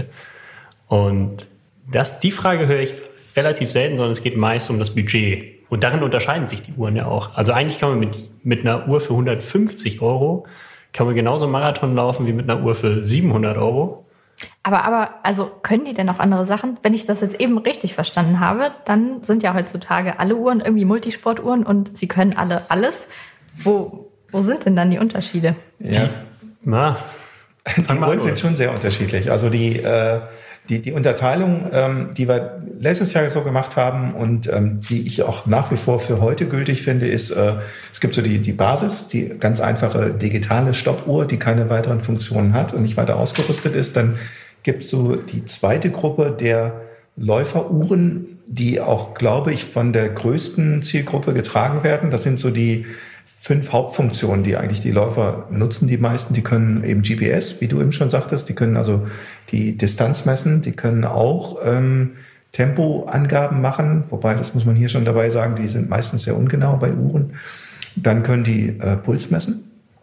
Und das, die Frage höre ich relativ selten, sondern es geht meist um das Budget. Und darin unterscheiden sich die Uhren ja auch. Also eigentlich kann man mit, mit einer Uhr für hundertfünfzig Euro kann man genauso Marathon laufen wie mit einer Uhr für siebenhundert Euro. Aber, aber, also können die denn auch andere Sachen? Wenn ich das jetzt eben richtig verstanden habe, dann sind ja heutzutage alle Uhren irgendwie Multisportuhren und sie können alle alles. Wo, wo sind denn dann die Unterschiede? Ja. Na, Die Uhren sind schon sehr unterschiedlich. Also die, äh, die, die Unterteilung, ähm, die wir letztes Jahr so gemacht haben und ähm, die ich auch nach wie vor für heute gültig finde, ist, äh, es gibt so die, die Basis, die ganz einfache digitale Stoppuhr, die keine weiteren Funktionen hat und nicht weiter ausgerüstet ist. Dann gibt es so die zweite Gruppe der Läuferuhren, die auch, glaube ich, von der größten Zielgruppe getragen werden. Das sind so die fünf Hauptfunktionen, die eigentlich die Läufer nutzen. Die meisten, die können eben G P S, wie du eben schon sagtest, die können also die Distanz messen, die können auch ähm, Tempoangaben machen, wobei, das muss man hier schon dabei sagen, die sind meistens sehr ungenau bei Uhren. Dann können die äh, Puls messen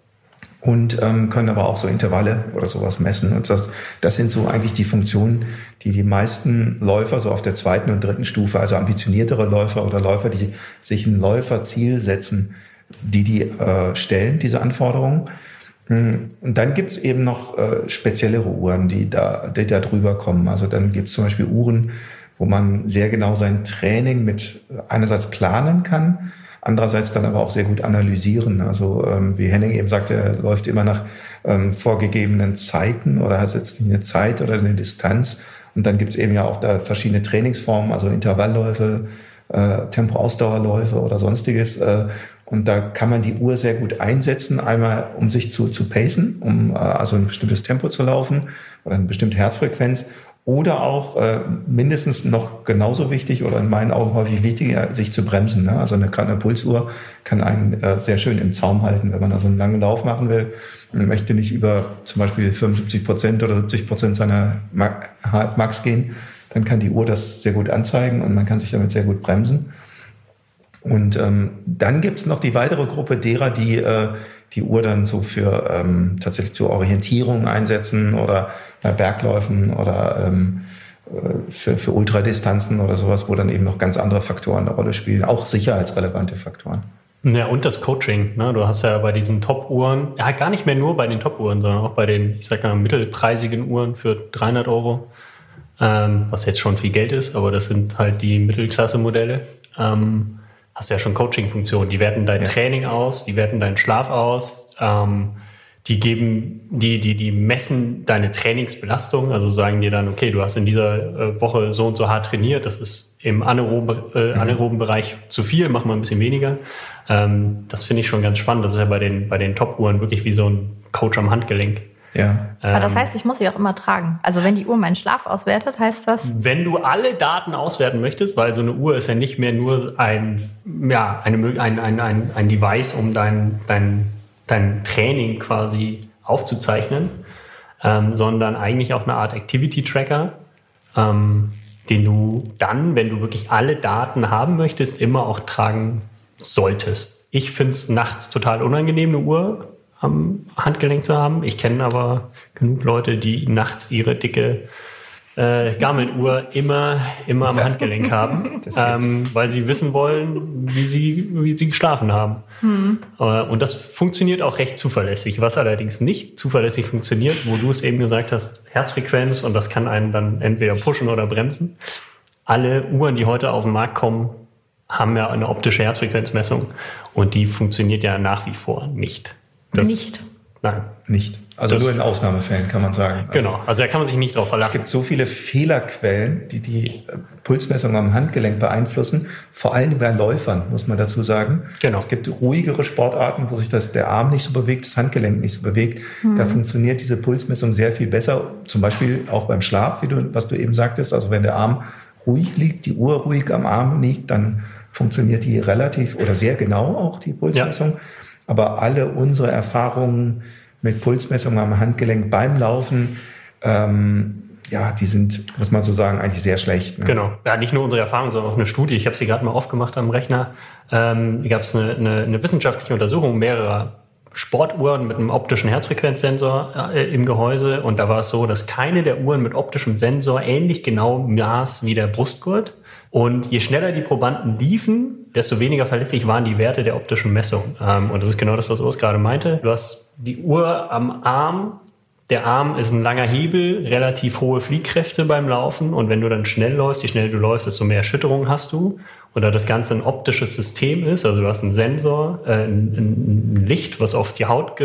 und ähm, können aber auch so Intervalle oder sowas messen. Und das, das sind so eigentlich die Funktionen, die die meisten Läufer so auf der zweiten und dritten Stufe, also ambitioniertere Läufer oder Läufer, die sich ein Läuferziel setzen, die die äh, stellen, diese Anforderungen. Und dann gibt's eben noch äh, speziellere Uhren, die da, die da drüber kommen. Also dann gibt's zum Beispiel Uhren, wo man sehr genau sein Training mit einerseits planen kann, andererseits dann aber auch sehr gut analysieren. Also ähm, wie Henning eben sagte, er läuft immer nach ähm, vorgegebenen Zeiten oder hat jetzt eine Zeit oder eine Distanz. Und dann gibt's eben ja auch da verschiedene Trainingsformen, also Intervallläufe, äh, Tempo-Ausdauerläufe oder sonstiges. Äh, und da kann man die Uhr sehr gut einsetzen, einmal um sich zu, zu pacen, um äh, also ein bestimmtes Tempo zu laufen oder eine bestimmte Herzfrequenz. Oder auch äh, mindestens noch genauso wichtig oder in meinen Augen häufig wichtiger, sich zu bremsen. Ne? Also eine, gerade eine Pulsuhr kann einen äh, sehr schön im Zaum halten, wenn man also einen langen Lauf machen will. Man möchte nicht über zum Beispiel fünfundsiebzig Prozent oder siebzig Prozent seiner H F Max gehen, dann kann die Uhr das sehr gut anzeigen und man kann sich damit sehr gut bremsen. Und ähm, dann gibt's noch die weitere Gruppe derer, die äh, die Uhr dann so für ähm, tatsächlich zur Orientierung einsetzen oder bei Bergläufen oder ähm, für, für Ultradistanzen oder sowas, wo dann eben noch ganz andere Faktoren eine Rolle spielen, auch sicherheitsrelevante Faktoren. Ja, und das Coaching. Ne? Du hast ja bei diesen Top-Uhren, ja gar nicht mehr nur bei den Top-Uhren, sondern auch bei den, ich sag mal, mittelpreisigen Uhren für dreihundert Euro, ähm, was jetzt schon viel Geld ist, aber das sind halt die Mittelklasse-Modelle. Ähm, hast du ja schon Coaching-Funktionen. Die werten dein ja. Training aus, die werten deinen Schlaf aus, ähm, die geben, die, die, die messen deine Trainingsbelastung, also sagen dir dann, okay, du hast in dieser äh, Woche so und so hart trainiert, das ist im anaeroben, äh, anaeroben Bereich zu viel, mach mal ein bisschen weniger. Ähm, das finde ich schon ganz spannend. Das ist ja bei den, bei den Top-Uhren wirklich wie so ein Coach am Handgelenk. Ja. Aber das heißt, ich muss sie auch immer tragen. Also wenn die Uhr meinen Schlaf auswertet, heißt das? Wenn du alle Daten auswerten möchtest, weil so eine Uhr ist ja nicht mehr nur ein, ja, eine, ein, ein, ein, ein Device, um dein, dein, dein Training quasi aufzuzeichnen, ähm, sondern eigentlich auch eine Art Activity-Tracker, ähm, den du dann, wenn du wirklich alle Daten haben möchtest, immer auch tragen solltest. Ich finde es nachts total unangenehm, eine Uhr am Handgelenk zu haben. Ich kenne aber genug Leute, die nachts ihre dicke äh, Garmin-Uhr immer, immer am Handgelenk haben, ähm, weil sie wissen wollen, wie sie, wie sie geschlafen haben. Mhm. Äh, und das funktioniert auch recht zuverlässig. Was allerdings nicht zuverlässig funktioniert, wo du es eben gesagt hast, Herzfrequenz, und das kann einen dann entweder pushen oder bremsen. Alle Uhren, die heute auf den Markt kommen, haben ja eine optische Herzfrequenzmessung und die funktioniert ja nach wie vor nicht. Das, nicht. Nein. Nicht. Also das, nur in Ausnahmefällen kann man sagen. Genau, also, also da kann man sich nicht drauf verlassen. Es gibt so viele Fehlerquellen, die die Pulsmessung am Handgelenk beeinflussen, vor allem bei Läufern, muss man dazu sagen. Genau. Es gibt ruhigere Sportarten, wo sich das, der Arm nicht so bewegt, das Handgelenk nicht so bewegt. Mhm. Da funktioniert diese Pulsmessung sehr viel besser, zum Beispiel auch beim Schlaf, wie du, was du eben sagtest. Also wenn der Arm ruhig liegt, die Uhr ruhig am Arm liegt, dann funktioniert die relativ oder sehr genau auch, die Pulsmessung. Ja. Aber alle unsere Erfahrungen mit Pulsmessungen am Handgelenk beim Laufen, ähm, ja, die sind, muss man so sagen, eigentlich sehr schlecht. Ne? Genau. Ja, nicht nur unsere Erfahrungen, sondern auch eine Studie. Ich habe sie gerade mal aufgemacht am Rechner. Ähm, hier gab es eine, eine, eine wissenschaftliche Untersuchung mehrerer Sportuhren mit einem optischen Herzfrequenzsensor äh, im Gehäuse. Und da war es so, dass keine der Uhren mit optischem Sensor ähnlich genau maß wie der Brustgurt. Und je schneller die Probanden liefen, desto weniger verlässlich waren die Werte der optischen Messung. Und das ist genau das, was Urs gerade meinte. Du hast die Uhr am Arm der Arm ist ein langer Hebel, relativ hohe Fliehkräfte beim Laufen. Und wenn du dann schnell läufst, je schneller du läufst, desto mehr Erschütterung hast du. Oder das Ganze ein optisches System ist, also du hast einen Sensor, äh, ein, ein Licht, was auf die Haut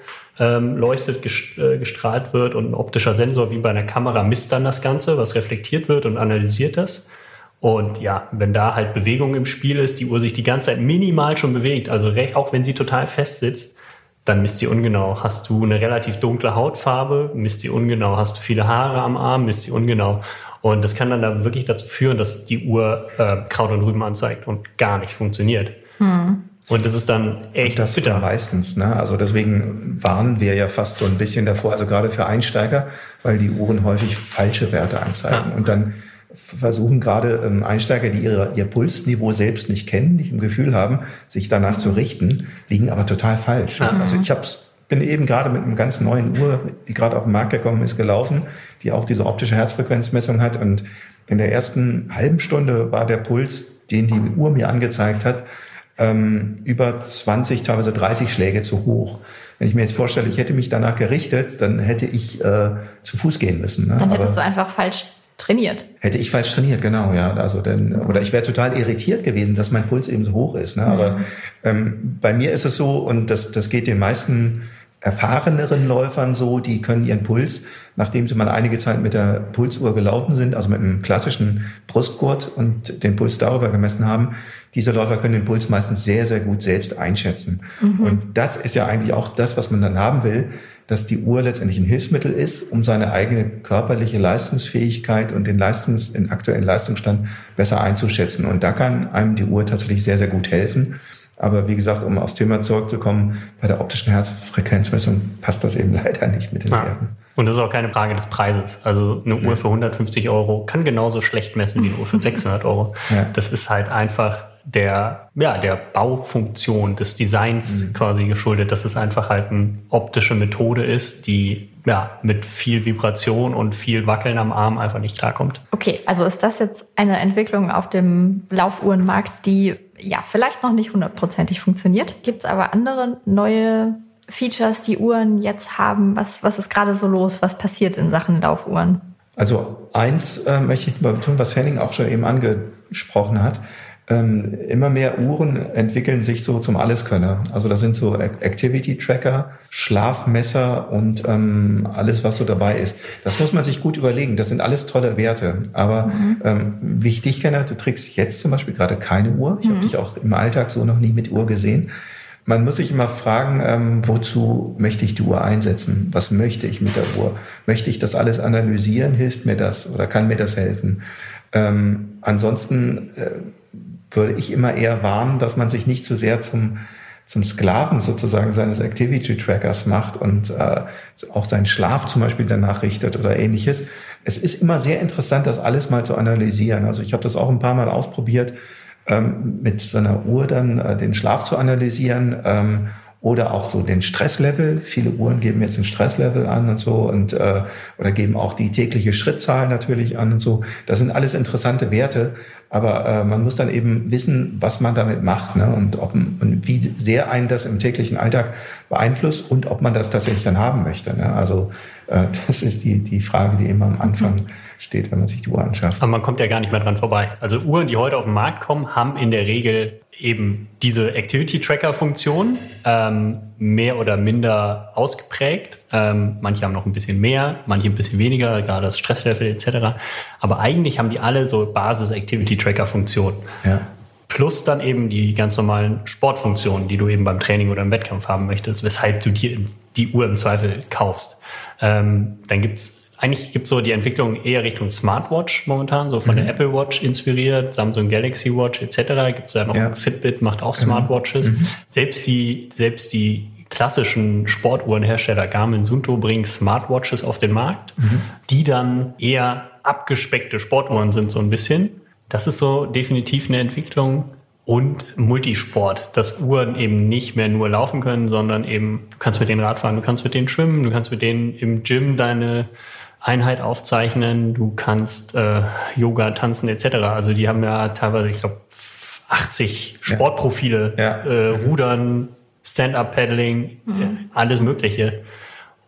geleuchtet, gestrahlt wird, und ein optischer Sensor wie bei einer Kamera misst dann das Ganze, was reflektiert wird und analysiert das. Und ja, wenn da halt Bewegung im Spiel ist, die Uhr sich die ganze Zeit minimal schon bewegt, also recht, auch wenn sie total fest sitzt, dann misst sie ungenau. Hast du eine relativ dunkle Hautfarbe, misst sie ungenau. Hast du viele Haare am Arm, misst sie ungenau. Und das kann dann da wirklich dazu führen, dass die Uhr äh, Kraut und Rüben anzeigt und gar nicht funktioniert. Hm. Und das ist dann echt und das bitter. Meistens, ne? Also deswegen warnen wir ja fast so ein bisschen davor, also gerade für Einsteiger, weil die Uhren häufig falsche Werte anzeigen. Ja. Und dann versuchen gerade ähm, Einsteiger, die ihre, ihr Pulsniveau selbst nicht kennen, nicht im Gefühl haben, sich danach zu richten, liegen aber total falsch. Ja. Also ich hab's, bin eben gerade mit einer ganz neuen Uhr, die gerade auf den Markt gekommen ist, gelaufen, die auch diese optische Herzfrequenzmessung hat. Und in der ersten halben Stunde war der Puls, den die Uhr mir angezeigt hat, ähm, über zwanzig, teilweise dreißig Schläge zu hoch. Wenn ich mir jetzt vorstelle, ich hätte mich danach gerichtet, dann hätte ich äh, zu Fuß gehen müssen. Ne? Dann hättest aber du einfach falsch trainiert. Hätte ich falsch trainiert, genau, ja. Also denn, oder ich wäre total irritiert gewesen, dass mein Puls eben so hoch ist. Ne? Aber ähm, bei mir ist es so, und das, das geht den meisten erfahreneren Läufern so, die können ihren Puls, nachdem sie mal einige Zeit mit der Pulsuhr gelaufen sind, also mit einem klassischen Brustgurt und den Puls darüber gemessen haben, diese Läufer können den Puls meistens sehr, sehr gut selbst einschätzen. Mhm. Und das ist ja eigentlich auch das, was man dann haben will, dass die Uhr letztendlich ein Hilfsmittel ist, um seine eigene körperliche Leistungsfähigkeit und den Leistungs-, den aktuellen Leistungsstand besser einzuschätzen. Und da kann einem die Uhr tatsächlich sehr, sehr gut helfen. Aber wie gesagt, um aufs Thema zurückzukommen, bei der optischen Herzfrequenzmessung passt das eben leider nicht mit den ja. Werten. Und das ist auch keine Frage des Preises. Also eine Uhr für hundertfünfzig Euro kann genauso schlecht messen wie eine Uhr für sechshundert Euro. Ja. Das ist halt einfach der, ja, der Baufunktion des Designs mhm. quasi geschuldet, dass es einfach halt eine optische Methode ist, die ja, mit viel Vibration und viel Wackeln am Arm einfach nicht klarkommt. Okay, also ist das jetzt eine Entwicklung auf dem Laufuhrenmarkt, die ja vielleicht noch nicht hundertprozentig funktioniert? Gibt es aber andere neue Features, die Uhren jetzt haben? Was, was ist gerade so los? Was passiert in Sachen Laufuhren? Also eins äh, möchte ich mal betonen, was Henning auch schon eben angesprochen hat. Ähm, immer mehr Uhren entwickeln sich so zum Alleskönner. Also das sind so Activity-Tracker, Schlafmesser und ähm, alles, was so dabei ist. Das muss man sich gut überlegen. Das sind alles tolle Werte. Aber mhm. ähm, wie ich dich kenne, du trägst jetzt zum Beispiel gerade keine Uhr. Ich mhm. habe dich auch im Alltag so noch nie mit Uhr gesehen. Man muss sich immer fragen, ähm, wozu möchte ich die Uhr einsetzen? Was möchte ich mit der Uhr? Möchte ich das alles analysieren? Hilft mir das oder kann mir das helfen? Ähm, ansonsten äh, würde ich immer eher warnen, dass man sich nicht zu sehr zum, zum Sklaven sozusagen seines Activity-Trackers macht und äh, auch seinen Schlaf zum Beispiel danach richtet oder ähnliches. Es ist immer sehr interessant, das alles mal zu analysieren. Also ich habe das auch ein paar Mal ausprobiert, ähm, mit so einer Uhr dann äh, den Schlaf zu analysieren ähm, oder auch so den Stresslevel. Viele Uhren geben jetzt ein Stresslevel an und so und äh, oder geben auch die tägliche Schrittzahl natürlich an und so. Das sind alles interessante Werte, aber äh, man muss dann eben wissen, was man damit macht, ne? und, ob, und wie sehr einen das im täglichen Alltag beeinflusst und ob man das tatsächlich dann haben möchte. Ne? Also äh, das ist die, die Frage, die immer am Anfang mhm. steht, wenn man sich die Uhr anschafft. Aber man kommt ja gar nicht mehr dran vorbei. Also Uhren, die heute auf den Markt kommen, haben in der Regel eben diese Activity-Tracker-Funktion ähm, mehr oder minder ausgeprägt. Ähm, manche haben noch ein bisschen mehr, manche ein bisschen weniger, gerade das Stresslevel et cetera. Aber eigentlich haben die alle so Basis-Activity-Tracker-Funktionen. Ja. Plus dann eben die ganz normalen Sportfunktionen, die du eben beim Training oder im Wettkampf haben möchtest, weshalb du dir die Uhr im Zweifel kaufst. Ähm, dann gibt's Eigentlich gibt es so die Entwicklung eher Richtung Smartwatch momentan, so von mhm. der Apple Watch inspiriert, Samsung Galaxy Watch et cetera. Gibt es ja noch ja. Fitbit, macht auch genau. Smartwatches. Mhm. Selbst die, selbst die klassischen Sportuhrenhersteller Garmin, Suunto bringen Smartwatches auf den Markt, mhm. die dann eher abgespeckte Sportuhren sind, so ein bisschen. Das ist so definitiv eine Entwicklung. Und Multisport, dass Uhren eben nicht mehr nur laufen können, sondern eben, du kannst mit denen Radfahren, du kannst mit denen schwimmen, du kannst mit denen im Gym deine Einheit aufzeichnen, du kannst äh, Yoga, tanzen et cetera. Also die haben ja teilweise, ich glaube, achtzig ja. Sportprofile, ja. Äh, Rudern, Stand-Up-Paddling, mhm. alles Mögliche.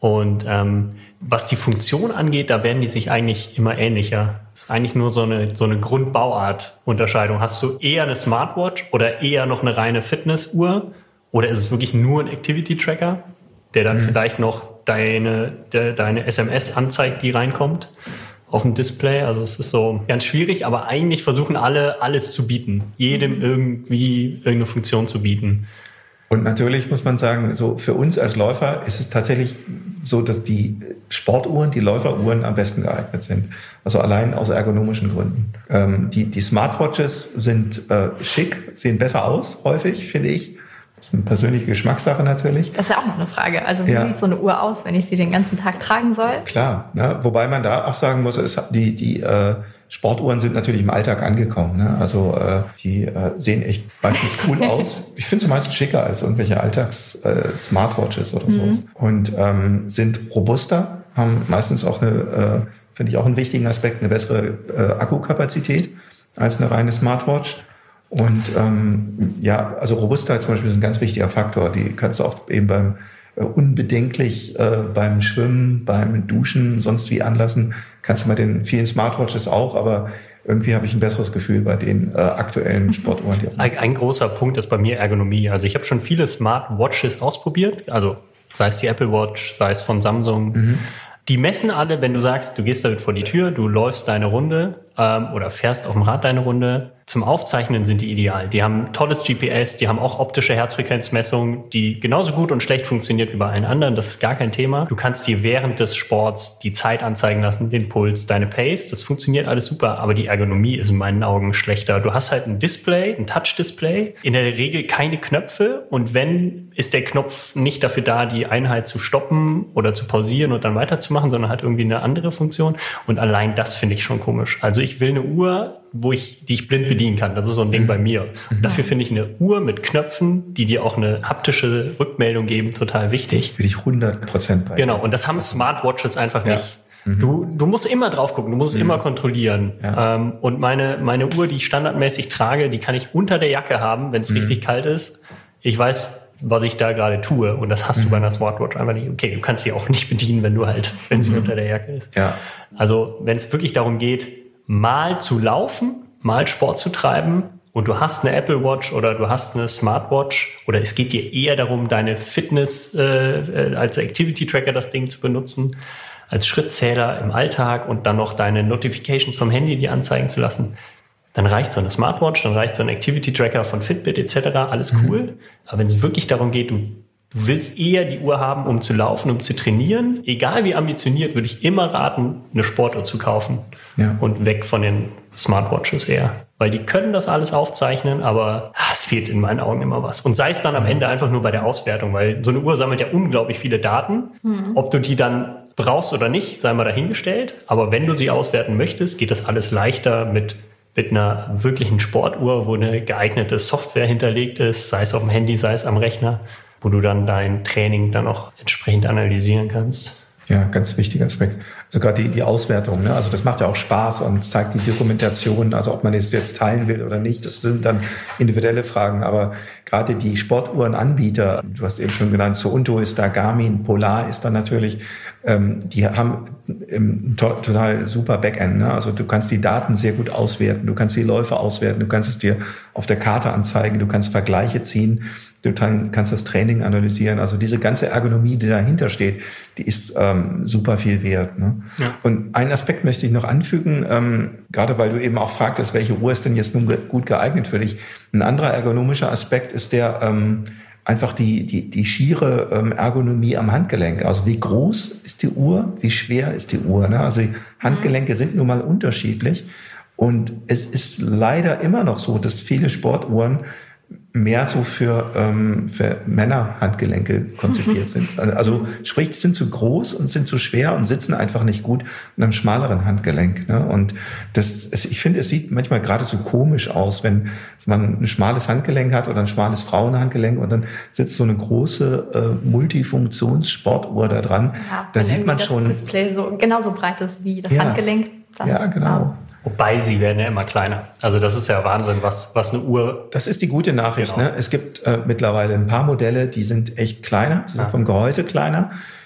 Und ähm, was die Funktion angeht, da werden die sich eigentlich immer ähnlicher. Das ist eigentlich nur so eine, so eine Grundbauart-Unterscheidung. Hast du eher eine Smartwatch oder eher noch eine reine Fitnessuhr? Oder ist es wirklich nur ein Activity-Tracker, der dann mhm. vielleicht noch deine, de, deine S M S anzeigt, die reinkommt auf dem Display? Also es ist so ganz schwierig, aber eigentlich versuchen alle, alles zu bieten. Jedem irgendwie irgendeine Funktion zu bieten. Und natürlich muss man sagen, so für uns als Läufer ist es tatsächlich so, dass die Sportuhren, die Läuferuhren am besten geeignet sind. Also allein aus ergonomischen Gründen. Ähm, die, die Smartwatches sind äh, schick, sehen besser aus, häufig, finde ich. Das ist eine persönliche Geschmackssache natürlich. Das ist ja auch noch eine Frage. Also wie ja. sieht so eine Uhr aus, wenn ich sie den ganzen Tag tragen soll? Klar, ne? Wobei man da auch sagen muss, ist, die, die äh, Sportuhren sind natürlich im Alltag angekommen. Ne? Also äh, die äh, sehen echt meistens cool aus. Ich finde sie meistens schicker als irgendwelche Alltags-Smartwatches äh, oder mhm. sowas. Und ähm, sind robuster, haben meistens auch eine, äh, finde ich auch einen wichtigen Aspekt, eine bessere äh, Akkukapazität als eine reine Smartwatch. Und ähm, ja, also Robustheit zum Beispiel ist ein ganz wichtiger Faktor. Die kannst du auch eben beim äh, unbedenklich äh, beim Schwimmen, beim Duschen, sonst wie anlassen. Kannst du bei den vielen Smartwatches auch, aber irgendwie habe ich ein besseres Gefühl bei den äh, aktuellen Sportuhren. Die ein, ein großer Punkt ist bei mir Ergonomie. Also ich habe schon viele Smartwatches ausprobiert, also sei es die Apple Watch, sei es von Samsung. Mhm. Die messen alle, wenn du sagst, du gehst damit vor die Tür, du läufst deine Runde ähm, oder fährst auf dem Rad deine Runde. Zum Aufzeichnen sind die ideal. Die haben tolles G P S, die haben auch optische Herzfrequenzmessung, die genauso gut und schlecht funktioniert wie bei allen anderen. Das ist gar kein Thema. Du kannst dir während des Sports die Zeit anzeigen lassen, den Puls, deine Pace. Das funktioniert alles super, aber die Ergonomie ist in meinen Augen schlechter. Du hast halt ein Display, ein Touch-Display, in der Regel keine Knöpfe und wenn, ist der Knopf nicht dafür da, die Einheit zu stoppen oder zu pausieren und dann weiterzumachen, sondern hat irgendwie eine andere Funktion und allein das finde ich schon komisch. Also ich will eine Uhr, wo ich, die ich blind bedienen kann. Das ist so ein Ding bei mir. Und dafür finde ich eine Uhr mit Knöpfen, die dir auch eine haptische Rückmeldung geben, total wichtig. Bin ich hundert Prozent bei. Genau. Und das haben Smartwatches einfach ja. nicht. Mhm. Du, du musst immer drauf gucken, du musst mhm. immer kontrollieren. Ja. Ähm, und meine, meine Uhr, die ich standardmäßig trage, die kann ich unter der Jacke haben, wenn es mhm. richtig kalt ist. Ich weiß, was ich da gerade tue. Und das hast mhm. du bei einer Smartwatch einfach nicht. Okay, du kannst sie auch nicht bedienen, wenn du halt, wenn sie mhm. unter der Jacke ist. Ja. Also, wenn es wirklich darum geht, mal zu laufen, mal Sport zu treiben und du hast eine Apple Watch oder du hast eine Smartwatch oder es geht dir eher darum, deine Fitness äh, als Activity Tracker das Ding zu benutzen, als Schrittzähler im Alltag und dann noch deine Notifications vom Handy dir anzeigen zu lassen, dann reicht so eine Smartwatch, dann reicht so ein Activity Tracker von Fitbit et cetera, alles cool. Mhm. Aber wenn es wirklich darum geht, du Du willst eher die Uhr haben, um zu laufen, um zu trainieren. Egal wie ambitioniert, würde ich immer raten, eine Sportuhr zu kaufen. Ja. Und weg von den Smartwatches eher. Weil die können das alles aufzeichnen, aber ah, es fehlt in meinen Augen immer was. Und sei es dann am Ende einfach nur bei der Auswertung, weil so eine Uhr sammelt ja unglaublich viele Daten. Mhm. Ob du die dann brauchst oder nicht, sei mal dahingestellt. Aber wenn du sie auswerten möchtest, geht das alles leichter mit mit einer wirklichen Sportuhr, wo eine geeignete Software hinterlegt ist, sei es auf dem Handy, sei es am Rechner, wo du dann dein Training dann auch entsprechend analysieren kannst. Ja, ganz wichtiger Aspekt. Also gerade die, die Auswertung, ne? Also das macht ja auch Spaß und zeigt die Dokumentation, also ob man es jetzt teilen will oder nicht, das sind dann individuelle Fragen, aber gerade die Sportuhrenanbieter, du hast eben schon genannt, Suunto ist da, Garmin, Polar ist da natürlich, ähm, die haben im to- total super Backend, ne? Also du kannst die Daten sehr gut auswerten, du kannst die Läufe auswerten, du kannst es dir auf der Karte anzeigen, du kannst Vergleiche ziehen, du kannst das Training analysieren, also diese ganze Ergonomie, die dahinter steht, die ist ähm, super viel wert, ne? Ja. Und einen Aspekt möchte ich noch anfügen, ähm, gerade weil du eben auch fragtest, welche Uhr ist denn jetzt nun ge- gut geeignet für dich. Ein anderer ergonomischer Aspekt ist der ähm, einfach die, die, die schiere ähm, Ergonomie am Handgelenk. Also wie groß ist die Uhr, wie schwer ist die Uhr, ne? Also die Handgelenke sind nun mal unterschiedlich und es ist leider immer noch so, dass viele Sportuhren mehr so für, ähm, für Männerhandgelenke konzipiert sind. Also sprich, sind zu groß und sind zu schwer und sitzen einfach nicht gut in einem schmaleren Handgelenk. Ne? Und das, es, ich finde, es sieht manchmal geradezu komisch aus, wenn man ein schmales Handgelenk hat oder ein schmales Frauenhandgelenk und dann sitzt so eine große äh, Multifunktionssportuhr da dran. Ja, da sieht man das schon. Das Display so genauso breit ist wie das ja, Handgelenk. Dann, ja, genau. Ja. Wobei, sie werden ja immer kleiner. Also das ist ja Wahnsinn, was, was eine Uhr... Das ist die gute Nachricht. Genau. Ne? Es gibt äh, mittlerweile ein paar Modelle, die sind echt kleiner, die sind ja. vom Gehäuse kleiner.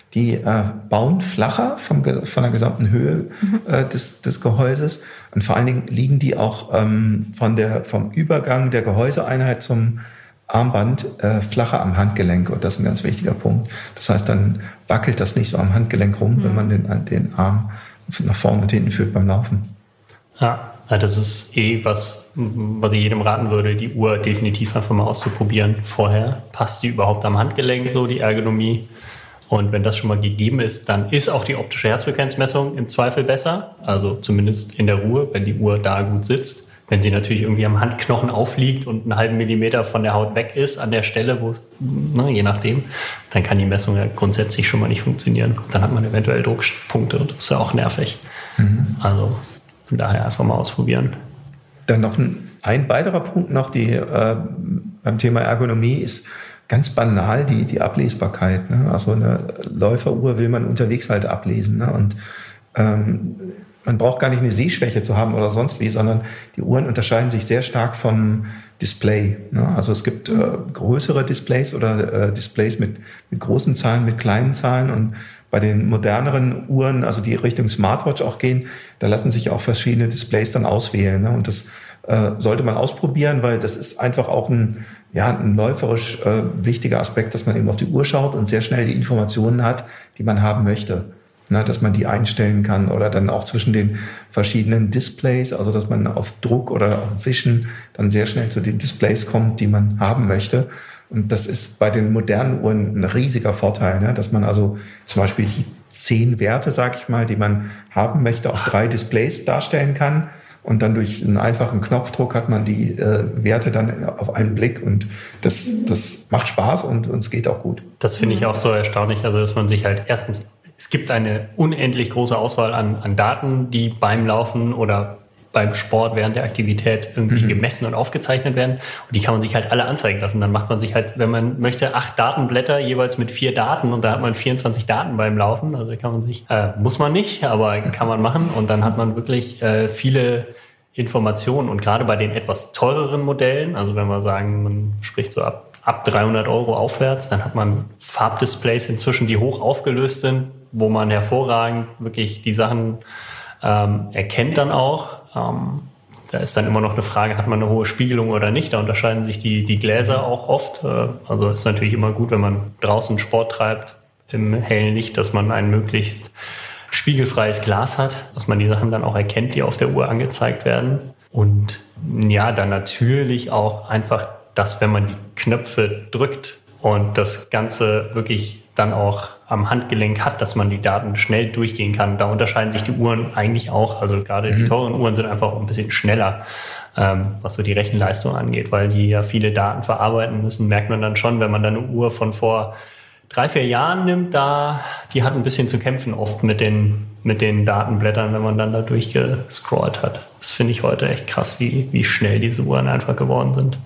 die äh, bauen flacher vom, von der gesamten Höhe mhm. äh, des, des Gehäuses. Und vor allen Dingen liegen die auch ähm, von der, vom Übergang der Gehäuseeinheit zum Armband äh, flacher am Handgelenk. Und das ist ein ganz wichtiger Punkt. Das heißt, dann wackelt das nicht so am Handgelenk rum, mhm. wenn man den, den Arm nach vorne und hinten führt beim Laufen. Ja, das ist eh was, was ich jedem raten würde, die Uhr definitiv einfach mal auszuprobieren vorher. Passt die überhaupt am Handgelenk, so die Ergonomie? Und wenn das schon mal gegeben ist, dann ist auch die optische Herzfrequenzmessung im Zweifel besser. Also zumindest in der Ruhe, wenn die Uhr da gut sitzt. Wenn sie natürlich irgendwie am Handknochen aufliegt und einen halben Millimeter von der Haut weg ist, an der Stelle, wo es, ne, je nachdem, dann kann die Messung ja grundsätzlich schon mal nicht funktionieren. Dann hat man eventuell Druckpunkte und das ist ja auch nervig. Mhm. Also von daher einfach mal ausprobieren. Dann noch ein, ein weiterer Punkt noch, die äh, beim Thema Ergonomie ist ganz banal die, die Ablesbarkeit. Ne? Also eine Läuferuhr will man unterwegs halt ablesen. Ne? Und ähm, man braucht gar nicht eine Sehschwäche zu haben oder sonst wie, sondern die Uhren unterscheiden sich sehr stark vom Display. Ne? Also es gibt äh, größere Displays oder äh, Displays mit, mit großen Zahlen, mit kleinen Zahlen. Und bei den moderneren Uhren, also die Richtung Smartwatch auch gehen, da lassen sich auch verschiedene Displays dann auswählen. Ne? Und das äh, sollte man ausprobieren, weil das ist einfach auch ein, ja, ein läuferisch äh, wichtiger Aspekt, dass man eben auf die Uhr schaut und sehr schnell die Informationen hat, die man haben möchte. Na, dass man die einstellen kann oder dann auch zwischen den verschiedenen Displays, also dass man auf Druck oder auf Wischen dann sehr schnell zu den Displays kommt, die man haben möchte. Und das ist bei den modernen Uhren ein riesiger Vorteil, ne? Dass man also zum Beispiel die zehn Werte, sag ich mal, die man haben möchte, auf drei Displays darstellen kann. Und dann durch einen einfachen Knopfdruck hat man die äh, Werte dann auf einen Blick. Und das, das macht Spaß und, und es geht auch gut. Das finde ich auch so erstaunlich, also dass man sich halt erstens, es gibt eine unendlich große Auswahl an, an Daten, die beim Laufen oder beim Sport während der Aktivität irgendwie mhm. gemessen und aufgezeichnet werden. Und die kann man sich halt alle anzeigen lassen. Dann macht man sich halt, wenn man möchte, acht Datenblätter jeweils mit vier Daten und da hat man vierundzwanzig Daten beim Laufen. Also kann man sich, äh, muss man nicht, aber kann man machen. Und dann hat man wirklich äh, viele Informationen. Und gerade bei den etwas teureren Modellen, also wenn wir sagen, man spricht so ab, ab dreihundert Euro aufwärts, dann hat man Farbdisplays inzwischen, die hoch aufgelöst sind, wo man hervorragend wirklich die Sachen ähm, erkennt dann auch. Ähm, da ist dann immer noch eine Frage, hat man eine hohe Spiegelung oder nicht? Da unterscheiden sich die, die Gläser auch oft. Äh, also ist natürlich immer gut, wenn man draußen Sport treibt im hellen Licht, dass man ein möglichst spiegelfreies Glas hat, dass man die Sachen dann auch erkennt, die auf der Uhr angezeigt werden. Und ja, dann natürlich auch einfach, dass wenn man die Knöpfe drückt und das Ganze wirklich dann auch am Handgelenk hat, dass man die Daten schnell durchgehen kann. Da unterscheiden sich die Uhren eigentlich auch. Also gerade mhm. die teuren Uhren sind einfach auch ein bisschen schneller, ähm, was so die Rechenleistung angeht, weil die ja viele Daten verarbeiten müssen. Merkt man dann schon, wenn man dann eine Uhr von vor drei, vier Jahren nimmt, da die hat ein bisschen zu kämpfen oft mit den, mit den Datenblättern, wenn man dann da durchgescrollt hat. Das finde ich heute echt krass, wie, wie schnell diese Uhren einfach geworden sind.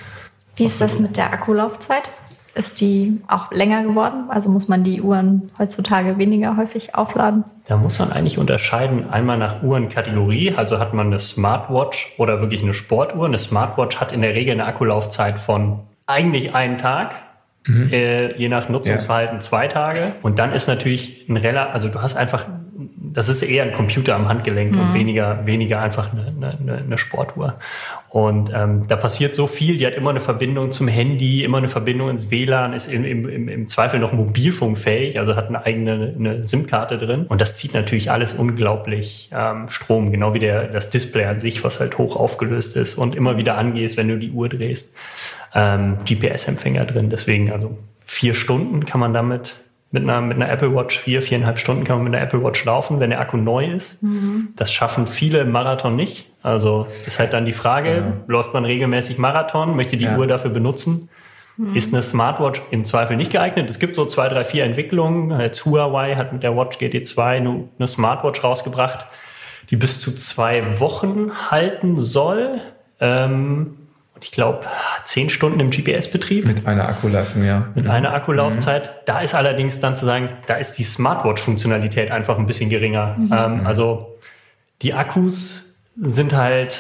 Wie ist das mit der Akkulaufzeit? Ist die auch länger geworden? Also muss man die Uhren heutzutage weniger häufig aufladen? Da muss man eigentlich unterscheiden, einmal nach Uhrenkategorie, also hat man eine Smartwatch oder wirklich eine Sportuhr. Eine Smartwatch hat in der Regel eine Akkulaufzeit von eigentlich einen Tag, mhm. äh, je nach Nutzungsverhalten ja. zwei Tage. Und dann ist natürlich ein Relativ, also du hast einfach, das ist eher ein Computer am Handgelenk mhm. und weniger, weniger einfach eine, eine, eine Sportuhr. Und ähm, da passiert so viel, die hat immer eine Verbindung zum Handy, immer eine Verbindung ins W L A N, ist im, im, im Zweifel noch mobilfunkfähig, also hat eine eigene eine SIM-Karte drin. Und das zieht natürlich alles unglaublich ähm, Strom, genau wie der, das Display an sich, was halt hoch aufgelöst ist und immer wieder angehst, wenn du die Uhr drehst. Ähm, G P S-Empfänger drin, deswegen also vier Stunden kann man damit mit einer, mit einer Apple Watch, vier, viereinhalb Stunden kann man mit einer Apple Watch laufen, wenn der Akku neu ist. Mhm. Das schaffen viele im Marathon nicht. Also ist halt dann die Frage, ja. läuft man regelmäßig Marathon, möchte die ja. Uhr dafür benutzen? Mhm. Ist eine Smartwatch im Zweifel nicht geeignet? Es gibt so zwei, drei, vier Entwicklungen. Jetzt Huawei hat mit der Watch G T zwei eine Smartwatch rausgebracht, die bis zu zwei Wochen halten soll. Ähm, ich glaube, zehn Stunden im G P S-Betrieb. Mit einer Akkulaufzeit, ja. Mit mhm. einer Akkulaufzeit. Mhm. Da ist allerdings dann zu sagen, da ist die Smartwatch-Funktionalität einfach ein bisschen geringer. Mhm. Ähm, also die Akkus sind halt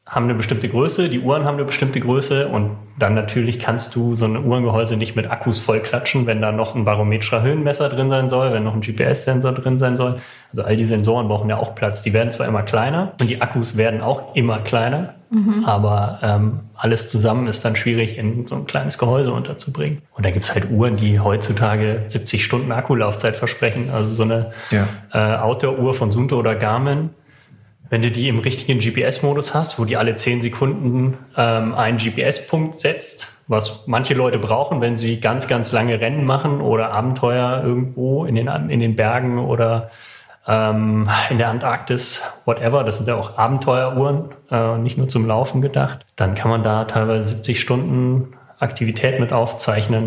haben eine bestimmte Größe, die Uhren haben eine bestimmte Größe und dann natürlich kannst du so ein Uhrengehäuse nicht mit Akkus voll klatschen, wenn da noch ein barometrischer Höhenmesser drin sein soll, wenn noch ein G P S-Sensor drin sein soll. Also all die Sensoren brauchen ja auch Platz. Die werden zwar immer kleiner und die Akkus werden auch immer kleiner, mhm. aber ähm, alles zusammen ist dann schwierig in so ein kleines Gehäuse unterzubringen. Und da gibt's halt Uhren, die heutzutage siebzig Stunden Akkulaufzeit versprechen. Also so eine ja. äh, Outdoor-Uhr von Suunto oder Garmin, wenn du die im richtigen G P S-Modus hast, wo die alle zehn Sekunden ähm, einen G P S-Punkt setzt, was manche Leute brauchen, wenn sie ganz, ganz lange Rennen machen oder Abenteuer irgendwo in den, in den Bergen oder ähm, in der Antarktis, whatever. Das sind ja auch Abenteueruhren, äh, nicht nur zum Laufen gedacht. Dann kann man da teilweise siebzig Stunden Aktivität mit aufzeichnen.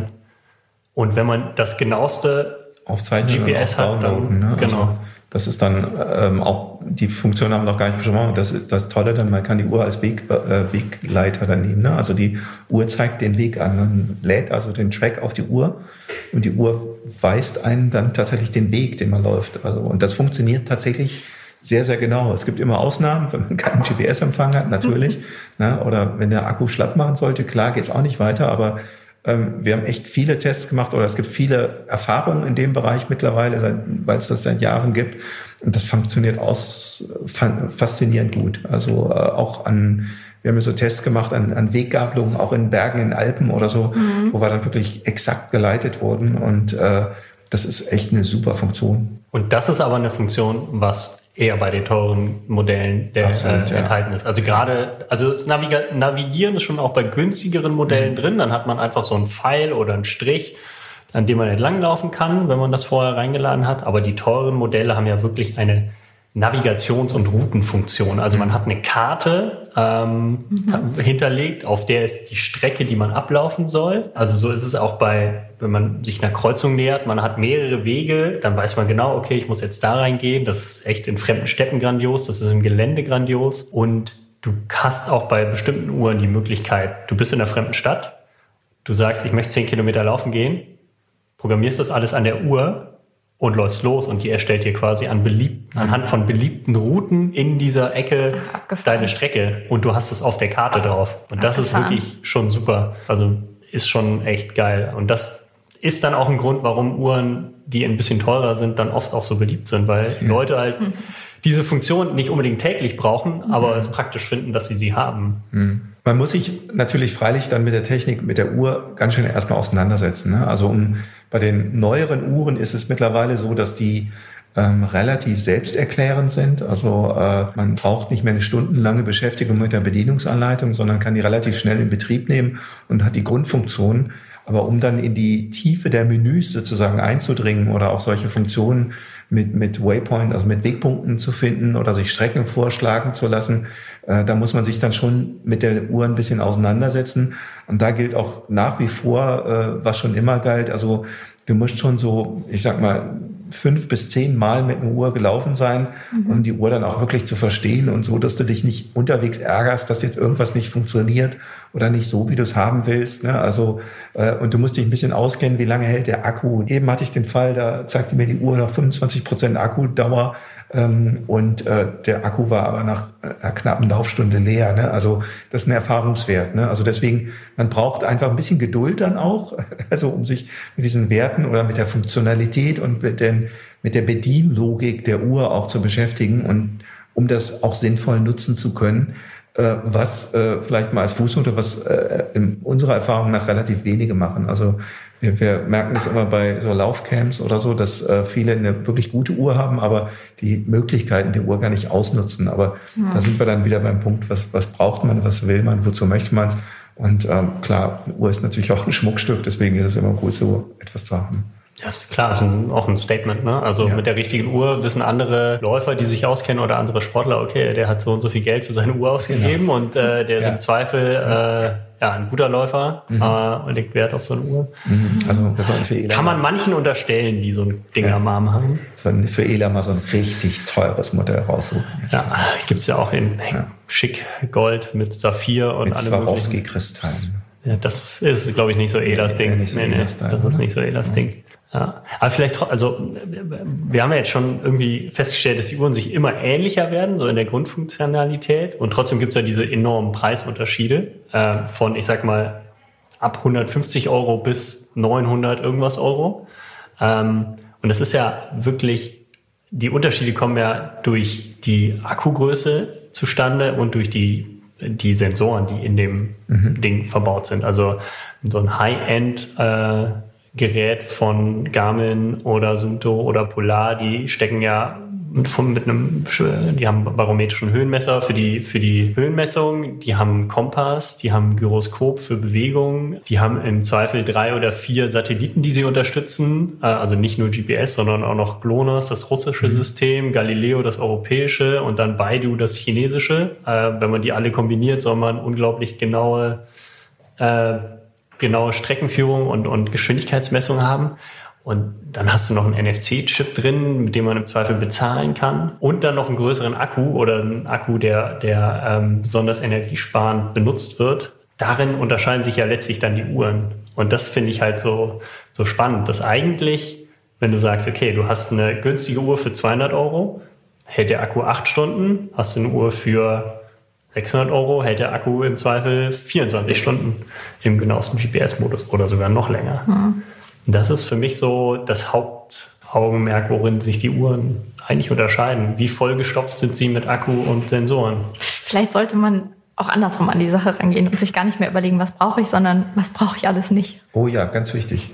Und wenn man das genaueste Aufzeichnen G P S hat, dann ne? genau. Also das ist dann ähm, auch, die Funktion haben wir noch gar nicht besprochen, das ist das Tolle, dann man kann die Uhr als Weg, äh, Wegleiter dann nehmen. Ne? Also die Uhr zeigt den Weg an, man lädt also den Track auf die Uhr und die Uhr weist einen dann tatsächlich den Weg, den man läuft. Also, und das funktioniert tatsächlich sehr, sehr genau. Es gibt immer Ausnahmen, wenn man keinen G P S-Empfang hat, natürlich. Ne? Oder wenn der Akku schlapp machen sollte, klar geht's auch nicht weiter, aber wir haben echt viele Tests gemacht oder es gibt viele Erfahrungen in dem Bereich mittlerweile, weil es das seit Jahren gibt. Und das funktioniert aus, faszinierend gut. Also äh, auch an, wir haben ja so Tests gemacht an, an Weggabelungen, auch in Bergen, in Alpen oder so, mhm. wo wir dann wirklich exakt geleitet wurden. Und äh, das ist echt eine super Funktion. Und das ist aber eine Funktion, was eher bei den teuren Modellen der, Absolut, äh, ja. enthalten ist. Also gerade, also das Naviga- Navigieren ist schon auch bei günstigeren Modellen mhm. drin. Dann hat man einfach so einen Pfeil oder einen Strich, an dem man entlanglaufen kann, wenn man das vorher reingeladen hat. Aber die teuren Modelle haben ja wirklich eine Navigations- und Routenfunktion. Also man hat eine Karte ähm, mhm. hinterlegt, auf der ist die Strecke, die man ablaufen soll. Also so ist es auch bei, wenn man sich einer Kreuzung nähert, man hat mehrere Wege, dann weiß man genau, okay, ich muss jetzt da reingehen. Das ist echt in fremden Städten grandios, das ist im Gelände grandios. Und du hast auch bei bestimmten Uhren die Möglichkeit, du bist in einer fremden Stadt, du sagst, ich möchte zehn Kilometer laufen gehen, programmierst das alles an der Uhr und läufst los und die erstellt dir quasi an beliebt, mhm. anhand von beliebten Routen in dieser Ecke Abgefahren. Deine Strecke und du hast es auf der Karte drauf. Und das Abgefahren. Ist wirklich schon super. Also ist schon echt geil. Und das ist dann auch ein Grund, warum Uhren, die ein bisschen teurer sind, dann oft auch so beliebt sind, weil ja. Leute halt mhm. diese Funktion nicht unbedingt täglich brauchen, mhm. aber es praktisch finden, dass sie sie haben. Mhm. Man muss sich natürlich freilich dann mit der Technik, mit der Uhr ganz schön erstmal auseinandersetzen. Ne? Also um, bei den neueren Uhren ist es mittlerweile so, dass die ähm, relativ selbsterklärend sind. Also äh, man braucht nicht mehr eine stundenlange Beschäftigung mit der Bedienungsanleitung, sondern kann die relativ schnell in Betrieb nehmen und hat die Grundfunktion. Aber um dann in die Tiefe der Menüs sozusagen einzudringen oder auch solche Funktionen mit, mit Waypoint, also mit Wegpunkten zu finden oder sich Strecken vorschlagen zu lassen, äh, da muss man sich dann schon mit der Uhr ein bisschen auseinandersetzen. Und da gilt auch nach wie vor, äh, was schon immer galt, also du musst schon so, ich sag mal, fünf bis zehn Mal mit einer Uhr gelaufen sein, mhm. um die Uhr dann auch wirklich zu verstehen und so, dass du dich nicht unterwegs ärgerst, dass jetzt irgendwas nicht funktioniert oder nicht so, wie du es haben willst. Ne? Also äh, und du musst dich ein bisschen auskennen, wie lange hält der Akku. Eben hatte ich den Fall, da zeigte mir die Uhr noch fünfundzwanzig Prozent Akkudauer ähm, und äh, der Akku war aber nach einer knappen Laufstunde leer. Ne? Also das ist ein Erfahrungswert. Ne? Also deswegen, man braucht einfach ein bisschen Geduld dann auch, also um sich mit diesen Werten oder mit der Funktionalität und mit den mit der Bedienlogik der Uhr auch zu beschäftigen und um das auch sinnvoll nutzen zu können, äh, was äh, vielleicht mal als Fußnote, was äh, in unserer Erfahrung nach relativ wenige machen. Also wir, wir merken das immer bei so Laufcamps oder so, dass äh, viele eine wirklich gute Uhr haben, aber die Möglichkeiten der Uhr gar nicht ausnutzen. Aber ja. da sind wir dann wieder beim Punkt, was, was braucht man, was will man, wozu möchte man es? Und ähm, klar, eine Uhr ist natürlich auch ein Schmuckstück, deswegen ist es immer gut, so etwas zu haben. Ja, ist klar, das ist ein, auch ein Statement, ne? Also ja. mit der richtigen Uhr wissen andere Läufer, die sich auskennen oder andere Sportler, okay, der hat so und so viel Geld für seine Uhr ausgegeben ja. und äh, der ist ja. im Zweifel ja. Äh, ja, ein guter Läufer mhm. äh, und legt Wert auf so eine Uhr. Mhm. Also das für Ela kann man manchen unterstellen, die so ein Ding ja. am Arm haben. So für Ela mal so ein richtig teures Modell raussuchen. Ja, gibt's ja auch in ja. schick Gold mit Saphir und mit Swarovski-Kristallen. Ja, das ist, glaube ich, nicht so Elas Ding. Ja, nicht so nee, nee, das ist nicht so Elas Ding. Ja, aber vielleicht, also wir haben ja jetzt schon irgendwie festgestellt, dass die Uhren sich immer ähnlicher werden, so in der Grundfunktionalität. Und trotzdem gibt es ja diese enormen Preisunterschiede äh, von, ich sag mal, ab hundertfünfzig Euro bis neunhundert irgendwas Euro. Ähm, und das ist ja wirklich, die Unterschiede kommen ja durch die Akkugröße zustande und durch die, die Sensoren, die in dem mhm. Ding verbaut sind. Also so ein High-End äh, Gerät von Garmin oder Suunto oder Polar, die stecken ja von, mit einem, die haben barometrischen Höhenmesser für die, für die Höhenmessung, die haben einen Kompass, die haben ein Gyroskop für Bewegung, die haben im Zweifel drei oder vier Satelliten, die sie unterstützen, also nicht nur G P S, sondern auch noch GLONASS, das russische mhm. System, Galileo, das europäische und dann Baidu, das chinesische. Wenn man die alle kombiniert, soll man unglaublich genaue äh, genaue Streckenführung und, und Geschwindigkeitsmessung haben. Und dann hast du noch einen N F C-Chip drin, mit dem man im Zweifel bezahlen kann. Und dann noch einen größeren Akku oder einen Akku, der, der ähm, besonders energiesparend benutzt wird. Darin unterscheiden sich ja letztlich dann die Uhren. Und das finde ich halt so, so spannend, dass eigentlich, wenn du sagst, okay, du hast eine günstige Uhr für zweihundert Euro, hält der Akku acht Stunden, hast du eine Uhr für sechshundert Euro, hält der Akku im Zweifel vierundzwanzig Stunden im genauesten G P S-Modus oder sogar noch länger. Mhm. Das ist für mich so das Hauptaugenmerk, worin sich die Uhren eigentlich unterscheiden. Wie vollgestopft sind sie mit Akku und Sensoren? Vielleicht sollte man auch andersrum an die Sache rangehen und sich gar nicht mehr überlegen, was brauche ich, sondern was brauche ich alles nicht. Oh ja, ganz wichtig.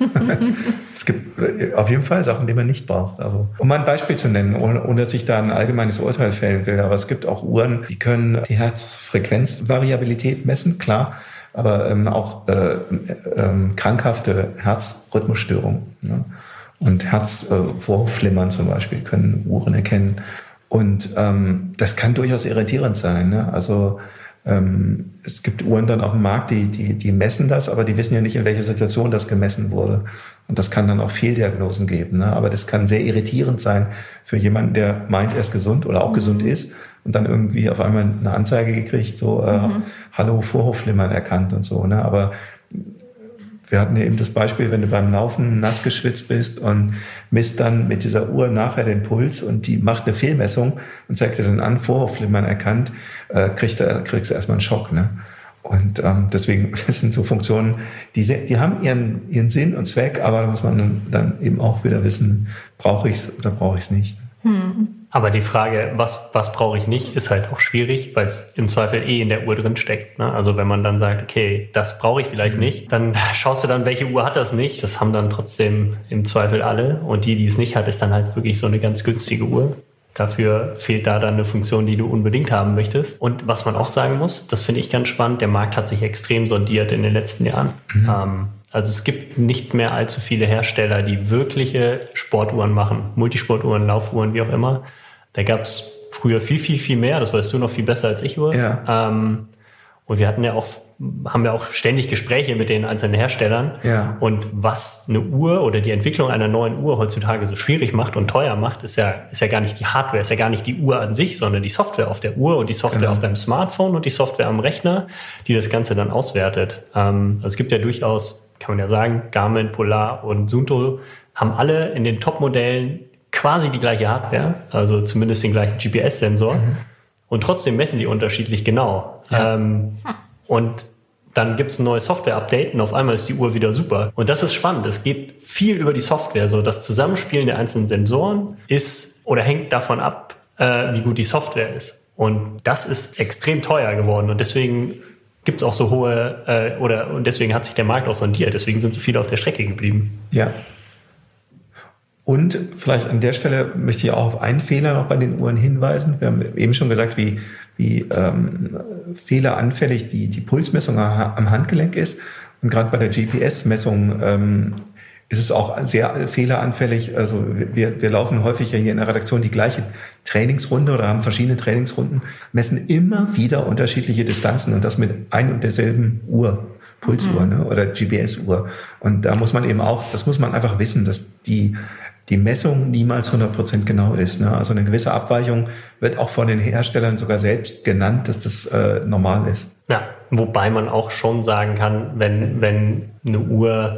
Es gibt auf jeden Fall Sachen, die man nicht braucht. Also, um mal ein Beispiel zu nennen, ohne, ohne dass ich da ein allgemeines Urteil fällen will, aber es gibt auch Uhren, die können die Herzfrequenzvariabilität messen, klar, aber ähm, auch äh, äh, krankhafte Herzrhythmusstörungen, ne? Und Herzvorhofflimmern äh, zum Beispiel können Uhren erkennen. Und ähm, das kann durchaus irritierend sein, ne? Also Ähm, es gibt Uhren dann auf dem Markt, die, die, die messen das, aber die wissen ja nicht, in welcher Situation das gemessen wurde. Und das kann dann auch Fehldiagnosen geben. Ne? Aber das kann sehr irritierend sein für jemanden, der meint, er ist gesund oder auch mhm. gesund ist und dann irgendwie auf einmal eine Anzeige gekriegt, so äh, mhm. Hallo, Vorhofflimmern erkannt und so. Ne? Aber wir hatten ja eben das Beispiel, wenn du beim Laufen nass geschwitzt bist und misst dann mit dieser Uhr nachher den Puls und die macht eine Fehlmessung und zeigt dir dann an, Vorhofflimmern erkannt, äh, kriegst, du, kriegst du erstmal einen Schock. Ne? Und ähm, deswegen, das sind so Funktionen, die, die haben ihren, ihren Sinn und Zweck, aber da muss man dann eben auch wieder wissen, brauche ich es oder brauche ich es nicht. Hm. Aber die Frage, was, was brauche ich nicht, ist halt auch schwierig, weil es im Zweifel eh in der Uhr drin steckt. Ne? Also wenn man dann sagt, okay, das brauche ich vielleicht mhm. nicht, dann schaust du dann, welche Uhr hat das nicht. Das haben dann trotzdem im Zweifel alle. Und die, die es nicht hat, ist dann halt wirklich so eine ganz günstige Uhr. Dafür fehlt da dann eine Funktion, die du unbedingt haben möchtest. Und was man auch sagen muss, das finde ich ganz spannend, der Markt hat sich extrem sondiert in den letzten Jahren. Mhm. Ähm, Also es gibt nicht mehr allzu viele Hersteller, die wirkliche Sportuhren machen. Multisportuhren, Laufuhren, wie auch immer. Da gab es früher viel, viel, viel mehr. Das weißt du noch viel besser als ich, Urs. Ja. Ähm, und wir hatten ja auch, haben ja auch ständig Gespräche mit den einzelnen Herstellern. Ja. Und was eine Uhr oder die Entwicklung einer neuen Uhr heutzutage so schwierig macht und teuer macht, ist ja, ist ja gar nicht die Hardware, ist ja gar nicht die Uhr an sich, sondern die Software auf der Uhr und die Software genau. auf deinem Smartphone und die Software am Rechner, die das Ganze dann auswertet. Ähm, also es gibt ja durchaus, kann man ja sagen, Garmin, Polar und Suunto haben alle in den Top-Modellen quasi die gleiche Hardware, also zumindest den gleichen G P S-Sensor. Mhm. Und trotzdem messen die unterschiedlich genau. Ja. Ähm, und dann gibt es ein neues Software-Update und auf einmal ist die Uhr wieder super. Und das ist spannend. Es geht viel über die Software. So das Zusammenspielen der einzelnen Sensoren ist oder hängt davon ab, äh, wie gut die Software ist. Und das ist extrem teuer geworden. Und deswegen gibt es auch so hohe, äh, oder und deswegen hat sich der Markt auch sondiert. Deswegen sind so viele auf der Strecke geblieben. Ja. Und vielleicht an der Stelle möchte ich auch auf einen Fehler noch bei den Uhren hinweisen. Wir haben eben schon gesagt, wie, wie ähm, fehleranfällig die, die Pulsmessung am Handgelenk ist. Und gerade bei der G P S-Messung ähm, ist es auch sehr fehleranfällig. Also wir, wir laufen häufig ja hier in der Redaktion die gleiche Trainingsrunde oder haben verschiedene Trainingsrunden, messen immer wieder unterschiedliche Distanzen und das mit ein und derselben Uhr. Pulsuhr, mhm. ne? Oder G P S-Uhr. Und da muss man eben auch, das muss man einfach wissen, dass die die Messung niemals hundert Prozent genau ist. Ne? Also eine gewisse Abweichung wird auch von den Herstellern sogar selbst genannt, dass das äh, normal ist. Ja, wobei man auch schon sagen kann, wenn, wenn eine Uhr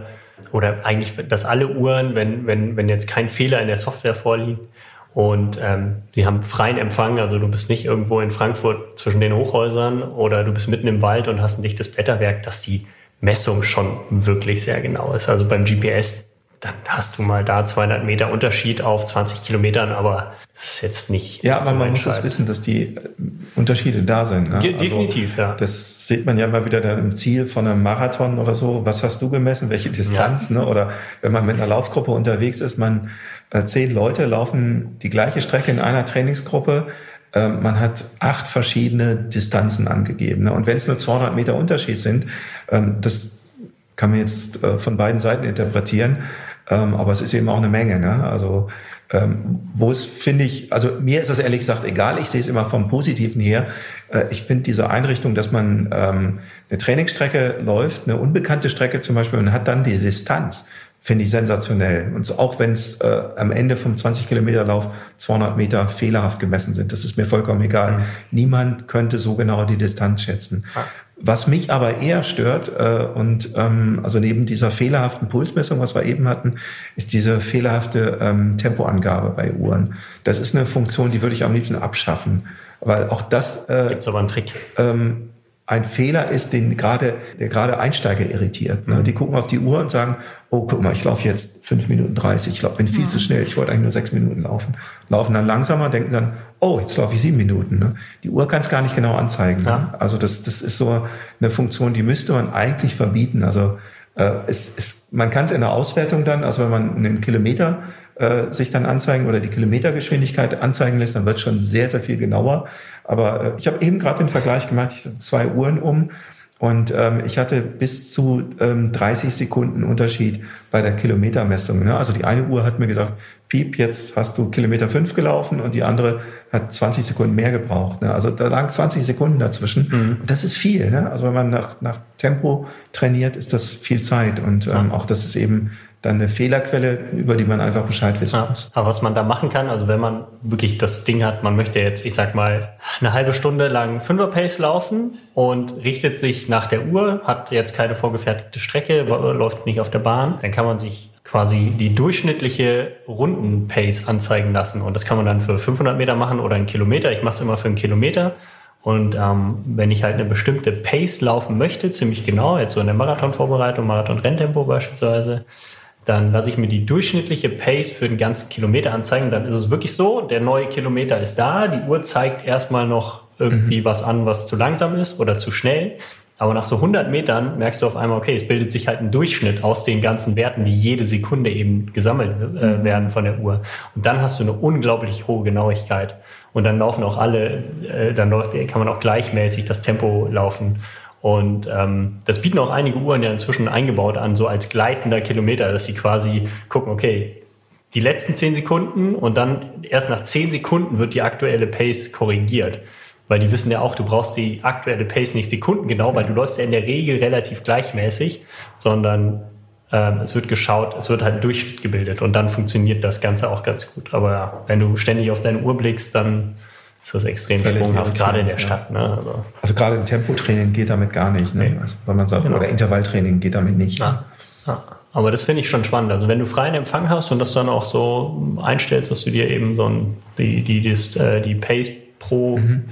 oder eigentlich, dass alle Uhren, wenn, wenn, wenn jetzt kein Fehler in der Software vorliegt und ähm, sie haben freien Empfang, also du bist nicht irgendwo in Frankfurt zwischen den Hochhäusern oder du bist mitten im Wald und hast ein dichtes Blätterwerk, dass die Messung schon wirklich sehr genau ist. Also beim G P S, dann hast du mal da zweihundert Meter Unterschied auf zwanzig Kilometern, aber das ist jetzt nicht Ja, aber so man muss es wissen, dass die Unterschiede da sind. Ne? Definitiv, also, ja. Das sieht man ja mal wieder dann im Ziel von einem Marathon oder so. Was hast du gemessen? Welche Distanz? Ja. Ne? Oder wenn man mit einer Laufgruppe unterwegs ist, man äh, zehn Leute laufen die gleiche Strecke in einer Trainingsgruppe. Äh, man hat acht verschiedene Distanzen angegeben. Ne? Und wenn es nur zweihundert Meter Unterschied sind, ähm, das kann man jetzt äh, von beiden Seiten interpretieren. Ähm, aber es ist eben auch eine Menge. Ne? Also ähm, wo es, finde ich, also mir ist das ehrlich gesagt egal. Ich sehe es immer vom Positiven her. Äh, ich finde diese Einrichtung, dass man ähm, eine Trainingsstrecke läuft, eine unbekannte Strecke zum Beispiel, und hat dann die Distanz, finde ich sensationell. Und so, auch wenn es äh, am Ende vom zwanzig Kilometer Lauf zweihundert Meter fehlerhaft gemessen sind, das ist mir vollkommen egal. Mhm. Niemand könnte so genau die Distanz schätzen. Ja. Was mich aber eher stört, äh, und ähm, also neben dieser fehlerhaften Pulsmessung, was wir eben hatten, ist diese fehlerhafte ähm, Tempoangabe bei Uhren. Das ist eine Funktion, die würde ich am liebsten abschaffen, weil auch das äh, gibt's aber einen Trick. Ähm, ein Fehler ist, den gerade, der gerade Einsteiger irritiert. Ne? Die gucken auf die Uhr und sagen, oh, guck mal, ich laufe jetzt fünf Minuten dreißig, ich glaub, bin viel ja. zu schnell, ich wollte eigentlich nur sechs Minuten laufen. Laufen dann langsamer, denken dann, oh, jetzt laufe ich sieben Minuten. Ne? Die Uhr kann es gar nicht genau anzeigen. Ja. Ne? Also das, das ist so eine Funktion, die müsste man eigentlich verbieten. Also äh, es, es, man kann es in der Auswertung dann, also wenn man einen Kilometer äh, sich dann anzeigen oder die Kilometergeschwindigkeit anzeigen lässt, dann wird es schon sehr, sehr viel genauer. Aber äh, ich habe eben gerade den Vergleich gemacht, ich habe zwei Uhren um und ähm, ich hatte bis zu ähm, dreißig Sekunden Unterschied bei der Kilometermessung. Ne? Also die eine Uhr hat mir gesagt, piep, jetzt hast du Kilometer fünf gelaufen, und die andere hat zwanzig Sekunden mehr gebraucht. Ne? Also da lagen zwanzig Sekunden dazwischen. Mhm. Und das ist viel. Ne? Also wenn man nach, nach Tempo trainiert, ist das viel Zeit. Und ähm, auch das ist eben dann eine Fehlerquelle, über die man einfach Bescheid wissen ja, muss. Aber was man da machen kann, also wenn man wirklich das Ding hat, man möchte jetzt, ich sag mal, eine halbe Stunde lang Fünfer-Pace laufen und richtet sich nach der Uhr, hat jetzt keine vorgefertigte Strecke, läuft nicht auf der Bahn, dann kann man sich quasi die durchschnittliche Runden-Pace anzeigen lassen. Und das kann man dann für fünfhundert Meter machen oder einen Kilometer. Ich mache es immer für einen Kilometer. Und ähm, wenn ich halt eine bestimmte Pace laufen möchte, ziemlich genau, jetzt so in der Marathonvorbereitung, Marathon-Renntempo beispielsweise, dann lasse ich mir die durchschnittliche Pace für den ganzen Kilometer anzeigen. Dann ist es wirklich so, der neue Kilometer ist da, die Uhr zeigt erstmal noch irgendwie mhm. was an, was zu langsam ist oder zu schnell. Aber nach so hundert Metern merkst du auf einmal, okay, es bildet sich halt ein Durchschnitt aus den ganzen Werten, die jede Sekunde eben gesammelt äh, werden von der Uhr. Und dann hast du eine unglaublich hohe Genauigkeit. Und dann laufen auch alle, äh, dann läuft, kann man auch gleichmäßig das Tempo laufen. Und ähm, das bieten auch einige Uhren ja inzwischen eingebaut an, so als gleitender Kilometer, dass sie quasi gucken, okay, die letzten zehn Sekunden und dann erst nach zehn Sekunden wird die aktuelle Pace korrigiert. Weil die wissen ja auch, du brauchst die aktuelle Pace nicht sekundengenau, weil du läufst ja in der Regel relativ gleichmäßig, sondern ähm, es wird geschaut, es wird halt ein Durchschnitt gebildet und dann funktioniert das Ganze auch ganz gut. Aber ja, wenn du ständig auf deine Uhr blickst, dann ist das extrem Völlig sprunghaft, gerade in der Stadt. Ja. Ne? Also, also gerade im Tempotraining geht damit gar nicht, ne? Nee. Also, weil man sagt, genau. Oder Intervalltraining geht damit nicht. Ja. Ja. Aber das finde ich schon spannend. Also wenn du freien Empfang hast und das dann auch so einstellst, dass du dir eben so ein, die, die, die, die Pace pro mhm.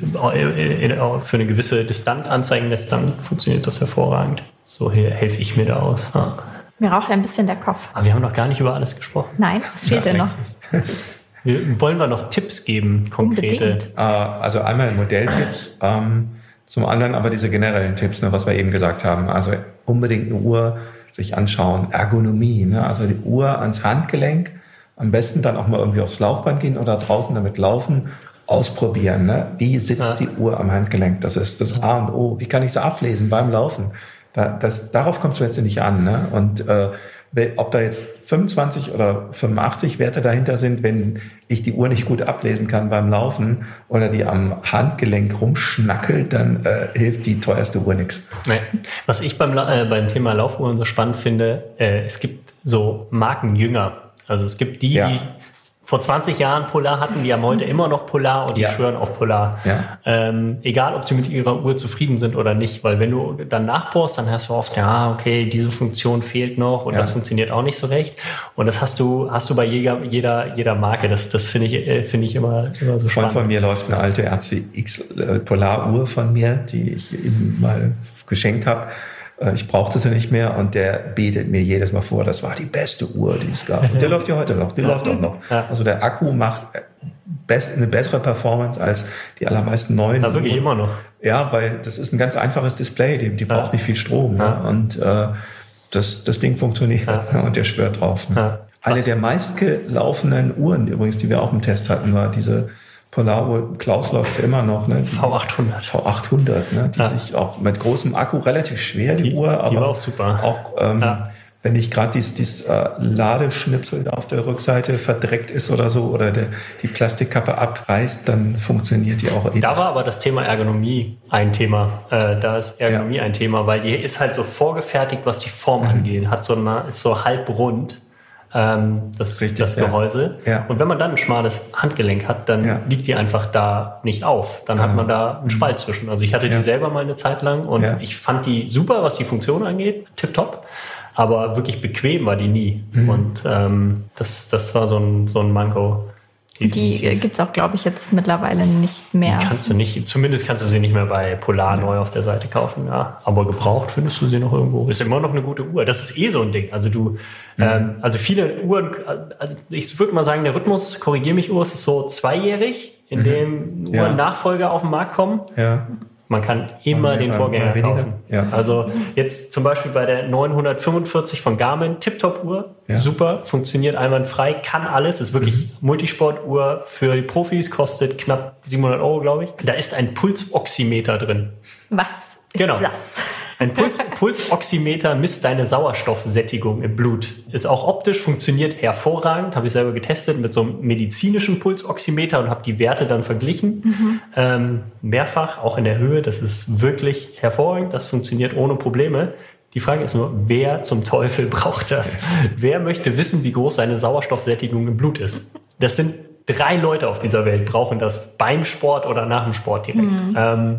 für eine gewisse Distanz anzeigen lässt, dann funktioniert das hervorragend. So helfe ich mir da aus. Ja. Mir raucht ein bisschen der Kopf. Aber wir haben noch gar nicht über alles gesprochen. Nein, es fehlt ja noch. Wir, wollen wir noch Tipps geben, konkrete? Unbedingt. Also einmal Modelltipps, ähm, zum anderen aber diese generellen Tipps, ne, was wir eben gesagt haben. Also unbedingt eine Uhr sich anschauen, Ergonomie, ne? Also die Uhr ans Handgelenk, am besten dann auch mal irgendwie aufs Laufband gehen oder draußen damit laufen, ausprobieren. Ne? Wie sitzt ja. die Uhr am Handgelenk? Das ist das A und O. Wie kann ich sie ablesen beim Laufen? Da, das, darauf kommt es letztendlich an. Ne? Und äh, ob da jetzt fünfundzwanzig oder fünfundachtzig Werte dahinter sind, wenn ich die Uhr nicht gut ablesen kann beim Laufen oder die am Handgelenk rumschnackelt, dann äh, hilft die teuerste Uhr nichts. Nee. Was ich beim, äh, beim Thema Laufuhren so spannend finde, äh, es gibt so Markenjünger. Also es gibt die, ja. die vor zwanzig Jahren Polar hatten, die haben heute immer noch Polar und die Ja. schwören auf Polar. Ja. Ähm, egal, ob sie mit ihrer Uhr zufrieden sind oder nicht, weil wenn du dann nachbohrst, dann hast du oft, ja, okay, diese Funktion fehlt noch und Ja. das funktioniert auch nicht so recht. Und das hast du, hast du bei jeder, jeder, jeder Marke. Das, das finde ich, äh, finde ich immer, immer so Ein Freund spannend. von mir läuft eine alte R C X äh, Polaruhr von mir, die ich ihm mal geschenkt habe. Äh, ich brauchte sie nicht mehr und der betet mir jedes Mal vor, das war die beste Uhr, die es gab. Und der läuft ja heute noch, die läuft auch noch. Ja. Also der Akku macht best, eine bessere Performance als die allermeisten neuen. Ja, wirklich Uhren. immer noch. Ja, weil das ist ein ganz einfaches Display, die, die braucht Ja. nicht viel Strom. Ja. Ne? Und äh, das, das Ding funktioniert Ja. ne? Und der schwört drauf. Ne? Ja. Eine Was- der meistgelaufenen Uhren übrigens, die wir auch im Test hatten, war diese Polaruhr. Klaus läuft ja immer noch. Ne? Die V achthundert. V achthundert, ne? die Ja. sich auch mit großem Akku, relativ schwer, die, Die- Uhr, aber die war auch super. Auch, ähm, Ja. wenn nicht gerade dieses, dieses äh, Ladeschnipsel da auf der Rückseite verdreckt ist oder so oder der, die Plastikkappe abreißt, dann funktioniert die auch. Da war aber das Thema Ergonomie ein Thema. Äh, da ist Ergonomie ein Thema, weil die ist halt so vorgefertigt, was die Form Mhm. angeht. Hat so eine, ist so halb rund, ähm, das, Richtig, das ja. Gehäuse. Ja. Und wenn man dann ein schmales Handgelenk hat, dann Ja. liegt die einfach da nicht auf. Dann hat Genau. man da einen Spalt zwischen. Also ich hatte Ja. die selber mal eine Zeit lang und Ja. ich fand die super, was die Funktion angeht, tipptopp. Aber wirklich bequem war die nie. Mhm. Und ähm, das, das war so ein, so ein Manko. Die äh, gibt es auch, glaube ich, jetzt mittlerweile nicht mehr. Die kannst du nicht, zumindest kannst du sie nicht mehr bei Polar neu auf der Seite kaufen, ja. Aber gebraucht findest du sie noch irgendwo. Ist immer noch eine gute Uhr. Das ist eh so ein Ding. Also du, ähm, also viele Uhren, also ich würde mal sagen, der Rhythmus, korrigiere mich, Urs, ist so zweijährig, in dem Ja. Uhren Nachfolger auf den Markt kommen. Ja. Man kann immer Mal den mehr, Vorgänger mal weniger. kaufen. Ja. Also jetzt zum Beispiel bei der neunhundertfünfundvierzig von Garmin, Tip-Top-Uhr, Ja. super, funktioniert einwandfrei, kann alles, ist wirklich Multisport-Uhr für die Profis, kostet knapp siebenhundert Euro, glaube ich. Da ist ein Pulsoximeter drin. Was ist Genau. das? Ein Puls, Pulsoximeter misst deine Sauerstoffsättigung im Blut. Ist auch optisch, funktioniert hervorragend. Habe ich selber getestet mit so einem medizinischen Pulsoximeter und habe die Werte dann verglichen. Ähm, mehrfach, auch in der Höhe. Das ist wirklich hervorragend. Das funktioniert ohne Probleme. Die Frage ist nur, wer zum Teufel braucht das? Wer möchte wissen, wie groß seine Sauerstoffsättigung im Blut ist? Das sind drei Leute auf dieser Welt, brauchen das beim Sport oder nach dem Sport direkt. Ähm,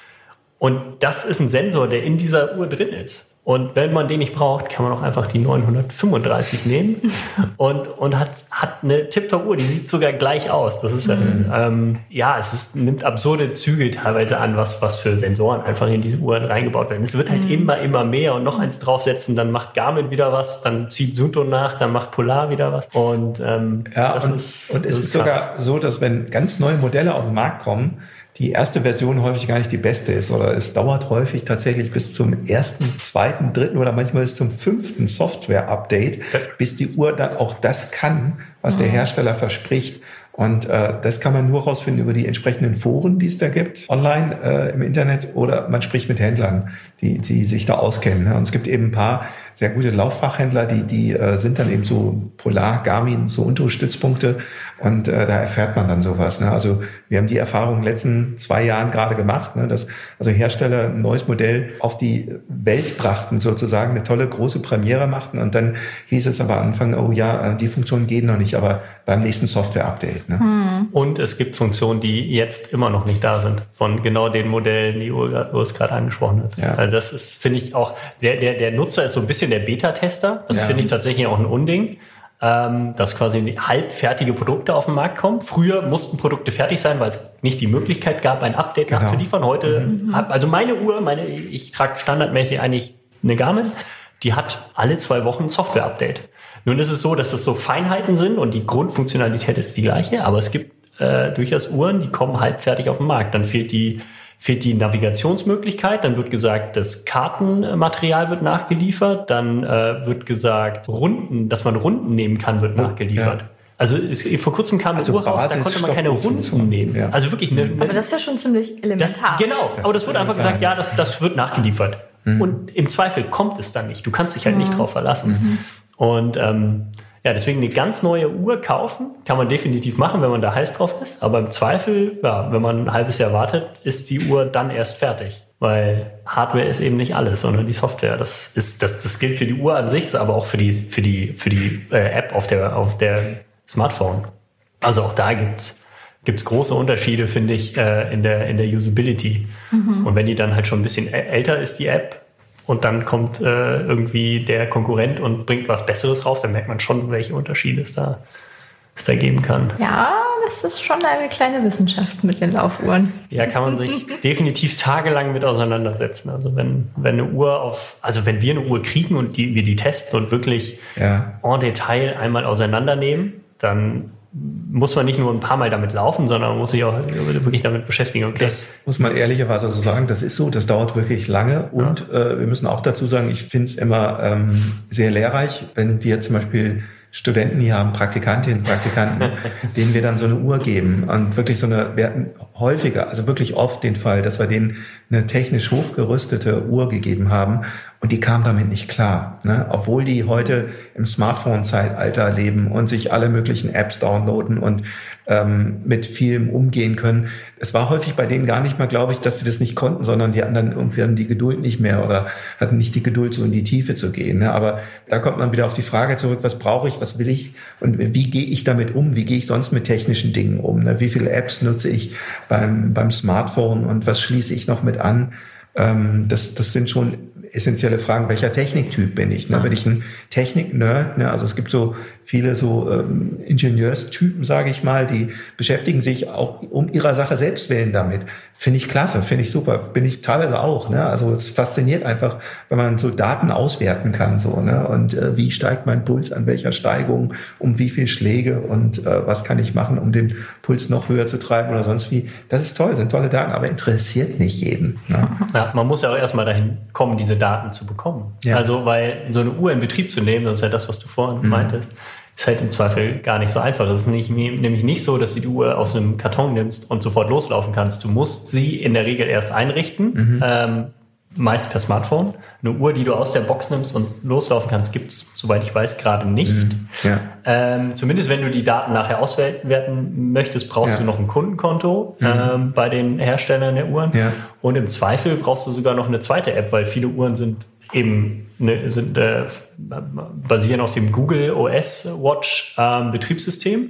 Und das ist ein Sensor, der in dieser Uhr drin ist. Und wenn man den nicht braucht, kann man auch einfach die neunhundertfünfunddreißig nehmen und, und hat, hat eine Tip-Top-Uhr, die sieht sogar gleich aus. Das ist, mhm. ähm, ja, es ist, nimmt absurde Züge teilweise an, was, was für Sensoren einfach in diese Uhren reingebaut werden. Es wird halt mhm. immer, immer mehr und noch eins draufsetzen, dann macht Garmin wieder was, dann zieht Suunto nach, dann macht Polar wieder was. Und, ähm, ja, das und, ist, und es das ist, ist sogar so, dass wenn ganz neue Modelle auf den Markt kommen, die erste Version häufig gar nicht die beste ist oder es dauert häufig tatsächlich bis zum ersten, zweiten, dritten oder manchmal bis zum fünften Software-Update, bis die Uhr dann auch das kann, was der Hersteller verspricht. Und äh, das kann man nur rausfinden über die entsprechenden Foren, die es da gibt, online äh, im Internet, oder man spricht mit Händlern, die, die sich da auskennen. Ne? Und es gibt eben ein paar sehr gute Lauffachhändler, die, die äh, sind dann eben so Polar, Garmin, so Unterstützpunkte, und äh, da erfährt man dann sowas. Ne? Also wir haben die Erfahrung in den letzten zwei Jahren gerade gemacht, ne? Dass also Hersteller ein neues Modell auf die Welt brachten, sozusagen eine tolle große Premiere machten, und dann hieß es aber am Anfang, oh ja, die Funktionen gehen noch nicht, aber beim nächsten Software-Update. Ne? Hm. Und es gibt Funktionen, die jetzt immer noch nicht da sind, von genau den Modellen, die Urs gerade angesprochen hat. Ja. Also das ist, finde ich auch, der, der, der Nutzer ist so ein bisschen der Beta-Tester. Das Ja. finde ich tatsächlich auch ein Unding, ähm, dass quasi halbfertige Produkte auf den Markt kommen. Früher mussten Produkte fertig sein, weil es nicht die Möglichkeit gab, ein Update Genau. nachzuliefern. Heute, mhm. hab, also meine Uhr, meine, ich trage standardmäßig eigentlich eine Garmin, die hat alle zwei Wochen ein Software-Update. Nun ist es so, dass es so Feinheiten sind und die Grundfunktionalität ist die gleiche, aber es gibt äh, durchaus Uhren, die kommen halbfertig auf den Markt. Dann fehlt die, fehlt die Navigationsmöglichkeit, dann wird gesagt, das Kartenmaterial wird nachgeliefert, dann äh, wird gesagt, Runden, dass man Runden nehmen kann, wird nachgeliefert. Ja. Also es, vor kurzem kam eine Also Uhr raus, da konnte man keine Runden nehmen. Ja. Also wirklich eine, eine, Aber das ist ja schon ziemlich elementar. das, genau, Das aber das ist wird einfach elementar. gesagt, ja, das, das wird nachgeliefert. Mhm. Und im Zweifel kommt es dann nicht. Du kannst dich halt mhm. nicht drauf verlassen. Mhm. Und ähm, ja, deswegen eine ganz neue Uhr kaufen, kann man definitiv machen, wenn man da heiß drauf ist. Aber im Zweifel, ja, wenn man ein halbes Jahr wartet, ist die Uhr dann erst fertig. Weil Hardware ist eben nicht alles, sondern die Software. Das ist, das, das gilt für die Uhr an sich, aber auch für die, für die, für die äh, App auf der, auf der Smartphone. Also auch da gibt's gibt's große Unterschiede, finde ich, äh, in der in der Usability. Mhm. Und wenn die dann halt schon ein bisschen älter ist, die App, und dann kommt äh, irgendwie der Konkurrent und bringt was Besseres raus, dann merkt man schon, welche Unterschiede es da, es da geben kann. Ja, das ist schon eine kleine Wissenschaft mit den Laufuhren. Ja, kann man sich definitiv tagelang mit auseinandersetzen. Also wenn, wenn eine Uhr auf, also wenn wir eine Uhr kriegen und die, wir die testen und wirklich ja. en Detail einmal auseinandernehmen, dann muss man nicht nur ein paar Mal damit laufen, sondern man muss sich auch wirklich damit beschäftigen. Okay. Das muss man ehrlicherweise so sagen, das ist so, das dauert wirklich lange und ja. äh, wir müssen auch dazu sagen, ich finde es immer ähm, sehr lehrreich, wenn wir zum Beispiel Studenten hier haben, Praktikantinnen, Praktikanten, denen wir dann so eine Uhr geben und wirklich so eine, wir hatten häufiger, also wirklich oft den Fall, dass wir denen eine technisch hochgerüstete Uhr gegeben haben und die kamen damit nicht klar, ne? Obwohl die heute im Smartphone-Zeitalter leben und sich alle möglichen Apps downloaden und ähm, mit vielem umgehen können. Es war häufig bei denen gar nicht mal, glaube ich, dass sie das nicht konnten, sondern die anderen irgendwie hatten die Geduld nicht mehr oder hatten nicht die Geduld, so in die Tiefe zu gehen. Ne? Aber da kommt man wieder auf die Frage zurück, was brauche ich, was will ich und wie gehe ich damit um, wie gehe ich sonst mit technischen Dingen um? Ne? Wie viele Apps nutze ich beim, beim Smartphone und was schließe ich noch mit an? Ähm, das, das sind schon essentielle Fragen, welcher Techniktyp bin ich? Ne? Bin ich ein Technik-Nerd? Ne? Also es gibt so viele so ähm, Ingenieurstypen, sage ich mal, die beschäftigen sich auch um ihrer Sache selbst willen damit. Finde ich klasse, finde ich super, bin ich teilweise auch. Ne? Also es fasziniert einfach, wenn man so Daten auswerten kann. So, ne? Und äh, wie steigt mein Puls, an welcher Steigung, um wie viel Schläge und äh, was kann ich machen, um den Puls noch höher zu treiben oder sonst wie. Das ist toll, sind tolle Daten, aber interessiert nicht jeden. Ne? Ja, man muss ja auch erstmal dahin kommen, diese Daten zu bekommen. Ja. Also, weil so eine Uhr in Betrieb zu nehmen, das ist ja das, was du vorhin mhm. meintest, ist halt im Zweifel gar nicht so einfach. Es ist nicht, nämlich nicht so, dass du die Uhr aus einem Karton nimmst und sofort loslaufen kannst. Du musst sie in der Regel erst einrichten, mhm. ähm, meist per Smartphone. Eine Uhr, die du aus der Box nimmst und loslaufen kannst, gibt es, soweit ich weiß, gerade nicht. Mhm. Ja. Ähm, zumindest wenn du die Daten nachher auswerten möchtest, brauchst ja. du noch ein Kundenkonto mhm. ähm, bei den Herstellern der Uhren. Ja. Und im Zweifel brauchst du sogar noch eine zweite App, weil viele Uhren sind eben ne, sind, äh, basieren auf dem Google O S Watch ähm, Betriebssystem.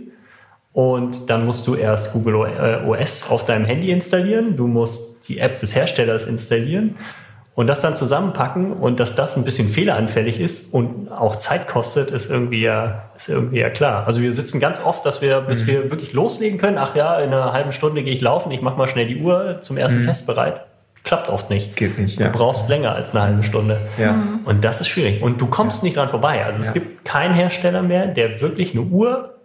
Und dann musst du erst Google O S auf deinem Handy installieren. Du musst die App des Herstellers installieren und das dann zusammenpacken. Und dass das ein bisschen fehleranfällig ist und auch Zeit kostet, ist irgendwie ja, ist irgendwie ja klar. Also wir sitzen ganz oft, dass wir, bis mhm. wir wirklich loslegen können. Ach ja, in einer halben Stunde gehe ich laufen. Ich mache mal schnell die Uhr zum ersten mhm. Test bereit. Klappt oft nicht. Geht nicht, ja. Du brauchst länger als eine halbe Stunde. Ja. Und das ist schwierig. Und du kommst ja. nicht dran vorbei. Also es ja. gibt keinen Hersteller mehr, der wirklich eine Uhr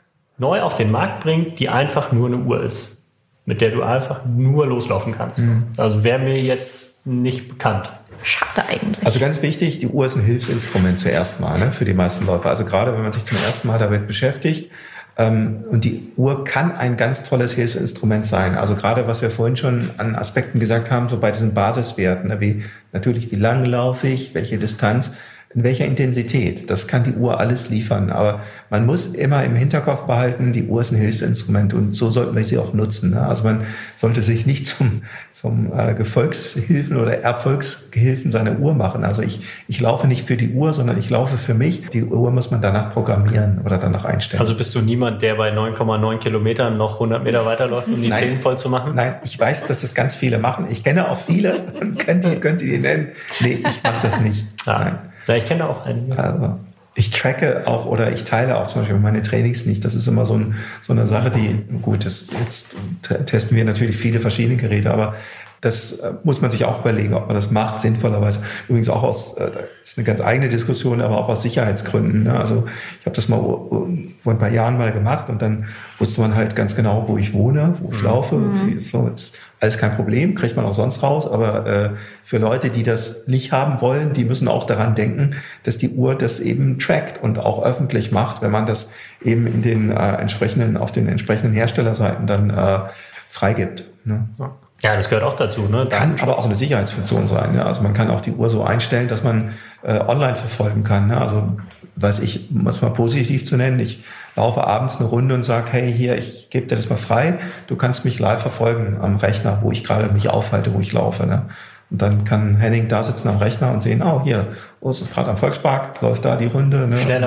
neu auf den Markt bringt, die einfach nur eine Uhr ist, mit der du einfach nur loslaufen kannst. Mhm. Also wäre mir jetzt nicht bekannt. Schade eigentlich. Also ganz wichtig, die Uhr ist ein Hilfsinstrument zuerst mal, ne, für die meisten Läufer. Also gerade wenn man sich zum ersten Mal damit beschäftigt, ähm, und die Uhr kann ein ganz tolles Hilfsinstrument sein. Also gerade, was wir vorhin schon an Aspekten gesagt haben, so bei diesen Basiswerten, ne, wie natürlich, wie lang laufe ich, welche Distanz, in welcher Intensität. Das kann die Uhr alles liefern. Aber man muss immer im Hinterkopf behalten, die Uhr ist ein Hilfsinstrument und so sollten wir sie auch nutzen. Ne? Also man sollte sich nicht zum, zum äh, Gefolgshilfen oder Erfolgsgehilfen seiner Uhr machen. Also ich, ich laufe nicht für die Uhr, sondern ich laufe für mich. Die Uhr muss man danach programmieren oder danach einstellen. Also bist du niemand, der bei neun Komma neun Kilometern noch hundert Meter weiterläuft, um die Nein. Zehen voll zu machen? Nein, ich weiß, dass das ganz viele machen. Ich kenne auch viele und könnt ihr, könnt ihr die nennen? Nee, ich mache das nicht. Ja. Nein. Ja, ich kenne auch einen. Also, ich tracke auch oder ich teile auch zum Beispiel meine Trainings nicht. Das ist immer so, ein, so eine Sache, die, gut, das, jetzt testen wir natürlich viele verschiedene Geräte, aber das muss man sich auch überlegen, ob man das macht, sinnvollerweise. Übrigens auch aus, das ist eine ganz eigene Diskussion, aber auch aus Sicherheitsgründen. Also ich habe das mal vor ein paar Jahren mal gemacht und dann wusste man halt ganz genau, wo ich wohne, wo ich laufe. Mhm. So, ist alles kein Problem, kriegt man auch sonst raus. Aber äh, für Leute, die das nicht haben wollen, die müssen auch daran denken, dass die Uhr das eben trackt und auch öffentlich macht, wenn man das eben in den äh, entsprechenden, auf den entsprechenden Herstellerseiten dann äh, freigibt. Ne? Ja. Ja, das gehört auch dazu. Ne? Kann aber auch eine Sicherheitsfunktion sein. Ne? Also man kann auch die Uhr so einstellen, dass man äh, online verfolgen kann. Ne? Also weiß ich, um es mal positiv zu nennen, ich laufe abends eine Runde und sage, hey, hier, ich gebe dir das mal frei. Du kannst mich live verfolgen am Rechner, wo ich gerade mich aufhalte, wo ich laufe. Ne? Und dann kann Henning da sitzen am Rechner und sehen, oh, hier, oh, es ist gerade am Volkspark, läuft da die Runde. Ne? Schneller.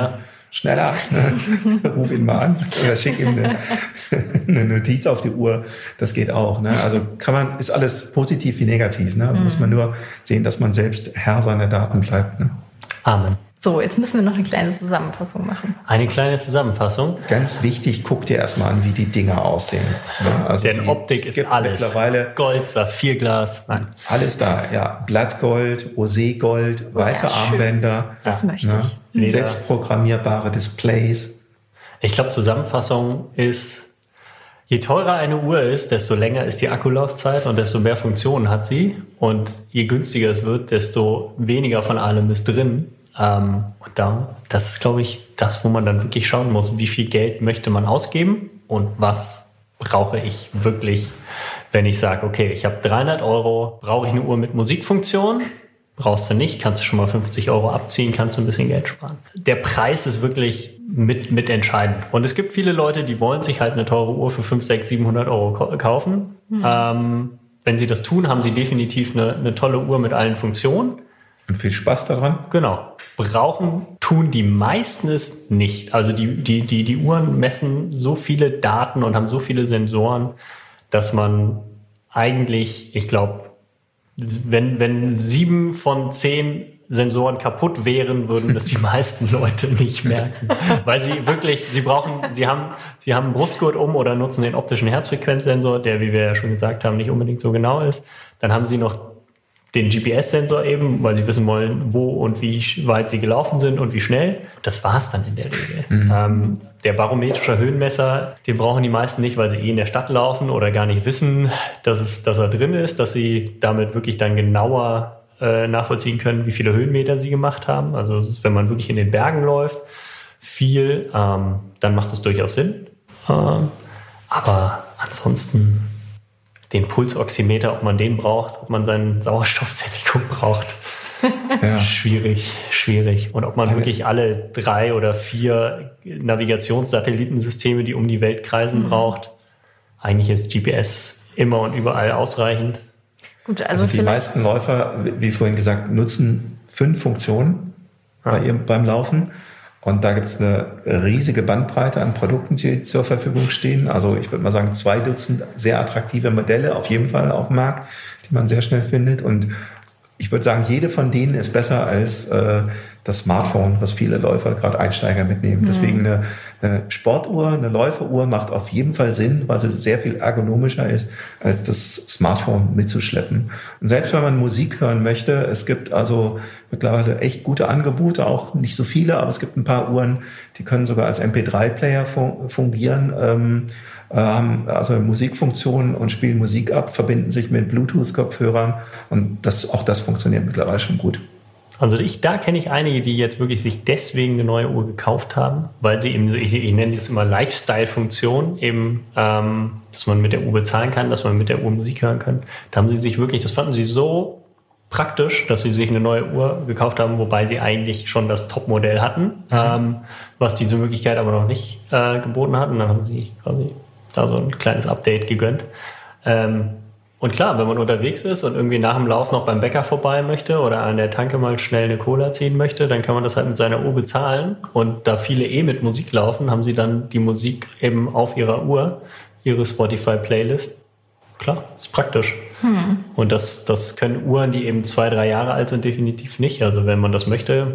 schneller, ne? Ruf ihn mal an oder schick ihm eine, eine Notiz auf die Uhr. Das geht auch. Ne? Also kann man, ist alles positiv wie negativ. Ne? Mhm. Muss man nur sehen, dass man selbst Herr seiner Daten bleibt. Ne? Amen. So, jetzt müssen wir noch eine kleine Zusammenfassung machen. Eine kleine Zusammenfassung. Ganz wichtig, guck dir erstmal an, wie die Dinger aussehen. Ne? Also Denn die, Optik ist alles. Mittlerweile Gold, Saphirglas, nein. Alles da, ja. Blattgold, Roségold, weiße ja, Armbänder. Das möchte ne? ich. Leder. Selbstprogrammierbare Displays. Ich glaube, Zusammenfassung ist, je teurer eine Uhr ist, desto länger ist die Akkulaufzeit und desto mehr Funktionen hat sie. Und je günstiger es wird, desto weniger von allem ist drin. Ähm, und da, das ist, glaube ich, das, wo man dann wirklich schauen muss, wie viel Geld möchte man ausgeben und was brauche ich wirklich, wenn ich sage, okay, ich habe dreihundert Euro, brauche ich eine Uhr mit Musikfunktion? Brauchst du nicht, kannst du schon mal fünfzig Euro abziehen, kannst du ein bisschen Geld sparen. Der Preis ist wirklich mit, mit entscheidend. Und es gibt viele Leute, die wollen sich halt eine teure Uhr für fünfhundert, sechshundert, siebenhundert Euro kaufen. Mhm. Ähm, wenn sie das tun, haben sie definitiv eine, eine tolle Uhr mit allen Funktionen. Und viel Spaß daran. Genau. Brauchen tun die meisten es nicht. Also die, die, die, die Uhren messen so viele Daten und haben so viele Sensoren, dass man eigentlich, ich glaube, wenn, wenn sieben von zehn Sensoren kaputt wären, würden das die meisten Leute nicht merken. Weil sie wirklich, sie brauchen, sie haben, sie haben einen Brustgurt um oder nutzen den optischen Herzfrequenzsensor, der, wie wir ja schon gesagt haben, nicht unbedingt so genau ist. Dann haben sie noch den G P S-Sensor eben, weil sie wissen wollen, wo und wie weit sie gelaufen sind und wie schnell. Das war es dann in der Regel. Mhm. Ähm, der barometrische Höhenmesser, den brauchen die meisten nicht, weil sie eh in der Stadt laufen oder gar nicht wissen, dass, es, dass er drin ist, dass sie damit wirklich dann genauer äh, nachvollziehen können, wie viele Höhenmeter sie gemacht haben. Also es ist, wenn man wirklich in den Bergen läuft, viel, ähm, dann macht es durchaus Sinn. Ähm, aber ansonsten den Pulsoximeter, ob man den braucht, ob man seine Sauerstoffsättigung braucht. Ja. Schwierig, schwierig. Und ob man wirklich alle drei oder vier Navigationssatellitensysteme, die um die Welt kreisen, mhm. braucht. Eigentlich ist G P S immer und überall ausreichend. Gut, also, also die meisten Läufer, wie vorhin gesagt, nutzen fünf Funktionen ja. bei ihrem, beim Laufen. Und da gibt es eine riesige Bandbreite an Produkten, die zur Verfügung stehen. Also ich würde mal sagen, zwei Dutzend sehr attraktive Modelle auf jeden Fall auf dem Markt, die man sehr schnell findet. Und ich würde sagen, jede von denen ist besser als äh, das Smartphone, was viele Läufer, gerade Einsteiger, mitnehmen. Mhm. Deswegen eine, eine Sportuhr, eine Läuferuhr macht auf jeden Fall Sinn, weil sie sehr viel ergonomischer ist, als das Smartphone mitzuschleppen. Und selbst wenn man Musik hören möchte, es gibt also mittlerweile echt gute Angebote, auch nicht so viele, aber es gibt ein paar Uhren, die können sogar als M P drei Player fungieren, ähm, haben also Musikfunktionen und spielen Musik ab, verbinden sich mit Bluetooth-Kopfhörern und das, auch das funktioniert mittlerweile schon gut. Also ich, da kenne ich einige, die jetzt wirklich sich deswegen eine neue Uhr gekauft haben, weil sie eben, ich, ich nenne das immer Lifestyle-Funktion, eben, ähm, dass man mit der Uhr bezahlen kann, dass man mit der Uhr Musik hören kann. Da haben sie sich wirklich, das fanden sie so praktisch, dass sie sich eine neue Uhr gekauft haben, wobei sie eigentlich schon das Top-Modell hatten, mhm. ähm, was diese Möglichkeit aber noch nicht äh, geboten hat. Und dann haben sie quasi da so ein kleines Update gegönnt. Ähm, und klar, wenn man unterwegs ist und irgendwie nach dem Lauf noch beim Bäcker vorbei möchte oder an der Tanke mal schnell eine Cola ziehen möchte, dann kann man das halt mit seiner Uhr bezahlen. Und da viele eh mit Musik laufen, haben sie dann die Musik eben auf ihrer Uhr, ihre Spotify-Playlist. Klar, ist praktisch. Hm. Und das, das können Uhren, die eben zwei, drei Jahre alt sind, definitiv nicht. Also wenn man das möchte,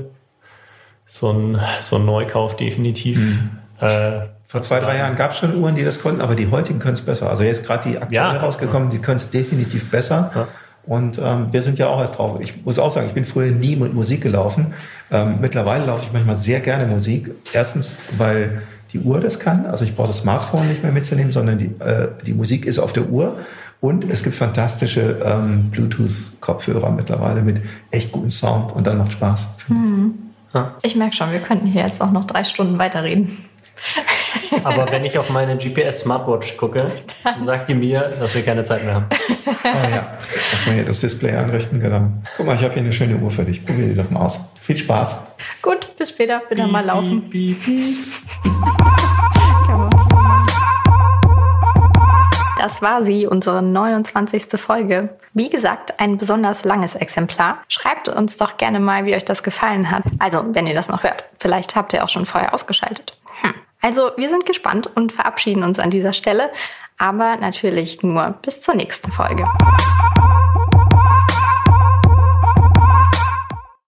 so ein, so ein Neukauf definitiv. Hm. Äh, Vor zwei, drei Jahren gab es schon Uhren, die das konnten, aber die heutigen können es besser. Also jetzt gerade die aktuell ja, rausgekommen, ja. die können es definitiv besser. Ja. Und ähm, wir sind ja auch erst drauf. Ich muss auch sagen, ich bin früher nie mit Musik gelaufen. Ähm, mittlerweile laufe ich manchmal sehr gerne Musik. Erstens, weil die Uhr das kann. Also ich brauche das Smartphone nicht mehr mitzunehmen, sondern die, äh, die Musik ist auf der Uhr. Und es gibt fantastische ähm, Bluetooth-Kopfhörer mittlerweile mit echt gutem Sound und dann macht Spaß. Hm. Ja. Ich merke schon, wir könnten hier jetzt auch noch drei Stunden weiterreden. Aber wenn ich auf meine G P S-Smartwatch gucke, sagt die mir, dass wir keine Zeit mehr haben. Ah ja, lass mal hier das Display einrichten, genau. Guck mal, ich habe hier eine schöne Uhr für dich. Probier die doch mal aus. Viel Spaß. Gut, bis später. Bitte piep, mal laufen. Piep, piep, piep. Das das war sie, unsere neunundzwanzigste Folge. Wie gesagt, ein besonders langes Exemplar. Schreibt uns doch gerne mal, wie euch das gefallen hat. Also, wenn ihr das noch hört. Vielleicht habt ihr auch schon vorher ausgeschaltet. Hm. Also, wir sind gespannt und verabschieden uns an dieser Stelle. Aber natürlich nur bis zur nächsten Folge.